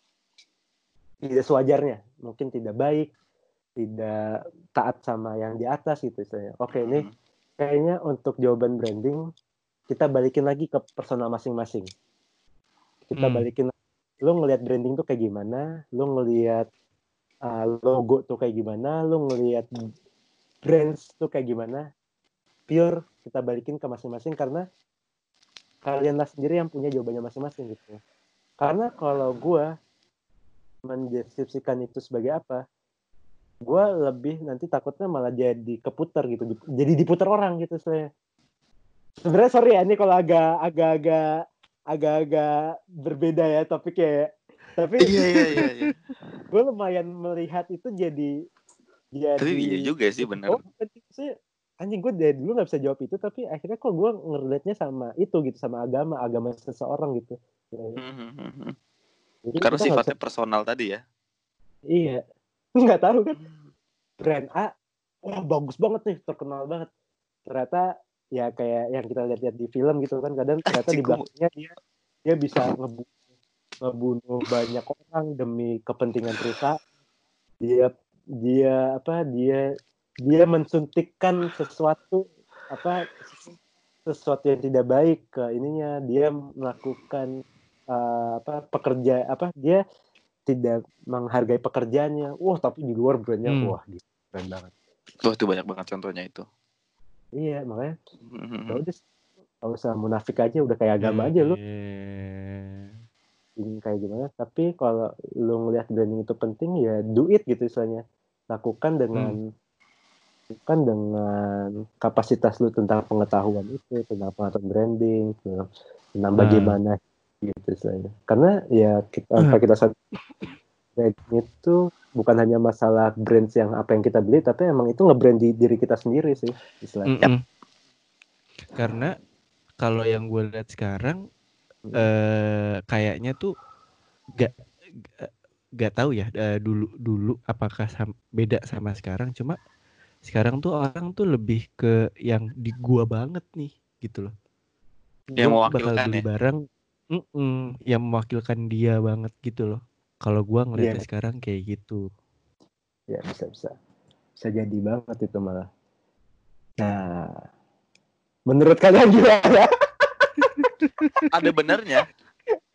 tidak sewajarnya, mungkin tidak baik, tidak taat sama yang di atas gitu istilahnya. Oke, ini kayaknya untuk jawaban branding kita balikin lagi ke personal masing-masing. Kita hmm. balikin, lu ngelihat branding tuh kayak gimana, lu ngelihat uh, logo tuh kayak gimana, lu ngelihat brands tuh kayak gimana. Pure kita balikin ke masing-masing karena kalianlah sendiri yang punya jawabannya masing-masing gitu. Karena kalau gue mendeskripsikan itu sebagai apa, gue lebih nanti takutnya malah jadi keputar gitu, jadi diputar orang gitu saya. Sebenarnya sorry ya, ini kalau agak agak-agak agak-agak berbeda ya topiknya ya. Tapi iya iya iya. iya. Gue lumayan melihat itu jadi jadi. Tapi iya juga sih benar. Oh, sih anjing gue dari dulu nggak bisa jawab itu, tapi akhirnya kok gue ngerelatenya sama itu gitu, sama agama agama seseorang gitu. Hmm. Jadi karena sifatnya bisa... personal tadi ya. Iya. Nggak tahu kan. Brand A, wah bagus banget nih, terkenal banget. Ternyata ya kayak yang kita lihat-lihat di film gitu kan, kadang ternyata di belakangnya dia dia bisa ngebunuh, ngebunuh banyak orang demi kepentingan perusahaan. Dia dia apa dia dia mensuntikkan sesuatu apa sesuatu yang tidak baik ke ininya. Dia melakukan uh, apa pekerja apa dia tidak menghargai pekerjaannya. Wah, tapi di luar brandnya hmm. wah gitu, keren banget. Wah, itu banyak banget contohnya itu. Iya, makanya mm-hmm. udah nggak usah munafik aja, udah kayak agama aja lu. Ini kayak gimana? Tapi kalau lu ngelihat branding itu penting ya do it gitu istilahnya. Lakukan dengan hmm. lakukan dengan kapasitas lu tentang pengetahuan itu, tentang pengetahuan branding, tentang, tentang hmm. bagaimana gitu istilahnya. Karena ya kita apa kita sadar branding itu bukan hanya masalah brands yang apa yang kita beli, tapi emang itu nge-brand di diri kita sendiri sih istilahnya. Karena kalau yang gue lihat sekarang hmm. eh, kayaknya tuh gak gak, gak tahu ya eh, dulu dulu apakah sam, beda sama sekarang, cuma sekarang tuh orang tuh lebih ke yang di gua banget nih gitu loh. Yang gua bakal beli ya? barang yang mewakilkan dia banget gitu loh. Kalau gua ngeliatnya yeah. sekarang kayak gitu. Ya bisa bisa bisa jadi banget itu malah. Nah, menurut kalian gimana? Ada benernya.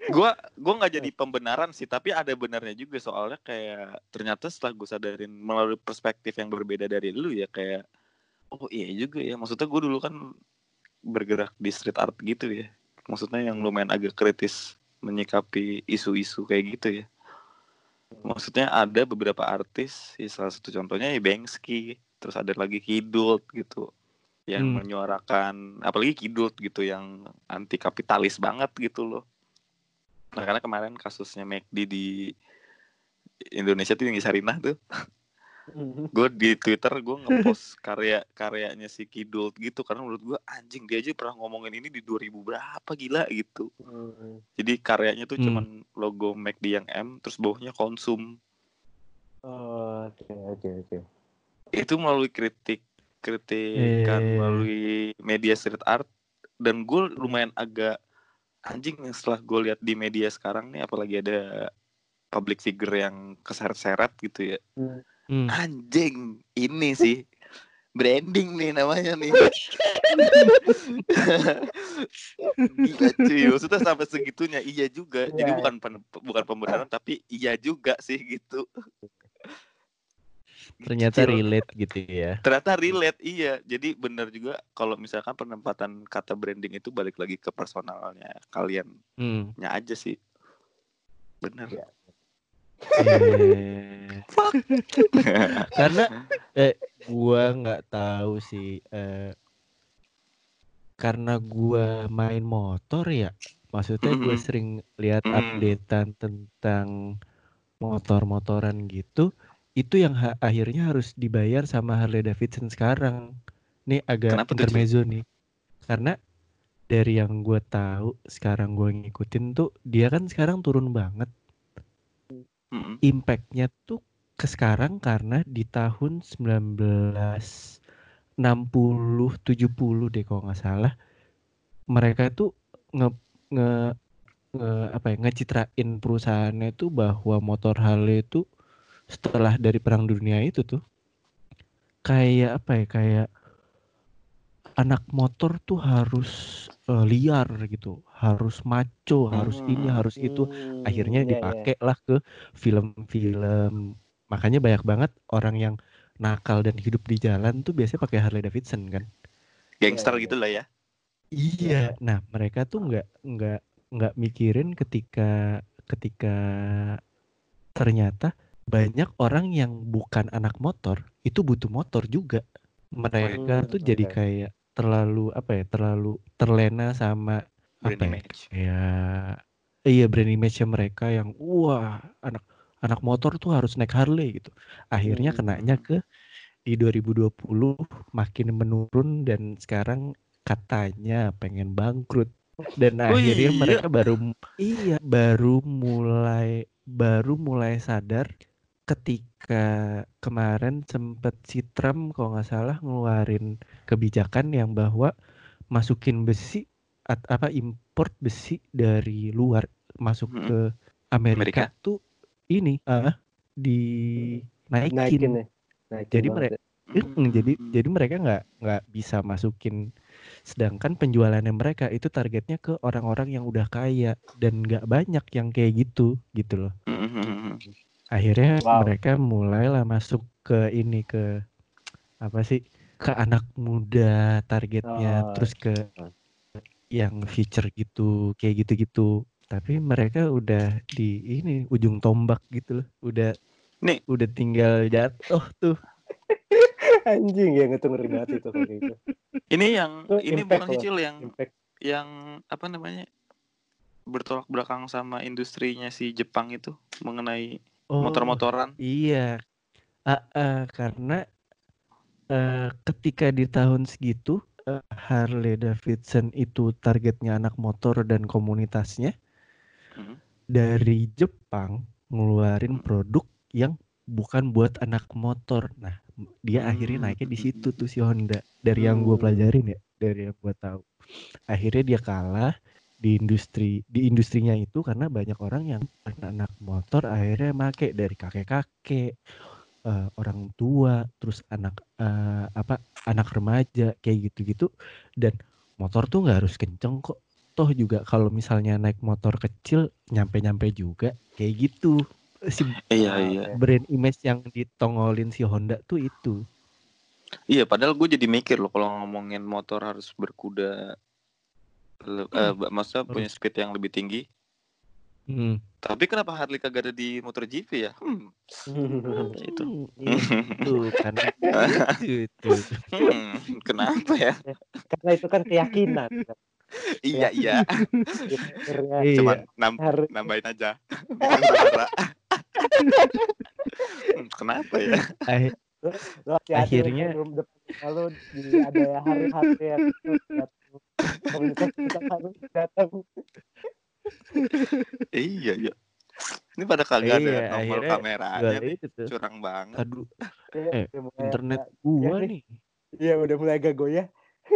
Gua gua nggak jadi pembenaran sih, tapi ada benarnya juga soalnya kayak ternyata setelah gue sadarin melalui perspektif yang berbeda dari lu ya kayak oh iya juga ya. Maksudnya gue dulu kan bergerak di street art gitu ya. Maksudnya yang lumayan agak kritis menyikapi isu-isu kayak gitu ya. Maksudnya ada beberapa artis, ya salah satu contohnya ya Banksy, terus ada lagi Kidult gitu yang hmm. menyuarakan, apalagi Kidult gitu yang anti kapitalis banget gitu loh. Nah karena kemarin kasusnya McD di Indonesia tuh yang Sarinah tuh, gue di Twitter gue ngepost karya-karyanya si Kidult gitu karena menurut gue anjing dia aja pernah ngomongin ini di dua ribu berapa gila gitu. Jadi karyanya tuh hmm. cuman logo McD yang M terus bawahnya konsum. Oh, oke oke oke. Itu melalui kritik kritikan eh. melalui media street art dan gue lumayan agak anjing setelah gue lihat di media sekarang nih apalagi ada public figure yang keseret-seret gitu ya. Hmm. Anjing ini sih branding nih namanya nih. Gila cuy, maksudnya sampai segitunya iya juga. Yeah. Jadi bukan pen- bukan pembenaran tapi iya juga sih gitu. Ternyata Kecil. relate gitu ya. Ternyata relate iya. Jadi benar juga kalau misalkan penempatan kata branding itu balik lagi ke personalnya kalian. Hmm. Nya aja sih. Benar. Yeah. Eh, karena eh gua nggak tahu sih eh, karena gua main motor ya maksudnya gua sering lihat updatean tentang motor-motoran gitu itu yang ha- akhirnya harus dibayar sama Harley Davidson sekarang nih agak Kenapa intermezzo tuh, nih karena dari yang gua tahu sekarang gua ngikutin tuh dia kan sekarang turun banget. Impact-nya tuh ke sekarang karena di tahun sembilan belas enam puluh tujuh puluh deh kalau nggak salah mereka tuh nge, nge, nge apa ya ngecitrain perusahaannya tuh bahwa motor Harley itu setelah dari perang dunia itu tuh kayak apa ya kayak anak motor tuh harus uh, liar gitu, harus maco, harus hmm, ini, harus hmm, itu. Akhirnya yeah, dipakai yeah. lah ke film-film. Makanya banyak banget orang yang nakal dan hidup di jalan tuh biasanya pakai Harley Davidson kan. Gangster yeah, gitu lah ya. Iya. Nah mereka tuh nggak nggak nggak mikirin ketika ketika ternyata banyak orang yang bukan anak motor itu butuh motor juga. Mereka hmm, tuh okay. jadi kayak terlalu apa ya terlalu terlena sama brand apa image. ya iya brand image-nya mereka yang wah anak anak motor tuh harus naik Harley gitu akhirnya hmm. kenanya ke di dua ribu dua puluh makin menurun dan sekarang katanya pengen bangkrut dan oh, akhirnya iya. mereka baru iya baru mulai baru mulai sadar ketika kemarin sempet si Trump kalau nggak salah ngeluarin kebijakan yang bahwa masukin besi at, apa import besi dari luar masuk hmm. ke Amerika, Amerika tuh ini ah uh, dinaikin. Naikin, ya. Naikin jadi mereka hmm. jadi jadi mereka nggak nggak bisa masukin sedangkan penjualannya mereka itu targetnya ke orang-orang yang udah kaya dan nggak banyak yang kayak gitu gitu loh. Hmm. Akhirnya wow. mereka mulailah masuk ke ini ke apa sih ke anak muda targetnya oh. terus ke yang feature gitu kayak gitu-gitu tapi mereka udah di ini ujung tombak gitu loh udah nih udah tinggal jatuh tuh anjing ya ngetung banget itu kayak gitu ini yang itu ini bukan cicil yang impact. Yang apa namanya bertolak belakang sama industrinya si Jepang itu mengenai oh, motor-motoran. Iya. Uh, uh, karena uh, ketika di tahun segitu uh, Harley Davidson itu targetnya anak motor dan komunitasnya. Hmm. Dari Jepang ngeluarin hmm. produk yang bukan buat anak motor. Nah, dia hmm. akhirnya naiknya di situ tuh si Honda. Dari hmm. yang gue pelajarin ya, dari yang gue tahu. Akhirnya dia kalah di industri di industrinya itu karena banyak orang yang anak motor akhirnya make dari kakek-kakek, uh, orang tua, terus anak uh, apa anak remaja kayak gitu-gitu dan motor tuh nggak harus kenceng kok. toh juga kalau misalnya naik motor kecil nyampe-nyampe juga kayak gitu. Si Iya iya. brand image yang ditongolin si Honda tuh itu. Iya, padahal gue jadi mikir loh kalau ngomongin motor harus berkuda, le- eh, maksudnya punya Harus. speed yang lebih tinggi. Hmm. Tapi kenapa Harley kagak ada di MotoGP ya? Hmm. Itu. Itu karena itu itu. Hmm, kenapa ya? Karena itu kan keyakinan. Iya iya. Akhirnya Cuman Iya. nam- harus nambahin aja. Bukan suara. Hmm, kenapa ya? Ah- lo hati-hati Akhirnya belum depan lalu di ada hari-hari yang itu datang komunitas kita harus datang. Iya iya. Ini pada kagak ada iya nongol akhirnya kameranya jual nih. itu tuh. Curang banget. Aduh, Ya, eh udah mulai internet agak gua goyah nih. nih. Iya udah mulai agak goyah.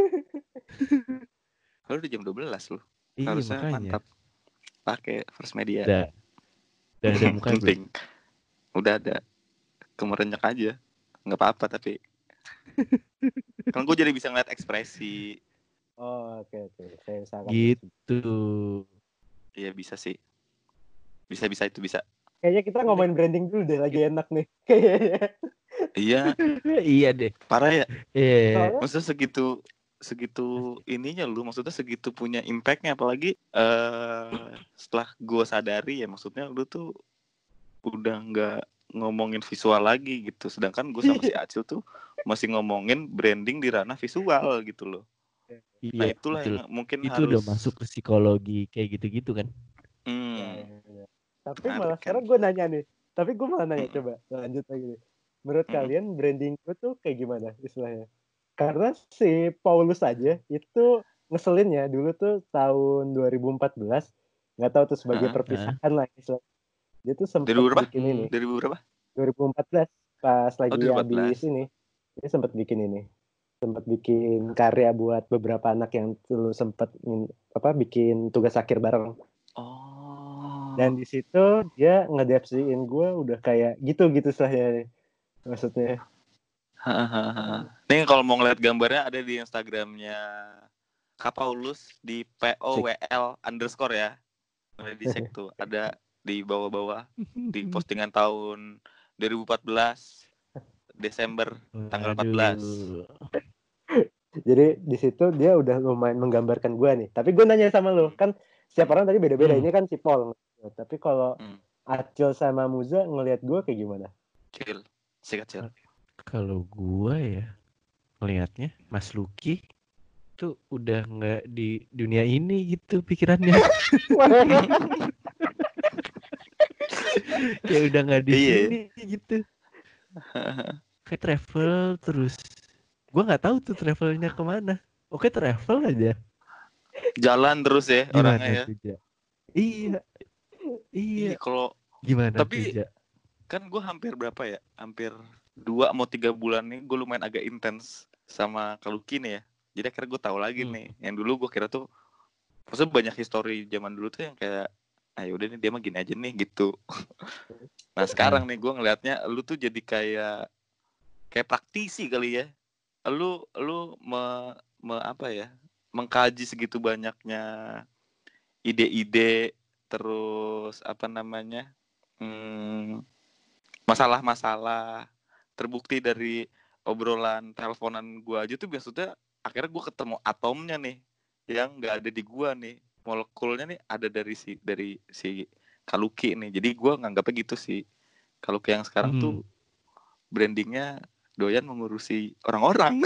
Kalau udah jam dua belas loh. Iya Harusnya makanya. mantap. Pakai First Media. Udah, udah ada muka belum? Penting. Udah ada. Kemerenyak aja. Nggak apa-apa tapi. Kan gue jadi bisa ngeliat ekspresi. Oh oke oke. Saya sangat Gitu. Iya bisa sih. Bisa-bisa itu bisa. Kayaknya kita ngomongin branding dulu deh, lagi enak nih. Kayaknya. Iya. Iya deh. Parah ya. Iya. Soalnya Maksudnya segitu segitu ininya lu, maksudnya segitu punya impactnya, apalagi uh, setelah gue sadari ya, maksudnya lu tuh udah nggak ngomongin visual lagi gitu, sedangkan gue sama si Acil tuh masih ngomongin branding di ranah visual gitu loh. Iya, Nah itulah betul. yang mungkin Itu harus udah masuk ke psikologi kayak gitu-gitu kan. hmm, ya, ya, ya. Tapi menarik malah kan. sekarang gue nanya nih. Tapi gue malah nanya, Mm-mm. coba lanjut lagi nih. Menurut Mm-mm. kalian branding gue tuh kayak gimana istilahnya? Karena si Paulus aja itu ngeselinnya dulu tuh tahun dua ribu empat belas, nggak tahu tuh sebagai Uh-huh. perpisahan lah istilahnya. Dia tuh sempet Dari berapa? bikin ini. Dari berapa? dua ribu empat belas pas lagi Oh, dua ribu empat belas. habis ini. Dia sempat bikin ini. Sempat bikin karya buat beberapa anak yang dulu sempat apa bikin tugas akhir bareng. Oh. Dan di situ dia ngedepsiin gue udah kayak gitu-gitu saya maksudnya. Nih kalau mau ngeliat gambarnya ada di Instagramnya Kak Paulus di P O W L underscore ya. Boleh dicek tuh, ada di bawah-bawah di postingan tahun dua ribu empat belas Desember tanggal empat belas. Jadi di situ dia udah lumayan menggambarkan gue nih. Tapi gue nanya sama lo, kan setiap orang tadi beda-beda. Hmm. Ini kan si Paul. Tapi kalau hmm. Acil sama Muza ngelihat gue kayak gimana? Cil, si kecil. Kalau gue ya ngelihatnya Mas Lucky tuh udah nggak di dunia ini gitu pikirannya. Ya udah nggak di Iya. sini gitu. Kayak travel terus. Gue nggak tahu tuh travelnya kemana. Oke travel aja. Jalan terus ya. Gimana orangnya ya. Tuja? Iya. Iya. Iya kalau. Gimana? Tapi Tuja? Kan gue hampir berapa ya? Hampir dua mau tiga bulan nih gue lumayan agak intens sama Kaluki nih ya. Jadi akhirnya gue tahu lagi hmm. nih. Yang dulu gue kira tuh, maksudnya banyak histori zaman dulu tuh yang kayak, ayo udah nih dia mah gini aja nih gitu. Nah sekarang nih gue ngelihatnya, lu tuh jadi kayak kayak praktisi kali ya. Lu lu me, me apa ya? Mengkaji segitu banyaknya ide-ide, terus apa namanya? Hmm, masalah-masalah terbukti dari obrolan teleponan gue aja tuh maksudnya akhirnya gue ketemu atomnya nih yang nggak ada di gue nih, molekulnya nih ada dari si dari si Kaluki nih. Jadi gue nganggapnya gitu sih, Kaluki yang sekarang hmm. tuh brandingnya doyan mengurusi orang-orang.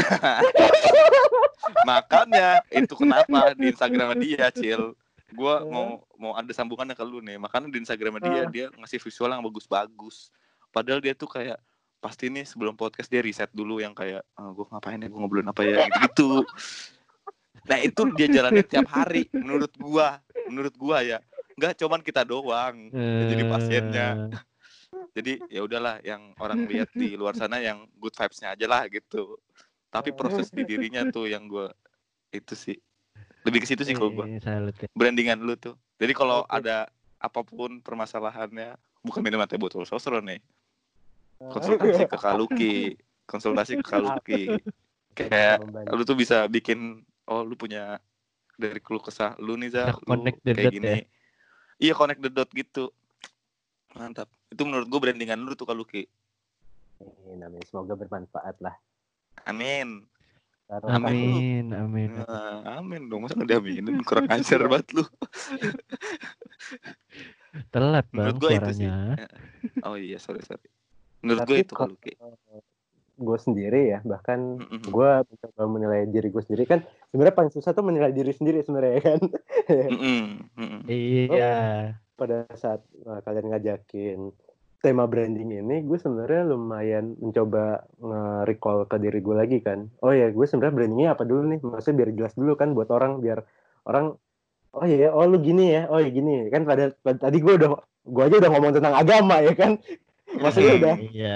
Makanya itu kenapa di Instagram dia Cil, gue mau mau ada sambungannya ke lu nih. Makanya di Instagram dia dia ngasih visual yang bagus-bagus. Padahal dia tuh kayak pasti nih sebelum podcast dia riset dulu yang kayak oh, gue ngapain ya, gue ngobrolin apa ya gitu. Nah itu dia jalanin tiap hari menurut gue, menurut gue ya. Nggak cuman kita doang yang jadi pasiennya. Jadi ya udahlah yang orang lihat di luar sana yang good vibes-nya aja lah gitu. Tapi proses di dirinya tuh yang gue itu sih lebih ke situ sih kalau gue. Brandingan lu tuh. Jadi kalau okay. ada apapun permasalahannya, bukan minum teh botol sosro nih. Konsultasi ke Kaluki, konsultasi ke Kaluki. Kayak lu tuh bisa bikin, oh lu punya dari keluh kesah lu nih Zal, lu Connect the kayak dot gini. ya. Iya, connect the dot gitu. Mantap. Itu menurut gue brandingan lu tuh kalau Ki. Ini namanya semoga bermanfaat lah. Amin. Amin, amin, amin. Nah, amin dong, masa nggak diaminin? Kurang ajar banget lu. Telat bang Menurut gue itu sih. suaranya. Oh iya, sorry sorry. Menurut gue Tapi itu kalau Ki. gue sendiri ya, bahkan mm-hmm. gue mencoba menilai diri gue sendiri kan. Sebenarnya paling susah tuh menilai diri sendiri sebenarnya kan. Mm-hmm. Mm-hmm. Iya. Pada saat uh, kalian ngajakin tema branding ini, gue sebenarnya lumayan mencoba nge-recall ke diri gue lagi kan. Oh ya, gue sebenarnya brandingnya apa dulu nih? Maksudnya biar jelas dulu kan buat orang, biar orang, oh iya, oh lu gini ya, oh ya gini. Kan pada, pada tadi gue udah, gue aja udah ngomong tentang agama ya kan. Maksudnya udah, iya.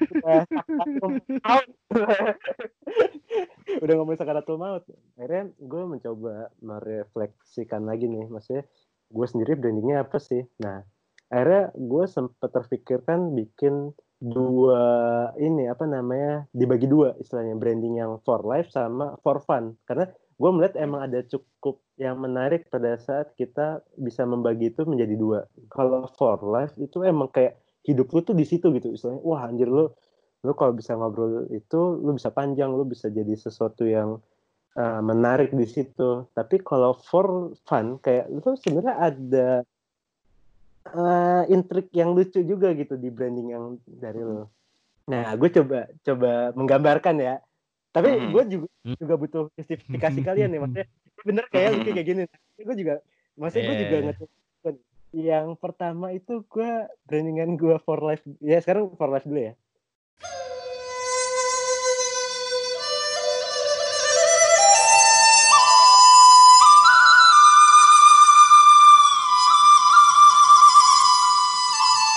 udah ngomong sakaratul maut. Akhirnya gue mencoba merefleksikan lagi nih, maksudnya gue sendiri brandingnya apa sih? Nah, akhirnya gue sempat terpikirkan bikin dua ini apa namanya dibagi dua istilahnya, branding yang for life sama for fun, karena gue melihat emang ada cukup yang menarik pada saat kita bisa membagi itu menjadi dua. Kalau for life itu emang kayak hidup lu tuh di situ gitu istilahnya, wah anjir lu lu kalau bisa ngobrol itu lu bisa panjang, lu bisa jadi sesuatu yang uh, menarik di situ. Tapi kalau for fun kayak lu sebenarnya ada Uh, intrik yang lucu juga gitu di branding yang dari lo. Nah, gue coba coba menggambarkan ya. Tapi mm-hmm. gue juga juga butuh justifikasi kalian nih, maksudnya bener kayak lu kayak gini. Gue juga, maksudnya gue yeah. juga ngecoba. Yang pertama itu gue brandingan gue for life. Ya sekarang for life dulu ya.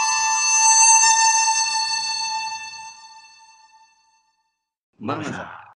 Bangsa.